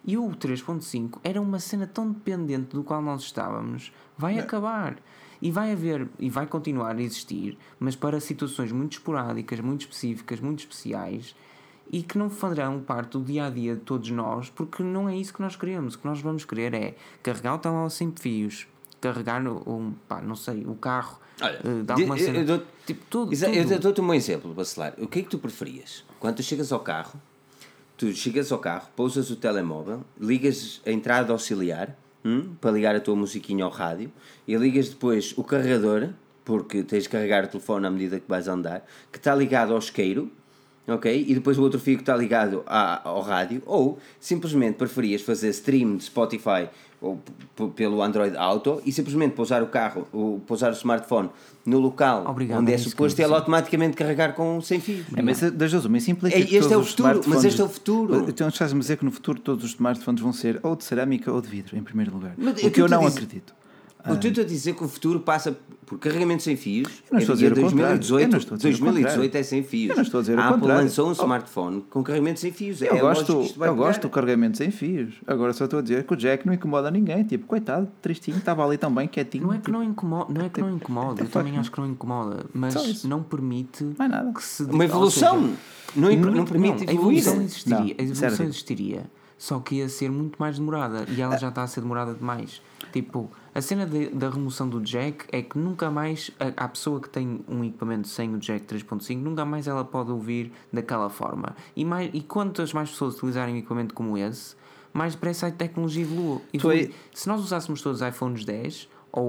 E o três ponto cinco era uma cena tão dependente do qual nós estávamos, vai acabar. E vai haver, e vai continuar a existir, mas para situações muito esporádicas, muito específicas, muito especiais, e que não farão parte do dia-a-dia de todos nós, porque não é isso que nós queremos. O que nós vamos querer é carregar o telemóvel sem fios, carregar um, pá, não sei, o carro. Olha, uh, de alguma eu, cena, eu dou, tipo, tudo, exa- tudo. eu dou-te um bom exemplo, Bacelar. O que é que tu preferias? Quando tu chegas ao carro, tu chegas ao carro, pousas o telemóvel, ligas a entrada auxiliar, hum, para ligar a tua musiquinha ao rádio, e ligas depois o carregador, porque tens de carregar o telefone à medida que vais andar, que está ligado ao isqueiro, ok? E depois o outro fio que está ligado à, ao rádio, ou simplesmente preferias fazer stream de Spotify ou p- pelo Android Auto e simplesmente pousar o carro, ou pousar o smartphone no local Obrigado, onde é é isso suposto que eu ele disse. automaticamente carregar com sem fio. É, mas das duas, uma, isso implica É, que este todos é o os futuro, mas smartphones- este é o futuro. Então estás-me a dizer que no futuro todos os smartphones vão ser ou de cerâmica ou de vidro, em primeiro lugar. Mas o que eu tu não dizes- acredito. Eu estou a dizer que o futuro passa por carregamento sem fios. Eu não estou a dizer o dois mil e dezoito, contrário. Eu não estou a dizer o dois mil e dezoito contrário. é sem fios. Eu não estou a dizer o a Apple contrário. lançou um Oh. smartphone com carregamento sem fios. Eu é gosto, lógico que isto vai eu pegar. gosto do carregamento sem fios. Agora só estou a dizer que o Jack não incomoda ninguém. Tipo, coitado, tristinho, estava ali tão bem, quietinho. Não é que não incomoda, não é que não incomoda, eu também acho que não incomoda, Só mas isso. não permite Mais nada. que se Uma evolução. ou seja, não, não, não permite não, a evoluir. evolução existiria, Não, a evolução certo. existiria, só que ia ser muito mais demorada e ela já está a ser demorada demais. Tipo, a cena de, da remoção do jack é que nunca mais a, a pessoa que tem um equipamento sem o jack três ponto cinco, nunca mais ela pode ouvir daquela forma. E, mais, e quantas mais pessoas utilizarem um equipamento como esse, mais depressa a tecnologia evolui. evolui. Se nós usássemos todos iPhones dez ou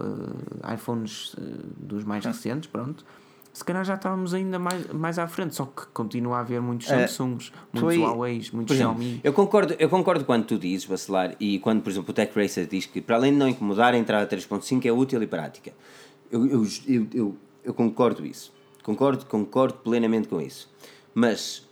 uh, iPhones uh, dos mais recentes, pronto, se calhar já estávamos ainda mais, mais à frente, só que continua a haver muitos Samsungs, uh, muitos Huawei, muitos exemplo, Xiaomi. Eu concordo, eu concordo quando tu dizes, Bacelar, e quando, por exemplo, o Tech Racer diz que para além de não incomodar, a entrada três ponto cinco é útil e prática. Eu, eu, eu, eu, eu concordo isso. Concordo, concordo plenamente com isso. Mas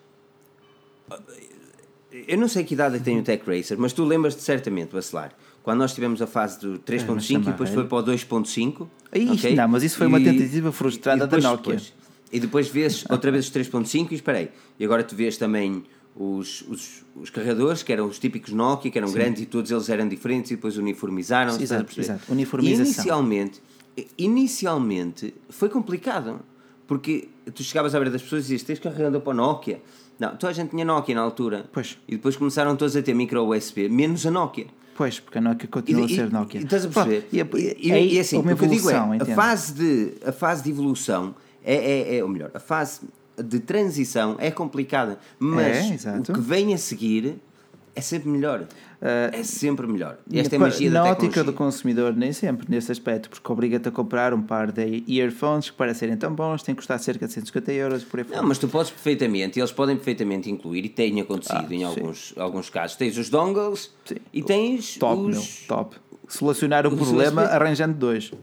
eu não sei que idade tem o Tech Racer, mas tu lembras-te certamente, Bacelar, quando nós tivemos a fase do três ponto cinco e depois foi para o dois ponto cinco. Ixi, okay? Não, mas isso foi uma E- tentativa frustrada e depois- da Nokia. depois- e depois vês outra vez os três ponto cinco e esperei. E agora tu vês também os, os, os carregadores, que eram os típicos Nokia, que eram grandes e todos eles eram diferentes e depois uniformizaram-se. Exato, estás a perceber? exato. Uniformização. E inicialmente, inicialmente foi complicado, porque tu chegavas à beira das pessoas e dizias, tens carregador para o Nokia? Não, toda a gente tinha Nokia na altura. Pois. E depois começaram todos a ter micro U S B, menos a Nokia. Pois, porque a Nokia continua E- a ser e- Nokia. e estás a perceber? Pronto, E, e, e, aí, e assim, uma o que eu digo é, evolução, a entende? fase, de, a fase de evolução é, é, é, ou melhor, a fase de transição é complicada, mas É, exato. o que vem a seguir é sempre melhor. é sempre melhor. E esta é a Pa- magia na da ótica tecnologia. do consumidor, nem sempre nesse aspecto, porque obriga-te a comprar um par de earphones que para serem tão bons têm que custar cerca de cento e cinquenta euros por aí fora. Não, mas tu podes perfeitamente, eles podem perfeitamente incluir, e tem acontecido Ah, em sim. alguns, alguns casos, tens os dongles Sim. e tens Top, os... meu, top. Solucionar o os problema U S B. arranjando dois.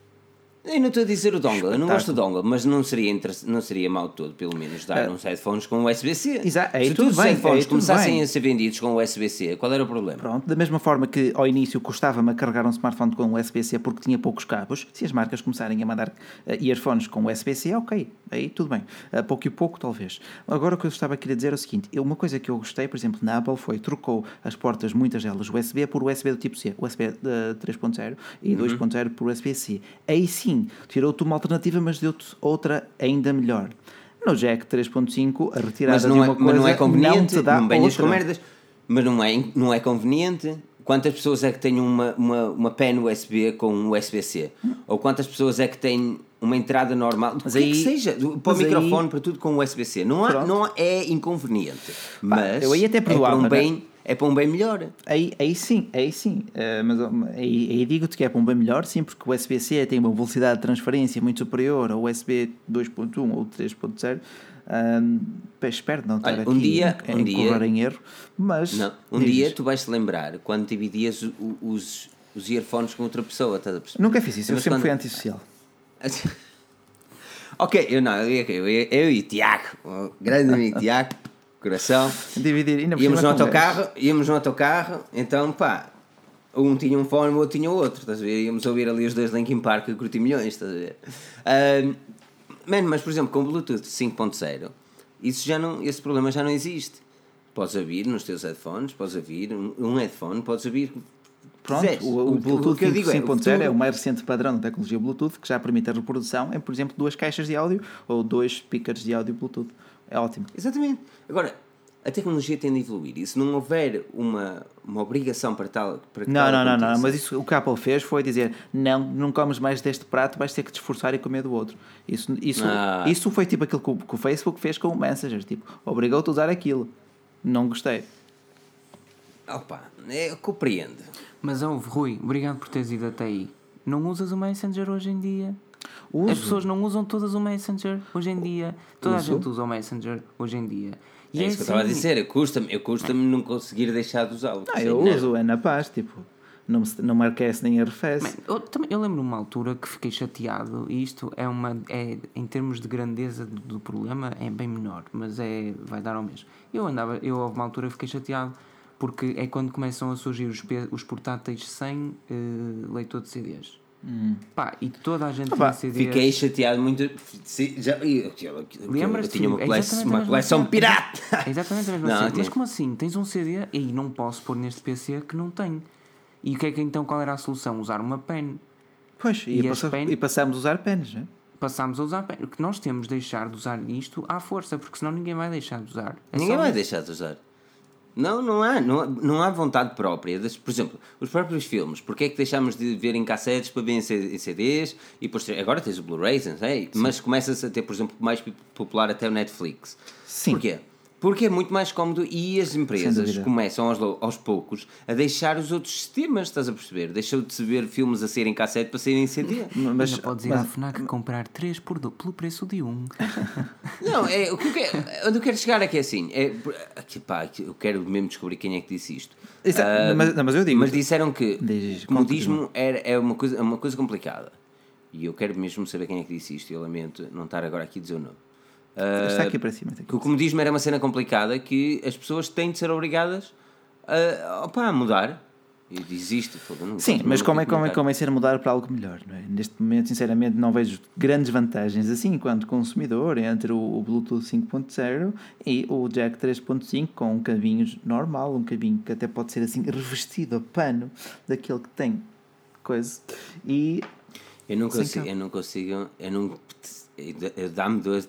Eu não estou a dizer o dongle, eu não gosto do Espetáculo. dongle, mas não seria, inter... não seria mau todo, pelo menos, dar uns headphones com U S B-C. Exato, aí Se tudo todos os bem, headphones aí tudo começassem bem. a ser vendidos com U S B-C, qual era o problema? Pronto, da mesma forma que ao início custava-me a carregar um smartphone com U S B-C porque tinha poucos cabos, se as marcas começarem a mandar uh, earphones com U S B-C, ok, aí tudo bem, uh, pouco e pouco talvez. Agora o que eu estava a querer dizer é o seguinte, eu, uma coisa que eu gostei, por exemplo, na Apple foi, trocou as portas, muitas delas U S B por U S B do tipo C, U S B uh, três ponto zero e Uhum. dois ponto zero por U S B-C. Aí sim, tirou-te uma alternativa, mas deu-te outra ainda melhor. No Jack três ponto cinco, a retirada Mas de não, uma é, coisa mas não é não conveniente, te dá não venhas com outra. merdas, mas não é, não é conveniente. Quantas pessoas é que têm uma, uma, uma pen U S B com um U S B-C? Ou quantas pessoas é que têm uma entrada normal? Do que aí- é que seja, do- para o mas aí- microfone, para tudo com U S B-C. Não, há, Pronto. não é inconveniente, mas eu aí até é, para perdoava, um né? bem, é para um bem melhor. Aí, aí sim, aí sim. Uh, mas uh, aí, aí digo-te que é para um bem melhor, sim, porque o U S B-C tem uma velocidade de transferência muito superior ao U S B dois ponto um ou três ponto zero. Um, espero não estar Olha, aqui um dia- em, um em dia- correr em erro, mas Não, um diz. dia tu vais-te lembrar quando dividias o- o- os, os earphones com outra pessoa, estás a perceber? Nunca fiz isso, eu Mas sempre quando- fui antissocial. Ok, eu não, eu, eu, eu, eu e o Tiago, o grande amigo Tiago, coração, Dividir, ainda por íamos cima no com autocarro, íamos no autocarro, então pá, um tinha um fone, o outro tinha o outro, estás a ver? Íamos ouvir ali os dois Linkin Park e curti milhões, estás a ver? Um, man, mas por exemplo, com o Bluetooth cinco ponto zero, isso já não, esse problema já não existe. podes ouvir nos teus headphones, podes ouvir um, um headphone, podes ouvir. Pronto, Quiseres. o, o, o Bluetooth cinco ponto zero é, é o mais recente padrão de tecnologia Bluetooth que já permite a reprodução em, por exemplo, duas caixas de áudio ou dois speakers de áudio Bluetooth. É ótimo. Exatamente. Agora, a tecnologia tende a evoluir e se não houver uma, uma obrigação para tal... Para não, tal não, não, não, mas isso, o que a Apple fez foi dizer não, não comes mais deste prato, vais ter que te esforçar e comer do outro. Isso, isso, ah. isso foi tipo aquilo que o, que o Facebook fez com o Messenger, tipo, obrigou-te a usar aquilo. Não gostei. Opa, eu compreendo. Mas ouve, Rui, obrigado por teres ido até aí. Não usas o Messenger hoje em dia? Uso. As pessoas não usam todas o Messenger hoje em dia. Toda Uso. a gente usa o Messenger hoje em dia. E é, é isso assim, que eu estava a dizer, custa-me eu custa-me não conseguir deixar de usá-lo. Não, eu não. uso, é na paz, tipo, não, me, não me aquece nem arrefece. Man, eu, também, eu lembro-me uma altura que fiquei chateado, e isto é uma, é, em termos de grandeza do, do problema, é bem menor, mas é, vai dar ao mesmo. Eu andava, eu houve uma altura que fiquei chateado, porque é quando começam a surgir os, os portáteis sem uh, leitor de C Ds. Hum. Pá, e toda a gente ah, tinha pá, C Ds. Fiquei chateado muito. Já, eu, eu, eu, eu tinha uma, é coleção, uma coleção pirata. É exatamente a mesma não, cena. tinha... Mas como assim? Tens um C D e não posso pôr neste P C que não tenho. E o que é que então qual era a solução? Usar uma pen. Pois, e, e, passa, pen... e passámos a usar pens, não é? Passámos a usar pen. Porque nós temos de deixar de usar isto à força, porque senão ninguém vai deixar de usar. É ninguém vai isso. deixar de usar. Não, não há, não, não há vontade própria. Por exemplo, os próprios filmes. Porque é que deixámos de ver em cassetes para ver em C Ds? E posterior, agora tens o Blu-rays, não sei, mas começa-se a ter, por exemplo, mais popular até o Netflix. Sim. Porquê? Porque é muito mais cómodo e as empresas começam aos, aos poucos a deixar os outros sistemas, estás a perceber? Deixam de se ver filmes a sair em cassete para sair em C D. Mas ainda podes ir mas... à FNAC comprar três por do, pelo preço de um. Não, é, o que eu quero, onde eu quero chegar é que é assim, é, aqui, pá, eu quero mesmo descobrir quem é que disse isto. Exato, uh, mas, não, mas eu digo... Mas disseram que diz, o modismo é, é uma, coisa, é uma coisa complicada. E eu quero mesmo saber quem é que disse isto. Eu lamento não estar agora aqui a dizer o nome. Uh, está aqui para cima. Que o comodismo era uma cena complicada que as pessoas têm de ser obrigadas a, opa, a mudar. E existe. Sim, mas como é que é convencer a mudar para algo melhor? Não é? Neste momento, sinceramente, não vejo grandes vantagens assim, enquanto consumidor, entre o, o Bluetooth cinco ponto zero e o Jack três ponto cinco com um cabinho normal, um cabinho que até pode ser assim revestido a pano daquele que tem coisa. E eu não consigo, eu não consigo, eu não, eu dá-me dor.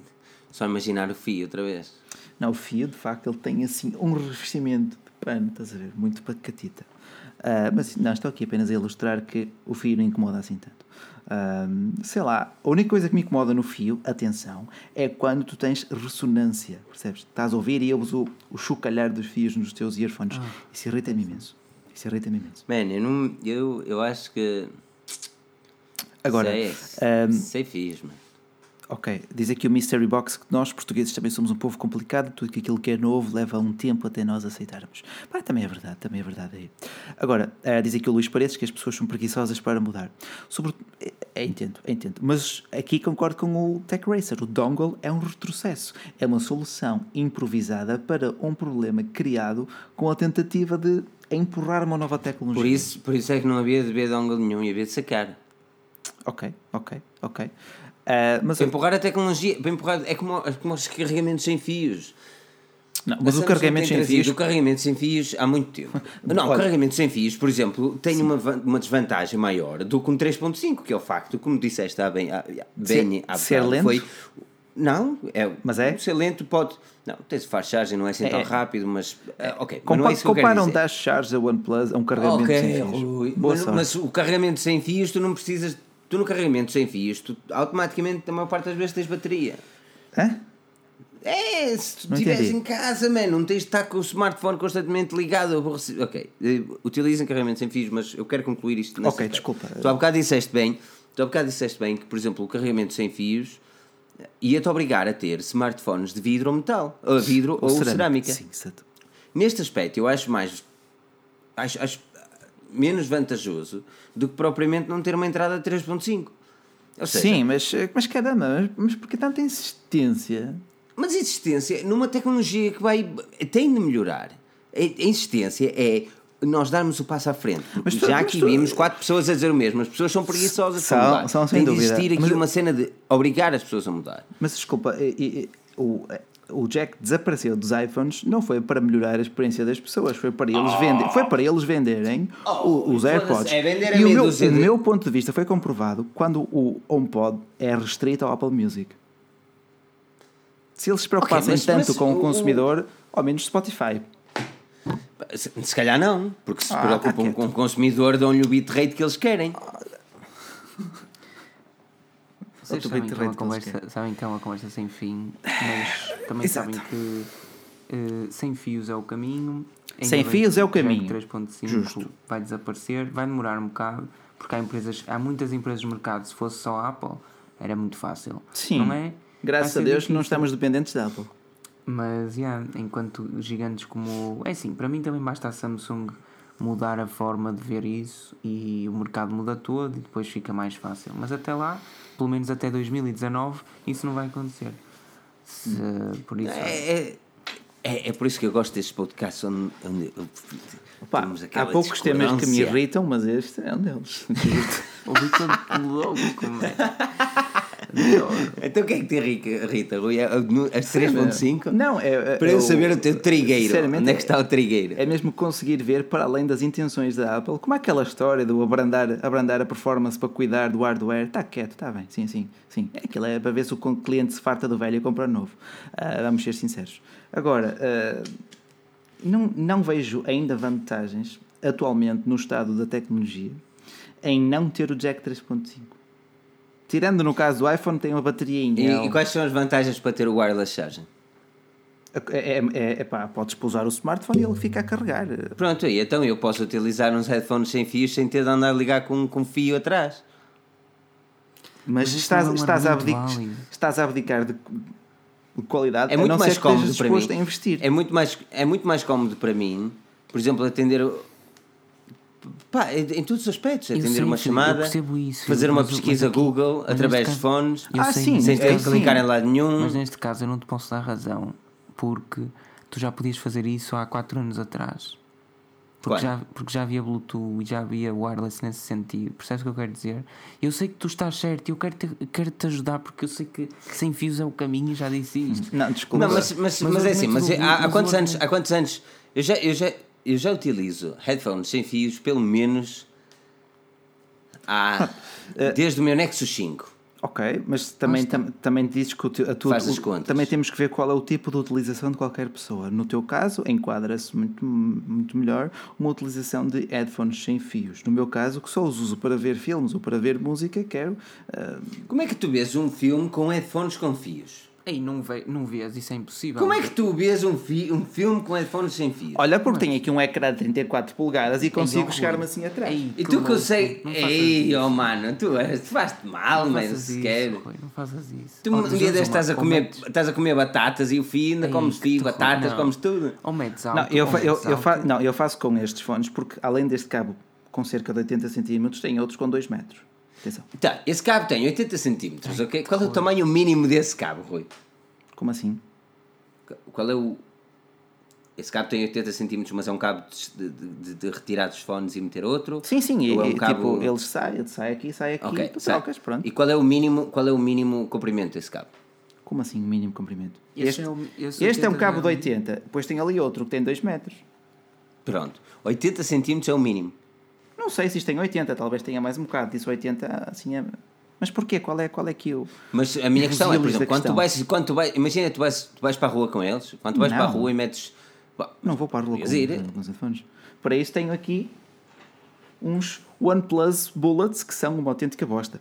Só imaginar o fio outra vez. Não, o fio, de facto, ele tem assim um revestimento de pano, estás a ver? Muito pacatita. Uh, mas não, estou aqui apenas a ilustrar que o fio não incomoda assim tanto. Uh, sei lá, a única coisa que me incomoda no fio, atenção, é quando tu tens ressonância, percebes? Estás a ouvir e ouves o, o chocalhar dos fios nos teus earphones. Ah. Isso irrita-me imenso. Isso irrita-me imenso. Man, eu, não, eu, eu acho que... Agora... Sei, um, sei fios, mano. Ok, diz aqui o Mystery Box que nós, portugueses, também somos um povo complicado, tudo que aquilo que é novo leva um tempo até nós aceitarmos. Pá, também é verdade, também é verdade aí. Agora, uh, diz aqui o Luís Paredes que as pessoas são preguiçosas para mudar. Sobre... É, é, entendo, é, entendo. Mas aqui concordo com o Tech Racer. O dongle é um retrocesso. É uma solução improvisada para um problema criado com a tentativa de empurrar uma nova tecnologia. Por isso, por isso é que não havia de ver dongle nenhum, havia de sacar. Ok, ok, ok. Uh, mas para empurrar a tecnologia, para empurrar, é como, é como os carregamentos sem fios. Não, mas o carregamento sem fios... O carregamento sem fios há muito tempo. Não, o carregamento sem fios, por exemplo, tem uma, uma desvantagem maior do que um três ponto cinco, que é o facto, como disseste há bem, há, bem há ser lento? Foi, não, é, mas é? Ser lento pode... Não, tem fast charging, não é assim tão é. rápido, mas... É, ok, Compa- mas não é isso que eu quero comparam dizer. dash charge a OnePlus a um carregamento okay, sem fios. Rui, mas, mas o carregamento sem fios, tu não precisas... Tu no carregamento sem fios, tu automaticamente, a maior parte das vezes, tens bateria. Hã? É, se tu não estiveres em casa, man, não tens de estar com o smartphone constantemente ligado. Ok, utilizem carregamento sem fios, mas eu quero concluir isto. Ok, parte. Desculpa. Tu há bocado disseste bem, tu há bocado disseste bem que, por exemplo, o carregamento sem fios ia-te obrigar a ter smartphones de vidro ou metal, ou vidro ou, ou cerâmica. cerâmica. Sim, certo. Neste aspecto, eu acho mais... Acho, acho menos vantajoso do que propriamente não ter uma entrada de três ponto cinco. Ou seja, sim, mas, mas caramba, mas, mas porque tanta insistência? Mas insistência numa tecnologia que vai, tem de melhorar. A, a insistência é nós darmos o passo à frente. Mas tu, já aqui tu... vimos quatro pessoas a dizer o mesmo. As pessoas são preguiçosas são, para mudar. São, sem tem de dúvida. existir aqui mas... uma cena de obrigar as pessoas a mudar. Mas desculpa, e, e, o, o jack desapareceu dos iPhones não foi para melhorar a experiência das pessoas, foi para eles, oh. vender, foi para eles venderem oh, os AirPods. É vender e o meu, de... o meu ponto de vista foi comprovado quando o HomePod é restrito ao Apple Music. Se eles se preocupassem okay, mas, tanto mas, com o consumidor, o... ao menos Spotify. Se, se calhar não, porque se ah, preocupam com o consumidor, dão-lhe o bitrate que eles querem. Vocês sabem que, é uma conversa, sabem que é uma conversa sem fim, mas também sabem que uh, sem fios é o caminho. Sem fios é o caminho. três ponto cinco vai desaparecer, vai demorar um bocado, porque há, empresas, há muitas empresas de mercado. Se fosse só a Apple, era muito fácil. Sim, não é? Graças a Deus difícil. Não estamos dependentes da Apple. Mas, yeah, enquanto gigantes como... É assim, para mim também basta a Samsung mudar a forma de ver isso e o mercado muda todo e depois fica mais fácil. Mas até lá, pelo menos até dois mil e dezanove, isso não vai acontecer. Se, por isso... É, é, é por isso que eu gosto destes podcasts onde... onde Opa, há poucos temas que me irritam, mas este é um deles. O Vitor logo como é. Então o que é que te irrita, Rui? As três ponto cinco? Não, é, para eu saber o teu trigueiro. Onde é que está o trigueiro? É mesmo conseguir ver, para além das intenções da Apple, como é aquela história do abrandar, abrandar a performance para cuidar do hardware. Está quieto, está bem, sim, sim, sim. Aquilo é para ver se o cliente se farta do velho e compra novo. Uh, vamos ser sinceros. Agora, uh, não, não vejo ainda vantagens, atualmente, no estado da tecnologia, em não ter o jack três ponto cinco. Tirando no caso do iPhone, tem uma bateria. E, e quais são as vantagens para ter o wireless charging? É, é, é, é pá, podes pousar o smartphone e ele fica a carregar. Pronto, e então eu posso utilizar uns headphones sem fios sem ter de andar a ligar com, com fio atrás. Mas, Mas estás, estás, a abdicar, estás a abdicar de, de qualidade. É muito a não mais ser cómodo para mim. A investir. É muito mais, é muito mais cómodo para mim, por exemplo, atender. Pá, em todos os aspectos, atender sei, uma chamada, isso, fazer uma pesquisa aqui, Google através de fones, ah, sim, sem ter é, que clicar em lado nenhum. Mas neste caso eu não te posso dar razão, porque tu já podias fazer isso há quatro anos atrás. Porque, já, porque já havia Bluetooth e já havia wireless nesse sentido. Percebes o que eu quero dizer? Eu sei que tu estás certo e eu quero te, quero te ajudar, porque eu sei que sem fios é o caminho e já disse isto. Não, desculpa. Não, mas, mas, mas, mas é assim, mas há, há, quantos anos, há quantos anos eu já, eu já Eu já utilizo headphones sem fios pelo menos há, desde o meu Nexus cinco. Ok, mas também, tam, também dizes que o, a tu, o, também temos que ver qual é o tipo de utilização de qualquer pessoa. No teu caso, enquadra-se muito, muito melhor uma utilização de headphones sem fios. No meu caso, que só os uso para ver filmes ou para ver música, quero... Uh... Como é que tu vês um filme com headphones com fios? Ei, não, ve, não vês, isso é impossível. Como é que tu vês um, fi, um filme com headphones sem fios? Olha, porque tem aqui um ecrã de trinta e quatro polegadas e consigo chegar-me assim atrás. Ei, e tu consegues... Ei, oh mano, tu, tu fazes-te mal, mano, sequer. Não faças isso. Tu um dia destes estás a comer, estás a comer batatas e o fio ainda comes fio, batatas, não. comes tudo. Ou metes alto, não, eu, fa, eu, eu fa, não, eu faço com estes fones porque além deste cabo com cerca de oitenta centímetros, tem outros com dois metros. Atenção. Tá, esse cabo tem oitenta centímetros, ok? Qual é o tamanho mínimo desse cabo, Rui? Como assim? Qual é o... Esse cabo tem oitenta centímetros, mas é um cabo de, de, de, de retirar dos fones e meter outro? Sim, sim, e, é um cabo... tipo, ele sai, ele sai aqui, sai aqui, okay, tu sai. Trocas, pronto. E qual é o mínimo, qual é o mínimo comprimento desse cabo? Como assim, mínimo comprimento? Este, este, é, o, este é um cabo de oitenta, depois tem ali outro que tem dois metros. Pronto, oitenta centímetros é o mínimo. Não sei se isto tem oitenta, talvez tenha mais um bocado, disse oitenta, assim é... Mas porquê? Qual é, qual é que o... Mas a minha questão é, por exemplo, quando tu, vais, quando tu vais... Imagina, tu vais, tu vais para a rua com eles, quando tu vais não. para a rua e metes... Bom, não vou para a rua com, com os headphones. Para isso tenho aqui uns OnePlus Bullets que são uma autêntica bosta.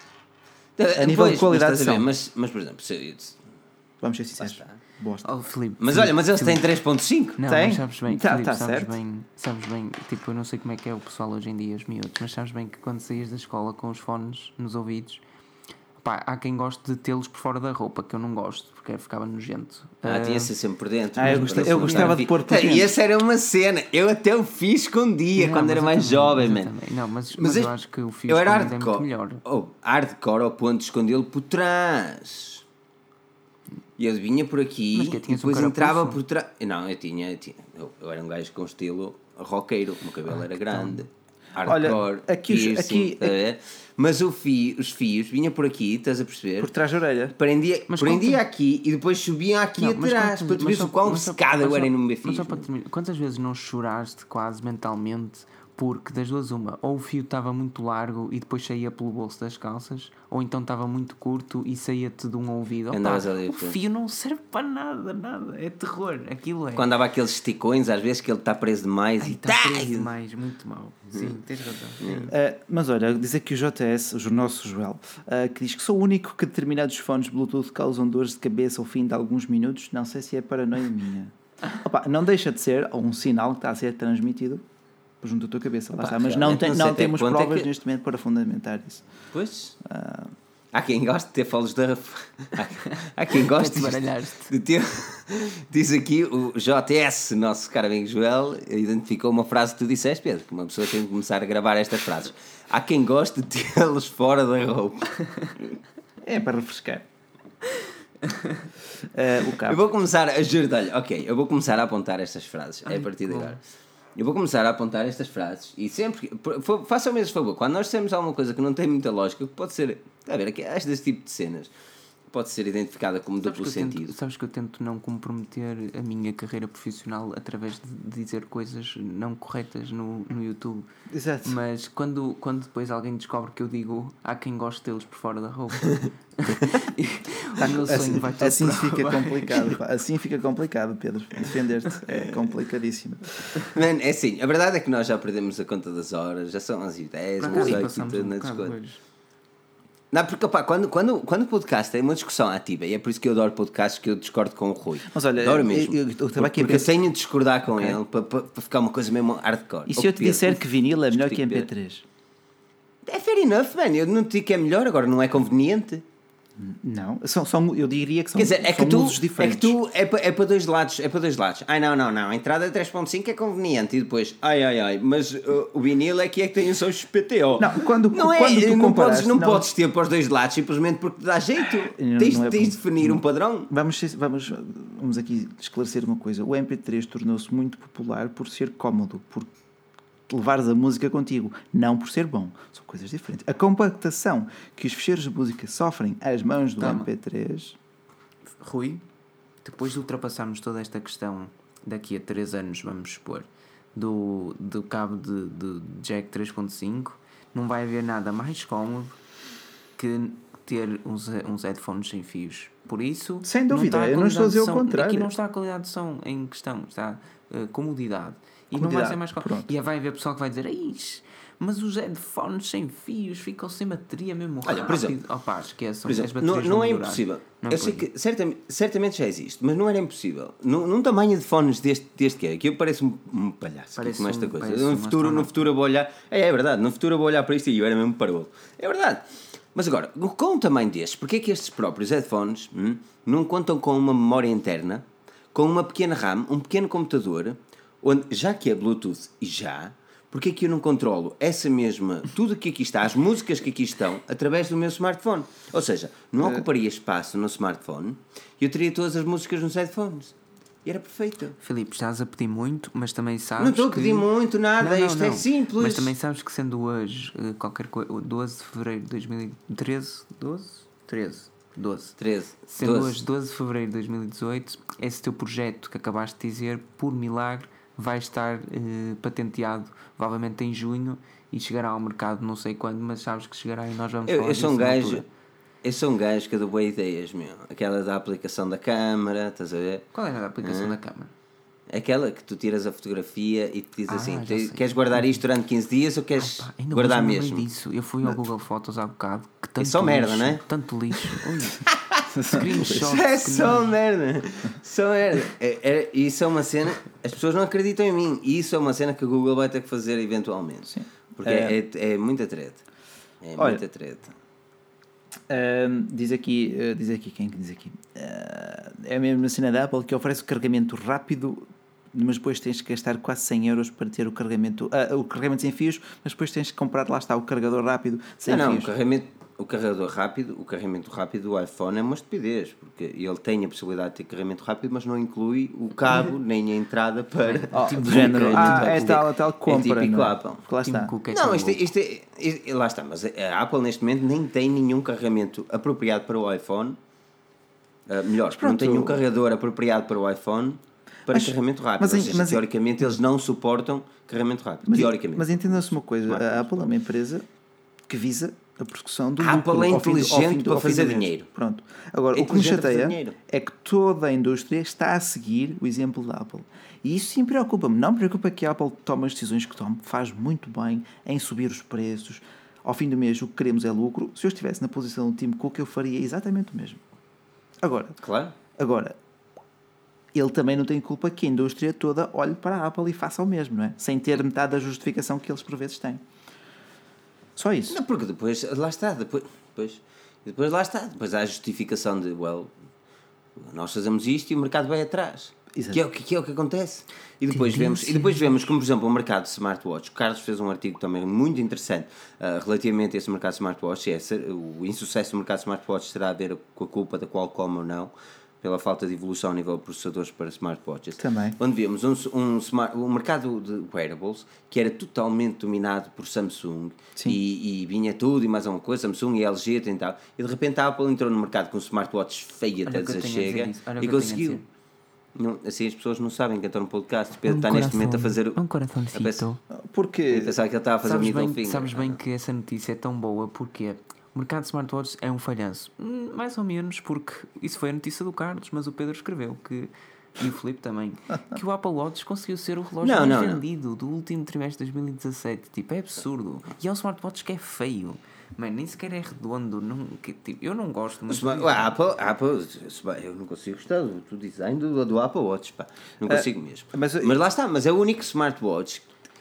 A nível pois, de qualidade são. Mas, mas, por exemplo... Se... Vamos ser sinceros. Bosta. Oh, Filipe, mas Filipe, olha, mas eles Filipe. têm três ponto cinco. Não, tem? Mas sabes bem, tá, Filipe, tá sabes certo. bem, sabes bem, tipo, eu não sei como é que é o pessoal hoje em dia, os miúdos, mas sabes bem que quando saís da escola com os fones nos ouvidos, pá, há quem goste de tê-los por fora da roupa, que eu não gosto, porque ficava nojento. Ah, uh, tinha-se sempre por dentro. Ah, eu, gostava, eu gostava de pôr por dentro. E essa era uma cena, eu até o fiz escondia quando era mais também, jovem, mas mano. Não, mas, mas mas eu, eu acho que o fio era é muito melhor. Oh, hardcore ao ponto de escondê-lo por trás. E eu vinha por aqui mas que, e depois um entrava por trás. Não, eu tinha, eu, tinha eu, eu era um gajo com estilo roqueiro, o meu cabelo ah, era grande. hardcore, Olha, aqui, os, piercing, aqui, tá a ver? Mas o fio, os fios vinham por aqui, estás a perceber? por trás da orelha. Prendia, Mas prendia quantas- aqui e depois subiam aqui Não, mas atrás quantas- para tu mas veres só- o quão mas só- secada mas eu só- era no meu mas fio. só para terminar, quantas vezes não choraste quase mentalmente porque das duas uma, ou o fio estava muito largo e depois saía pelo bolso das calças, ou então estava muito curto e saía-te de um ouvido. Opa, Andavas ali, o pô. fio não serve para nada, nada, é terror, aquilo é. Quando dava aqueles esticões, às vezes que ele está preso demais Ai, e está tá! preso demais, muito mal. Sim, tens razão. Uh, mas olha, diz aqui o J S, o nosso Joel, uh, que diz que sou o único que determinados fones Bluetooth causam dores de cabeça ao fim de alguns minutos. Não sei se é paranoia minha. Opa, não deixa de ser um sinal que está a ser transmitido junto à tua cabeça. Lá Opa, está. Mas não, realmente tem, não sei não até temos quanto é provas que- neste momento para fundamentar isso. Pois. Há quem goste de ter foles da. Há, há quem goste Até te baralhaste. de ter. Diz aqui o J S, nosso caro amigo Joel, identificou uma frase que tu disseste, Pedro, que uma pessoa tem de começar a gravar estas frases. Há quem goste de tê-los fora da roupa. É para refrescar. Uh, o Eu cabo. vou começar a juro-lhe, ok, eu vou começar a apontar estas frases. É a partir de bom. agora. Eu vou começar a apontar estas frases e sempre. que- por- for- Faça o mesmo favor, quando nós temos alguma coisa que não tem muita lógica, que pode ser. Está a ver, aqui, este tipo de cenas pode ser identificada como Sabes duplo que, eu sentido. tento, sabes que eu tento não comprometer a minha carreira profissional através de dizer coisas não corretas no, no YouTube. Exato. Mas quando, quando depois alguém descobre que eu digo há quem goste deles por fora da roupa, o meu sonho Assim, vai todo assim para fica abaixo. complicado. pá. Assim fica complicado, Pedro. Defender-te é complicadíssimo. Mano, é assim, a verdade é que nós já perdemos a conta das horas, já são onze e dez, Por mas acaso já aqui passamos tudo um na bocado desconto. hoje. Não, porque opá, quando, quando, quando o podcast tem uma discussão ativa, e é por isso que eu adoro podcasts que eu discordo com o Rui. Mas olha, adoro eu- mesmo. eu- eu estava aqui a porque eu pensar- tenho de discordar com ele para, para, para ficar uma coisa mesmo hardcore. E se Ou eu te Pedro, disser que vinil é melhor que discutir M P três? É fair enough, man. Eu não te digo que é melhor, agora não é conveniente. Não, são, são, eu diria que são, Quer dizer, é que são tu, usos é diferentes. que tu é para é para dois lados, é para dois lados. Ai não, não, não, a entrada três ponto cinco é conveniente e depois, ai ai ai, mas uh, o vinil é que é que tem só os P T O. Não, quando- não é, quando tu não comparaste, podes, não, não- podes ter para os dois lados simplesmente porque te dá jeito. Não- tens não é tens de bom. definir um padrão. Vamos, ser- vamos, vamos aqui esclarecer uma coisa. O M P três tornou-se muito popular por ser cómodo, por levares a música contigo, não por ser bom. São coisas diferentes. A compactação que os ficheiros de música sofrem às mãos do Toma. M P três... Rui, depois de ultrapassarmos toda esta questão daqui a três anos, vamos supor, do, do cabo de, de jack três ponto cinco, não vai haver nada mais cómodo que ter uns, uns headphones sem fios. Por isso, Sem dúvida, está a eu não estou a dizer o qualidade de som- contrário. Aqui não está a qualidade de som em questão, está a comodidade. E não vai Comodidade, ser mais cómodo. pronto. E vai haver pessoal que vai dizer: "Eis, mas os headphones sem fios ficam sem bateria mesmo Olha, rápido." por exemplo, Opa, esqueçam, Por exemplo, as não, baterias não vão é durar. impossível. Não eu sei põe. que certamente, certamente já existe, mas não era impossível. Num, num tamanho de fones deste, deste que é, que eu pareço um, um palhaço Parece com esta um- coisa. parece No um futuro, no astronauta. futuro eu vou olhar. É, é verdade, no futuro eu vou olhar para isto e eu era mesmo parolo. É verdade. Mas agora, com um tamanho destes, porque é que estes próprios headphones hum, não contam com uma memória interna, com uma pequena RAM, um pequeno computador, onde, já que é Bluetooth e já, porque é que eu não controlo essa mesma, tudo o que aqui está, as músicas que aqui estão, através do meu smartphone? Ou seja, não ocuparia espaço no smartphone e eu teria todas as músicas nos headphones. E era perfeito. Filipe, estás a pedir muito, mas também sabes Não estou a que... pedir muito nada, Não, não, isto é não. simples. Mas também sabes que sendo hoje eh, qualquer coisa, doze de fevereiro de dois mil e treze, doze? treze, doze. treze, Sendo doze. hoje doze de fevereiro de dois mil e dezoito, esse teu projeto que acabaste de dizer, por milagre, vai estar eh, patenteado provavelmente em junho e chegará ao mercado não sei quando, mas sabes que chegará e nós vamos Eu, falar eu sou um disso na gajo, altura. eu sou um gajo que dou boas ideias, meu. Aquela da aplicação da câmara, estás a ver? Qual era a aplicação da câmara? Aquela que tu tiras a fotografia e te diz Ah, assim: já "Te- sei. queres guardar isto durante quinze dias ou queres Pá, ainda guardar hoje eu lembrei mesmo?" disso. Eu fui ao Google Fotos há bocado. Que tanto só merda, lixo, não é? Tanto lixo. Ui. Screenshot. É só merda, só merda. É, é, isso é uma cena, as pessoas não acreditam em mim, e isso é uma cena que o Google vai ter que fazer eventualmente. Sim. Porque É. é, é, é muita treta. É Olha, muita treta. Ahm, diz aqui, ah, diz aqui, quem que diz aqui? Ah, é a mesma cena da Apple que oferece o carregamento rápido, mas depois tens que gastar quase cem euros para ter o carregamento, ah, o carregamento sem fios, mas depois tens que comprar, lá está, o carregador rápido sem Não, não, o fios. carregamento, o carregador rápido, o carregamento rápido do iPhone é uma estupidez, porque ele tem a possibilidade de ter carregamento rápido, mas não inclui o cabo nem a entrada para Oh, tipo de género, carregamento ah, é rápido. tal, tal compra. É típico não é? Apple. Porque lá Tim está. Cook é Não, tão isto, é- louco. isto, é- isto- lá está, mas a Apple neste momento nem tem nenhum carregamento apropriado para o iPhone. Uh, melhor, não pronto. tem nenhum carregador apropriado para o iPhone para Mas- carregamento rápido. mas Ou em- seja, mas em- teoricamente eles não suportam carregamento rápido. Mas, teoricamente. mas entenda-se uma coisa, a Smartphones. Apple é uma empresa que visa a persecução do A lucro. Apple é ao fim do- ao inteligente fim do- para ao fim fazer do mês. dinheiro. Pronto. Agora, É o que me inteligente para fazer chateia dinheiro. é que toda a indústria está a seguir o exemplo da Apple. E isso sim preocupa-me. Não me preocupa que a Apple tome as decisões que tome, faz muito bem em subir os preços. Ao fim do mês, o que queremos é lucro. Se eu estivesse na posição do Tim Cook, eu faria exatamente o mesmo. Agora, Claro. Agora, ele também não tem culpa que a indústria toda olhe para a Apple e faça o mesmo, não é? Sem ter metade da justificação que eles por vezes têm. Só isso. Não, porque depois, lá está, depois, depois, depois lá está, depois há a justificação de, well, nós fazemos isto e o mercado vai atrás. Exato. Que é, o que, que é o que acontece. E depois, vemos, e depois vemos, como por exemplo, o mercado de smartwatch. O Carlos fez um artigo também muito interessante uh, relativamente a esse mercado de smartwatch. É, ser, o insucesso do mercado de smartwatch terá a ver com a culpa da Qualcomm ou não, pela falta de evolução a nível de processadores para smartwatches. Também. Onde vemos um, um, smart, um mercado de wearables que era totalmente dominado por Samsung e, e vinha tudo e mais alguma coisa, Samsung e L G e tal, e de repente a Apple entrou no mercado com smartwatches feia Olha até o que eu tenho a chega dizer isso. Olha o e que eu tenho a conseguiu. dizer. Não, assim as pessoas não sabem que eu estou no podcast. Pedro Um está neste coração- momento a fazer o. Um coraçãozito. Porque. Eu pensava que ele estava a fazer o Sabes middle bem, finger. sabes bem que essa notícia é tão boa porque o mercado de smartwatches é um falhanço. Hum, Mais ou menos, porque isso foi a notícia do Carlos, mas o Pedro escreveu que, e o Filipe também, que o Apple Watch conseguiu ser o relógio Não, mais não, não. vendido do último trimestre de dois mil e dezassete. Tipo, é absurdo. E é um smartwatch que é feio. Mano, nem sequer é redondo. Não, que, tipo, eu não gosto muito. Smart- a Apple, a Apple, eu não consigo gostar do, do design do, do Apple Watch, pá. Não consigo mesmo. mas- Mas, lá está, mas é o único smartwatch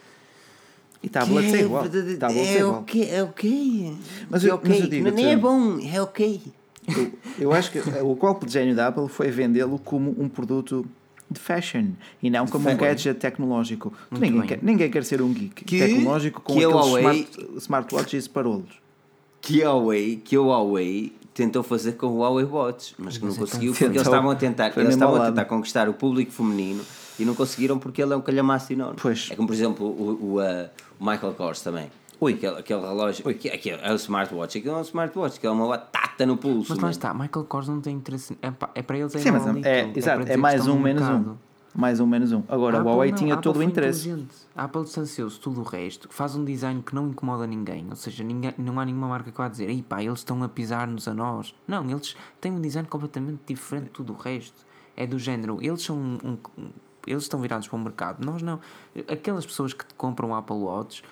E tablets é igual. verdade- Tablets é é igual. ok, é ok. Mas é eu- ok. mas eu digo-te- Nem é bom, é ok. Eu, eu acho que o golpe de gênio da Apple foi vendê-lo como um produto de fashion e não como um fashion. gadget tecnológico. Muito Ninguém bem. quer, ninguém quer ser um geek Que- tecnológico com que a aqueles Huawei- smart, smartwatches para olhos. Que a Huawei, que a Huawei tentou fazer com o Huawei Watch, mas que não Mas é tão conseguiu porque eles Tentou. estavam a tentar, Foi eles mesmo estavam ao a lado. tentar conquistar o público feminino e não conseguiram porque ele é um calhamaço enorme. Pois. É como por exemplo o, o, uh, o Michael Kors também. Ui. Aquele, aquele relógio, que, aquele, é o smartwatch, aquilo é um smartwatch, que é uma batata no pulso. Mas lá mano. está, Michael Kors não tem interesse. É, pa- é para eles é Sim, mas mau é, líquido, exato, para é dizer que mais estão um no menos mercado. um. Mais um menos um. Agora, A a Apple Huawei não, tinha a Apple todo o foi interesse. inteligente. A Apple distanciou-se tudo o resto, faz um design que não incomoda ninguém, ou seja, ninguém, não há nenhuma marca que vá dizer, ei pá, eles estão a pisar-nos a nós. Não, eles têm um design completamente diferente de tudo o resto. É do género, eles são um, um- um- eles estão virados para o mercado, nós não. Aquelas pessoas que compram Apple Watch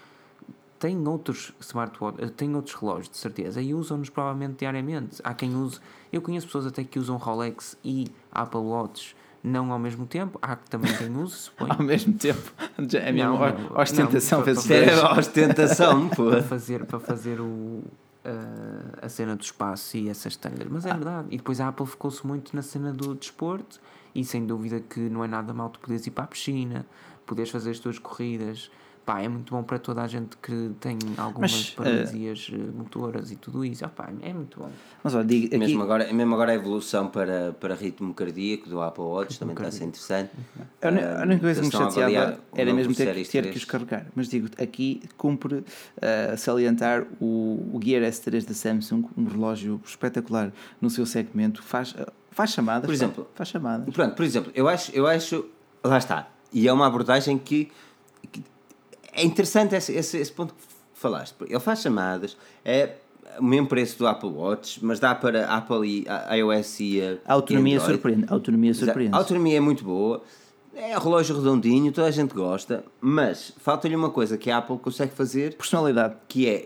têm outros smartwatches, têm outros relógios de certeza e usam-nos provavelmente diariamente. Há quem use, eu conheço pessoas até que usam Rolex e Apple Watch não ao mesmo tempo, há que também quem use, suponho. Ao mesmo tempo. Já é mesmo Não, não, ostentação não, vezes para- Isso dez. é ostentação, pô. para fazer, para fazer o, a, a cena do espaço e essas tangas, mas é verdade. E depois a Apple focou-se muito na cena do desporto e sem dúvida que não é nada mal tu poderes ir para a piscina, poderes fazer as tuas corridas. Pá, é muito bom para toda a gente que tem algumas Mas, paralisias eh, motoras e tudo isso. Ah, pá, é muito bom. Mas olha, digo, aqui, Mesmo agora, mesmo agora a evolução para, para ritmo cardíaco do Apple Watch também está a ser interessante. a uni- a única coisa que me Eles estão a avaliar chateava o era novo mesmo ter, Series ter que três. os carregar. Mas digo, aqui cumpre uh, salientar o, o Gear S três da Samsung, um relógio espetacular no seu segmento. Faz, uh, faz chamadas. Por exemplo, faz chamadas. Pronto, por exemplo, eu acho, eu acho, lá está, e é uma abordagem que, que é interessante esse, esse, esse ponto que falaste. Ele faz chamadas, é o mesmo preço do Apple Watch, mas dá para Apple e a iOS e a A autonomia e Android. surpreende. A autonomia Exato. surpreende. A autonomia é muito boa, é um relógio redondinho, toda a gente gosta, mas falta-lhe uma coisa que a Apple consegue fazer, Personalidade. que é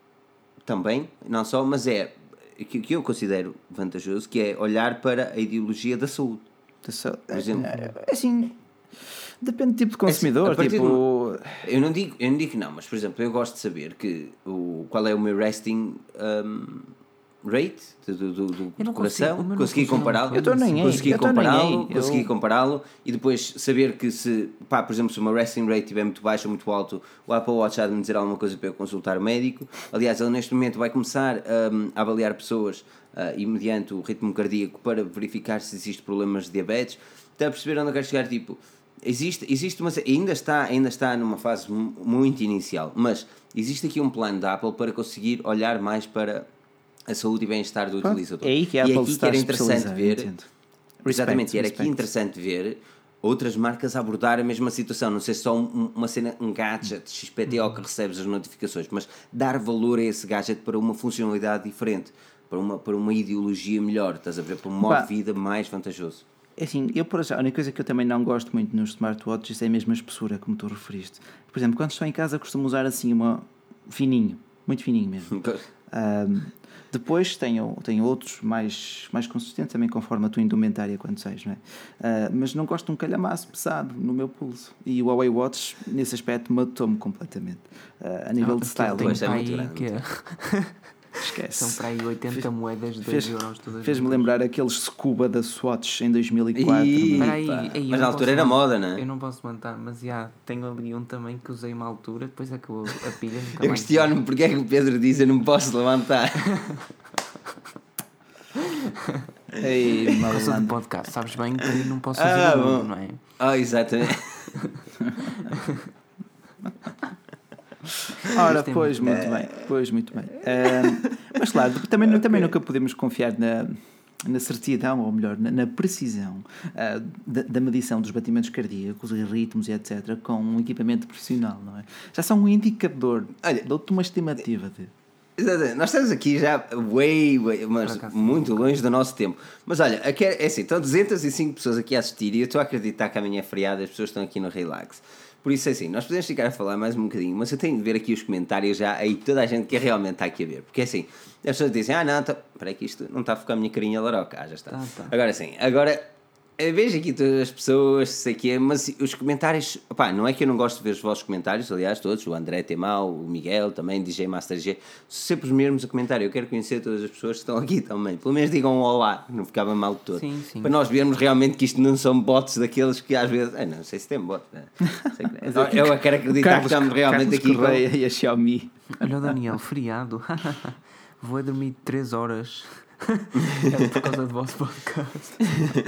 também, não só, mas é que, que eu considero vantajoso, que é olhar para a ideologia da saúde. Por exemplo. É assim, depende do tipo de consumidor. a partir tipo, Eu não digo, eu não digo que não, mas por exemplo, eu gosto de saber que o, qual é o meu resting, um, rate do, do, do, Eu do não coração, consigo, o meu não consegui funciona compará-lo, muito. Eu tô nem aí, consegui eu tô nem compará-lo, aí, consegui eu- compará-lo e depois saber que se, pá, por exemplo, se uma resting rate estiver muito baixa ou muito alto, o Apple Watch há de me dizer alguma coisa para eu consultar o médico. Aliás, ele neste momento vai começar um, a avaliar pessoas uh, e mediante o ritmo cardíaco para verificar se existe problemas de diabetes. Está a perceber onde eu quero chegar? Tipo, existe, existe uma, ainda, está, ainda está numa fase mu- muito inicial, mas existe aqui um plano da Apple para conseguir olhar mais para a saúde e bem-estar do utilizador. É aí que a e Apple aqui está que era a interessante especializar, ver, entendo. exatamente, Respect, e era respect. aqui interessante ver outras marcas a abordar a mesma situação, não ser só um- uma cena, um gadget X P T O que recebes as notificações, mas dar valor a esse gadget para uma funcionalidade diferente, para uma, para uma ideologia melhor, estás a ver, para um modo Pá. de vida mais vantajoso. É assim, eu por já, a única coisa que eu também não gosto muito nos smartwatches é mesmo a espessura, como tu referiste. Por exemplo, quando estou em casa costumo usar assim uma fininho, muito fininho mesmo. Ahm, depois tenho, tenho outros mais, mais consistentes também conforme a tua indumentária quando sais, não é? Ah, mas não gosto de um calhamaço pesado no meu pulso. E o Huawei Watch nesse aspecto matou-me completamente. Ah, a nível de style. Pois, é Para muito aí grande, que muito Esquece. são para aí oitenta moedas de dois euros todas. Fez-me juntas. lembrar aqueles Scuba da Swatch em dois mil e quatro. Ih, mano. Espera aí, pá. aí, eu Mas não na altura posso era man- moda, não é? Eu não posso manter, mas já tenho ali um também que usei uma altura, depois acabou a pilha. Nunca Eu mais- questiono-me porque é que o Pedro diz eu não posso levantar. Ei, Por causa do malandro. podcast, sabes bem que não posso fazer Ah, barulho, bom. não é? Ah, exatamente. Ora, Isto é pois, muito muito bem. Pois, muito bem. Ah, mas claro, também, também nunca podemos confiar na, na certidão, ou melhor, na, na precisão ah, da, da medição dos batimentos cardíacos e ritmos e etcétera com um equipamento profissional, não é? Já são um indicador. Olha, dou-te uma estimativa de... Exatamente. Nós estamos aqui já way, way mas Por acaso, muito longe do nosso tempo. Mas olha, aqui é, é assim, estão duzentas e cinco pessoas aqui a assistir e eu estou a acreditar que amanhã é feriado e as pessoas estão aqui no relax. Por isso é assim, nós podemos ficar a falar mais um bocadinho, mas eu tenho de ver aqui os comentários já, aí toda a gente que realmente está aqui a ver. Porque é assim, as pessoas dizem, ah não, tá... espera aí que isto não está a focar a minha carinha laroca. Ah, já está. Tá, tá. Agora sim, agora... Eu vejo aqui todas as pessoas, sei que é, mas os comentários, opá, não é que eu não gosto de ver os vossos comentários, aliás, todos, o André Temau, o Miguel também, D J Master G, sempre os mesmos a comentar. Eu quero conhecer todas as pessoas que estão aqui também, pelo menos digam um olá, não ficava mal de todo. Sim, sim. Para nós vermos realmente que isto não são bots daqueles que às vezes, ah, não sei se tem bot, né? Sei que- eu quero acreditar que estamos realmente Carlos aqui Correia com... e a Xiaomi. Olha o Daniel, feriado. Vou a dormir três horas. É por causa do vosso podcast.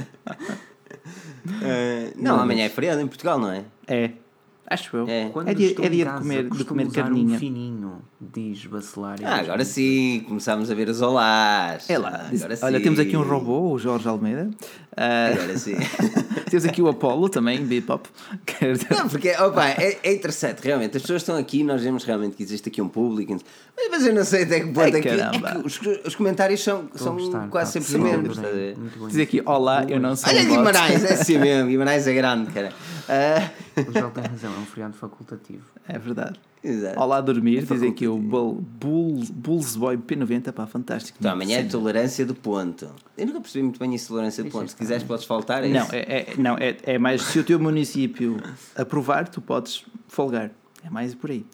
Uh, não, amanhã é feriado em Portugal, não é? É, acho eu. É. Quando É dia, estou é em dia de casa, comer, de costumo comer usar carninha. um fininho, diz Bacelar. Ah, agora sim, começámos a ver os olás. É lá. Agora Olha, sim. temos aqui um robô, o Jorge Almeida. Ah, Agora sim. temos aqui o Apollo também, Bebop. Quer dizer, Não, porque opa, é, é interessante, realmente. As pessoas estão aqui, nós vemos realmente que existe aqui um público. Mas, mas eu não sei até que ponto Ai, é que, é caramba. que os, os comentários são, Estou a são gostar, quase pá, sempre sim, os mesmos. adorei. estás a ver? Muito bem. diz aqui, olá, eu não sou Olha um bot. Guimarães, é assim mesmo. Guimarães é grande, cara. Ah, O João tem razão, é um feriado facultativo. É verdade. exato. Olá, dormir, diz facultativo. aqui o Bull, Bull, Bullsboy P noventa, pá, fantástico. Então amanhã é Sim. tolerância do ponto. Eu nunca percebi muito bem isso, tolerância do ponto. Se quiseres, podes faltar. É Não, isso? é, é, não é, é mais se o teu município aprovar, tu podes folgar. É mais por aí.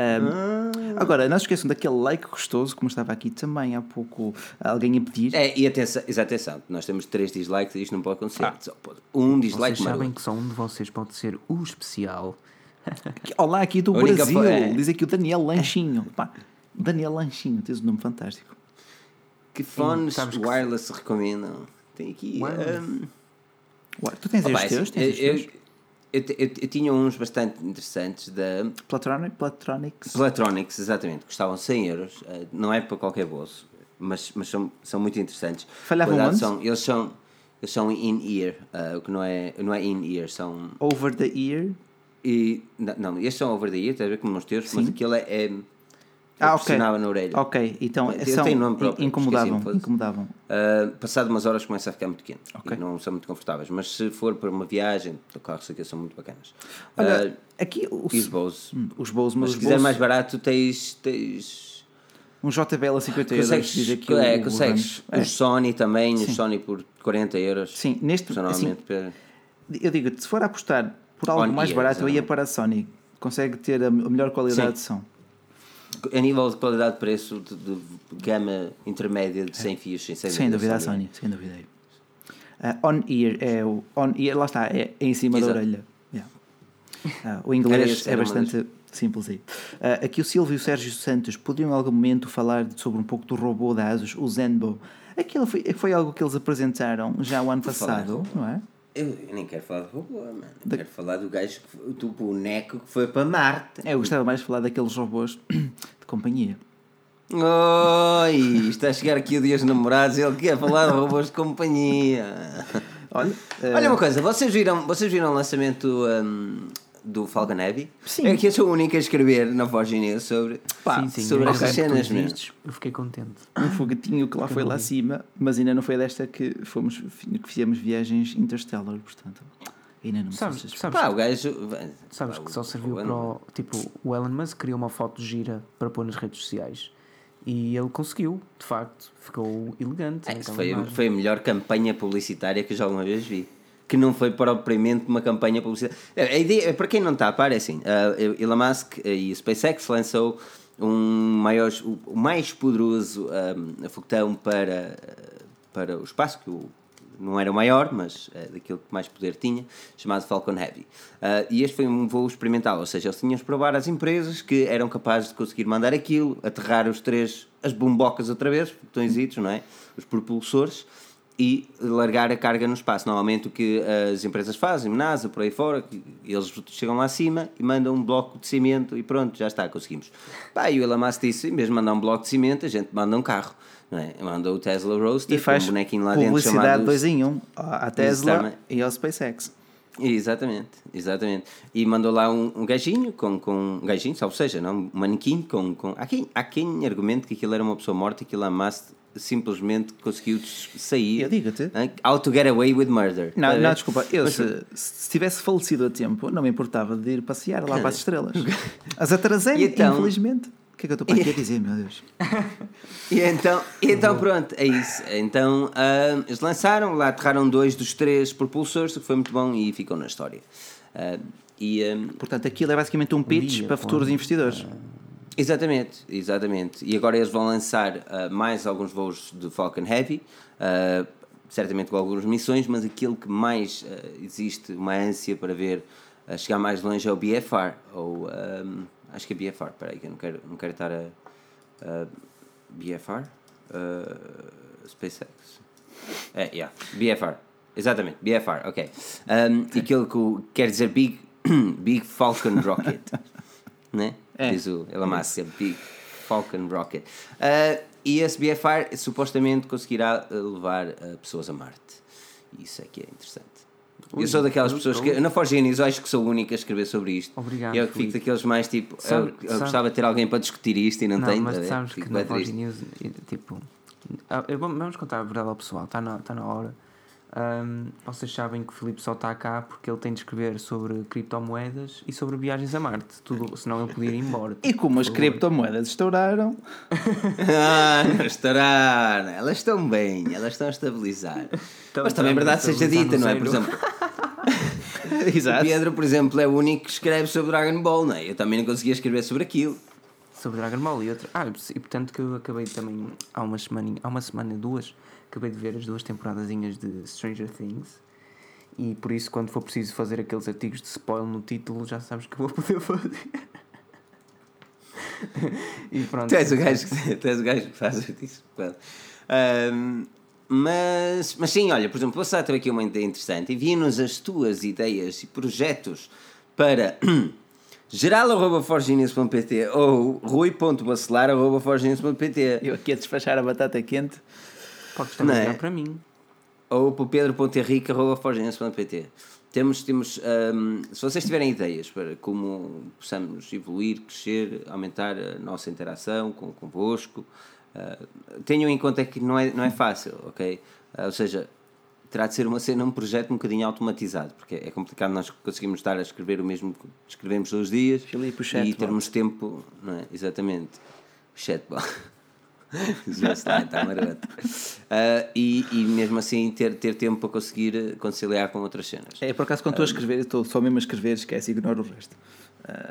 Ahm, Agora, não se esqueçam daquele like gostoso, como estava aqui também há pouco alguém a pedir. É, e atenção, exato, atenção, nós temos três dislikes e isto não pode acontecer. Ah. Só pode. Um Vocês dislike sabem maroto. que só um de vocês pode ser o especial. Olá, aqui do A única Brasil, fo- é. diz aqui o Daniel Lanchinho. Pá, Daniel Lanchinho, tens um nome fantástico. Que fones sabes que- wireless recomendam? Tem aqui. Wireless? hum, Ué, tu tens opa, os é teus? assim, Tens os eu, teus? eu, eu, eu, eu tinha uns bastante interessantes da Platronic, Platronics. Electronics, exatamente, custavam cem euros. eh, Não é para qualquer bolso, mas, mas são, são muito interessantes. Falhavam Cuidado, onde? são, eles são eles são in-ear, eh, o que não é, não é in-ear, são. Over the ear. E, não, não, estes são over the ear, estás a ver como nos teus, mas Sim. aquele é. é Ah, eu ok. pressionava na orelha. Ok, então Eu são, tenho nome próprio, incomodavam, esqueci-me, foda-se. incomodavam. Uh, passado umas horas começa a ficar muito quente Ok. e não são muito confortáveis, mas se for para uma viagem, o carro aqui são muito bacanas. Olha, Uh, aqui o, e os Bose. hum, os Bose, Mas mas se os quiser Bose, mais barato, tens. tens um J B L a cinquenta euros, diz consegues, aqui é, o, o consegues. Ramos. Os Sony também, Sim. os Sony por quarenta euros. Sim, neste, assim, Personalmente, para- eu digo, se for a apostar por algo On mais ear, barato, eu ia exatamente. para a Sony. Consegue ter a, a melhor qualidade Sim. de som. A nível de qualidade de preço, de, de gama intermédia de sem fios, sem, sem, Sem dúvida, a Sony, sem dúvida. Uh, on-ear é o on-ear, lá está, é em cima Exato. da orelha. Yeah. Uh, o inglês é bastante simples aí. Uh, aqui o Silvio e o Sérgio Santos poderiam em algum momento falar sobre um pouco do robô da Asus, o Zenbo. Aquilo foi, foi algo que eles apresentaram já o ano passado, não é? Eu, eu nem quero falar de robô, mano. Eu quero falar do gajo, que foi, do boneco que foi para Marte. Eu gostava mais de falar daqueles robôs de companhia. Oi, está a chegar aqui o Dia dos Namorados e ele quer falar de robôs de companhia. Olha, Olha uma coisa, vocês viram, vocês viram o lançamento um, do Falcon Heavy? Sim. É que eu sou o único a escrever na Forge News sobre, Pá, sim, sim, sobre eu estas vi cenas todos mesmo. vistos, eu fiquei contente. um foguetinho que lá foi lá acima, mas ainda não foi desta que, fomos, que fizemos viagens interstellar, portanto, ainda não me Sabes, sabes, sabes, Pá, o gajo. sabes pá, que só serviu o- para o, tipo, o Elon Musk criou uma foto gira para pôr nas redes sociais e ele conseguiu, de facto, ficou elegante. É, isso aquela foi, imagem. foi a melhor campanha publicitária que eu já alguma vez vi. Que não foi propriamente uma campanha publicitária. A ideia, para quem não está a par, é assim: uh, Elon Musk e a SpaceX lançou um maior, o, o mais poderoso um, foguetão para, para o espaço, que o, não era o maior, mas uh, daquilo que mais poder tinha, chamado Falcon Heavy. Uh, e este foi um voo experimental, ou seja, eles tinham de provar às empresas que eram capazes de conseguir mandar aquilo, aterrar os três, as bombocas outra vez, botõezitos, não é? Os propulsores, e largar a carga no espaço. Normalmente o que as empresas fazem, NASA, por aí fora, eles chegam lá acima e mandam um bloco de cimento e pronto, já está, conseguimos. Pá, e o Elon Musk disse, em vez de mandar um bloco de cimento, a gente manda um carro. Não é? Manda o Tesla Roadster, e faz com um bonequinho lá dentro publicidade chamado... dois em um, à Tesla Exatamente. e ao SpaceX. Exatamente, exatamente. E mandou lá um, um gajinho, com, com um gajinho, salvo seja, não? Um manequim, com... com... Há, quem, há quem argumente que aquilo era uma pessoa morta e que Elon Musk simplesmente conseguiu sair. Eu digo-te. How to get away with murder. Não, Tá não, a desculpa, eu Mas- se, se tivesse falecido a tempo, não me importava de ir passear lá para as estrelas. As atrasei-me, E então- infelizmente. O que é que eu estou para aqui a dizer, meu Deus? E então, e então pronto, é isso. Então ah, eles lançaram, lá aterraram dois dos três propulsores, o que foi muito bom e ficou na história. Ah, e, ah, Portanto, aquilo é basicamente um pitch dia, para futuros pode. investidores. exatamente, exatamente. E agora eles vão lançar ah, mais alguns voos de Falcon Heavy, ah, certamente com algumas missões, mas aquilo que mais ah, existe uma ânsia para ver ah, chegar mais longe é o B F R, ou ah, acho que é B F R, espera aí que eu não quero, não quero estar a... a B F R? Uh, SpaceX? É, yeah, B F R. Exatamente, B F R, ok. Um, aquilo que o- quer dizer Big, Big Falcon Rocket. Né? É. Diz o Elon Musk, é Big Falcon Rocket. Uh, e esse B F R supostamente conseguirá uh, levar uh, pessoas a Marte. Isso é que é interessante. Eu sou daquelas eu- pessoas eu- que, na Forgenis, eu acho que sou o único a escrever sobre isto. Obrigado, E eu que fico Filipe. daqueles mais tipo, Sabe- eu, eu sabe- gostava de ter alguém para discutir isto e não, Não, tenho. mas tá a ver? sabes Fico que bem na Forge triste. News, tipo, ah, eu- vamos contar a verdade ao pessoal, está na, tá na hora. Ahm, vocês sabem que o Filipe só está cá porque ele tem de escrever sobre criptomoedas e sobre viagens a Marte, tudo, senão ele podia ir embora. E como Por as favor. criptomoedas estouraram, Ah, não estouraram. Elas estão bem, elas estão a estabilizar. Então, Mas também é estamos verdade a seja estabilizar dita, no não é? Por zero. exemplo, o exato. Pedro, por exemplo, é o único que escreve sobre Dragon Ball, não é? Eu também não conseguia escrever sobre aquilo. Sobre Dragon Ball e outra. Ah, e portanto que eu acabei também há uma semana, há uma semana, duas, acabei de ver as duas temporadazinhas de Stranger Things. E por isso, quando for preciso fazer aqueles artigos de spoiler no título, já sabes que vou poder fazer. E pronto. Tu és o gajo que, tu és o gajo que faz isso. Um, mas, mas sim, olha, por exemplo, vou só ter aqui uma ideia interessante. Envia-nos as tuas ideias e projetos para geral arroba forginews ponto pt ou rui ponto bacelar arroba forginews ponto pt Eu aqui a despachar a batata quente. Podes também Não é? ligar para mim. ou para pedro ponto henrique arroba forginews ponto pt. Temos, temos um, se vocês tiverem ideias para como possamos evoluir, crescer, aumentar a nossa interação com, convosco, uh, tenham em conta que não é, não é fácil, ok? Uh, ou seja, terá de ser uma cena, um projeto um bocadinho automatizado, porque é complicado nós conseguimos estar a escrever o mesmo que escrevemos todos os dias Filipe, o e chatbot. termos tempo, não é? Exatamente. O chatbot. Já está, está maroto. Uh, e, e mesmo assim ter, ter tempo para conseguir conciliar com outras cenas. É por acaso quando estou a escrever, estou só mesmo a escrever, esquece, ignoro o resto. Ah,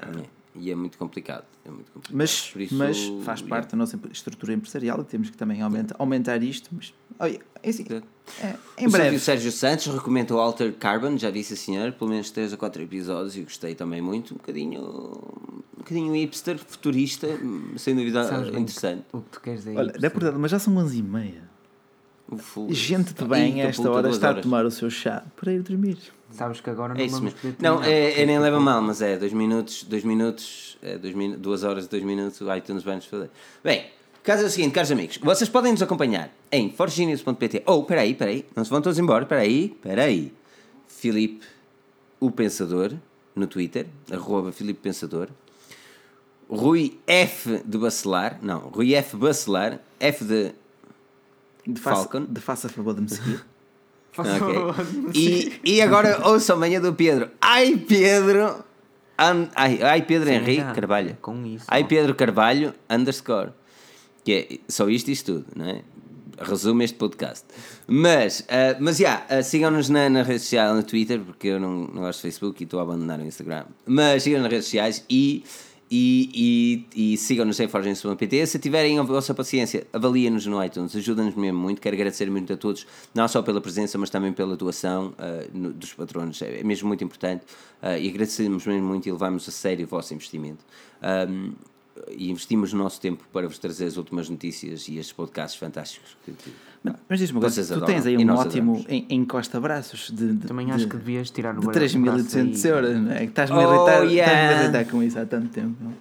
E é muito complicado. É muito complicado. Mas, Por isso, mas faz parte yeah. da nossa estrutura empresarial e temos que também aumentar, aumentar isto. Mas, olha, é assim, é, em o breve. Sérgio Santos recomenda o Alter Carbon, já disse a senhora, pelo menos três ou quatro episódios e gostei também muito. Um bocadinho, um bocadinho hipster, futurista, sem dúvida Sabes bem interessante. O que tu queres é Olha, é verdade, mas já são onze e meia. Ufo, Gente de bem, a esta hora está a tomar o seu chá para ir dormir. Sabes que agora não É isso vamos mesmo. poder Não, terminar, é, porque é, nem eu leva tô- mal, mas é dois minutos, dois minutos, é dois minu- duas horas e dois minutos, o iTunes vai-nos fazer. Bem, o caso é o seguinte, caros amigos, vocês podem nos acompanhar em forgenius ponto pt. Ou, oh, peraí, peraí, não se vão todos embora, peraí, peraí. Filipe, o Pensador, no Twitter, arroba Filipe Pensador. Rui F de Bacelar, não, Rui F Bacelar, F de De faça, Falcon. de faça a favor de me seguir. Faça Ok. favor de me E, e agora ouçam amanhã do Pedro. Ai Pedro. And, ai, ai Pedro Sim, Henrique já, Carvalho. com isso, Ai ó. Pedro Carvalho underscore. Que é só isto e isto tudo, não é? Resume este podcast. Mas, uh, mas já, yeah, uh, sigam-nos na, na rede social, no Twitter, porque eu não, não gosto de Facebook e estou a abandonar o Instagram. Mas sigam-nos nas redes sociais e. E, e, e sigam-nos em forgenius ponto pt. Se tiverem a vossa paciência, avaliem-nos no iTunes, ajuda-nos mesmo muito. Quero agradecer muito a todos, não só pela presença, mas também pela doação uh, no, dos patronos, é mesmo muito importante. Uh, e agradecemos mesmo muito e levamos a sério o vosso investimento. Um, e investimos o nosso tempo para vos trazer as últimas notícias e estes podcasts fantásticos. Que, que, Mas, mas diz-me uma coisa, Vocês tu adoram tens aí e um nós ótimo adoramos. em- encosta-braços de, de, Também de, acho que devias tirar o de braço- três mil e braço duzentos aí. euros, não é? Que estás-me a Oh, irritar, yeah. estás-me a irritar com isso há tanto tempo. Não?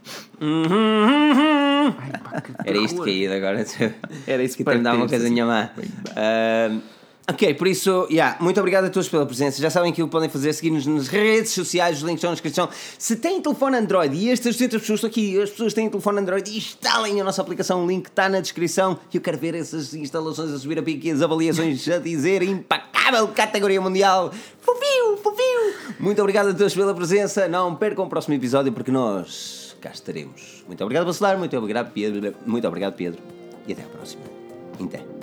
Ai, pá, que Era isto terror. que ia agora. Era isso que para tem de dar uma ter-se coisinha má. Ah, ok, por isso, yeah, muito obrigado a todos pela presença. Já sabem que o podem fazer, seguir-nos nas redes sociais, os links estão na descrição. Se têm telefone Android, e estas duzentas pessoas estão aqui, as pessoas têm telefone Android, instalem a nossa aplicação, o link está na descrição. E eu quero ver essas instalações a subir a pique e as avaliações a dizer impecável, categoria mundial. Fofinho, fofinho. Muito obrigado a todos pela presença. Não percam o próximo episódio porque nós cá estaremos. Muito obrigado, Bacelar. Muito obrigado, Pedro. Muito obrigado, Pedro. E até à próxima. Até.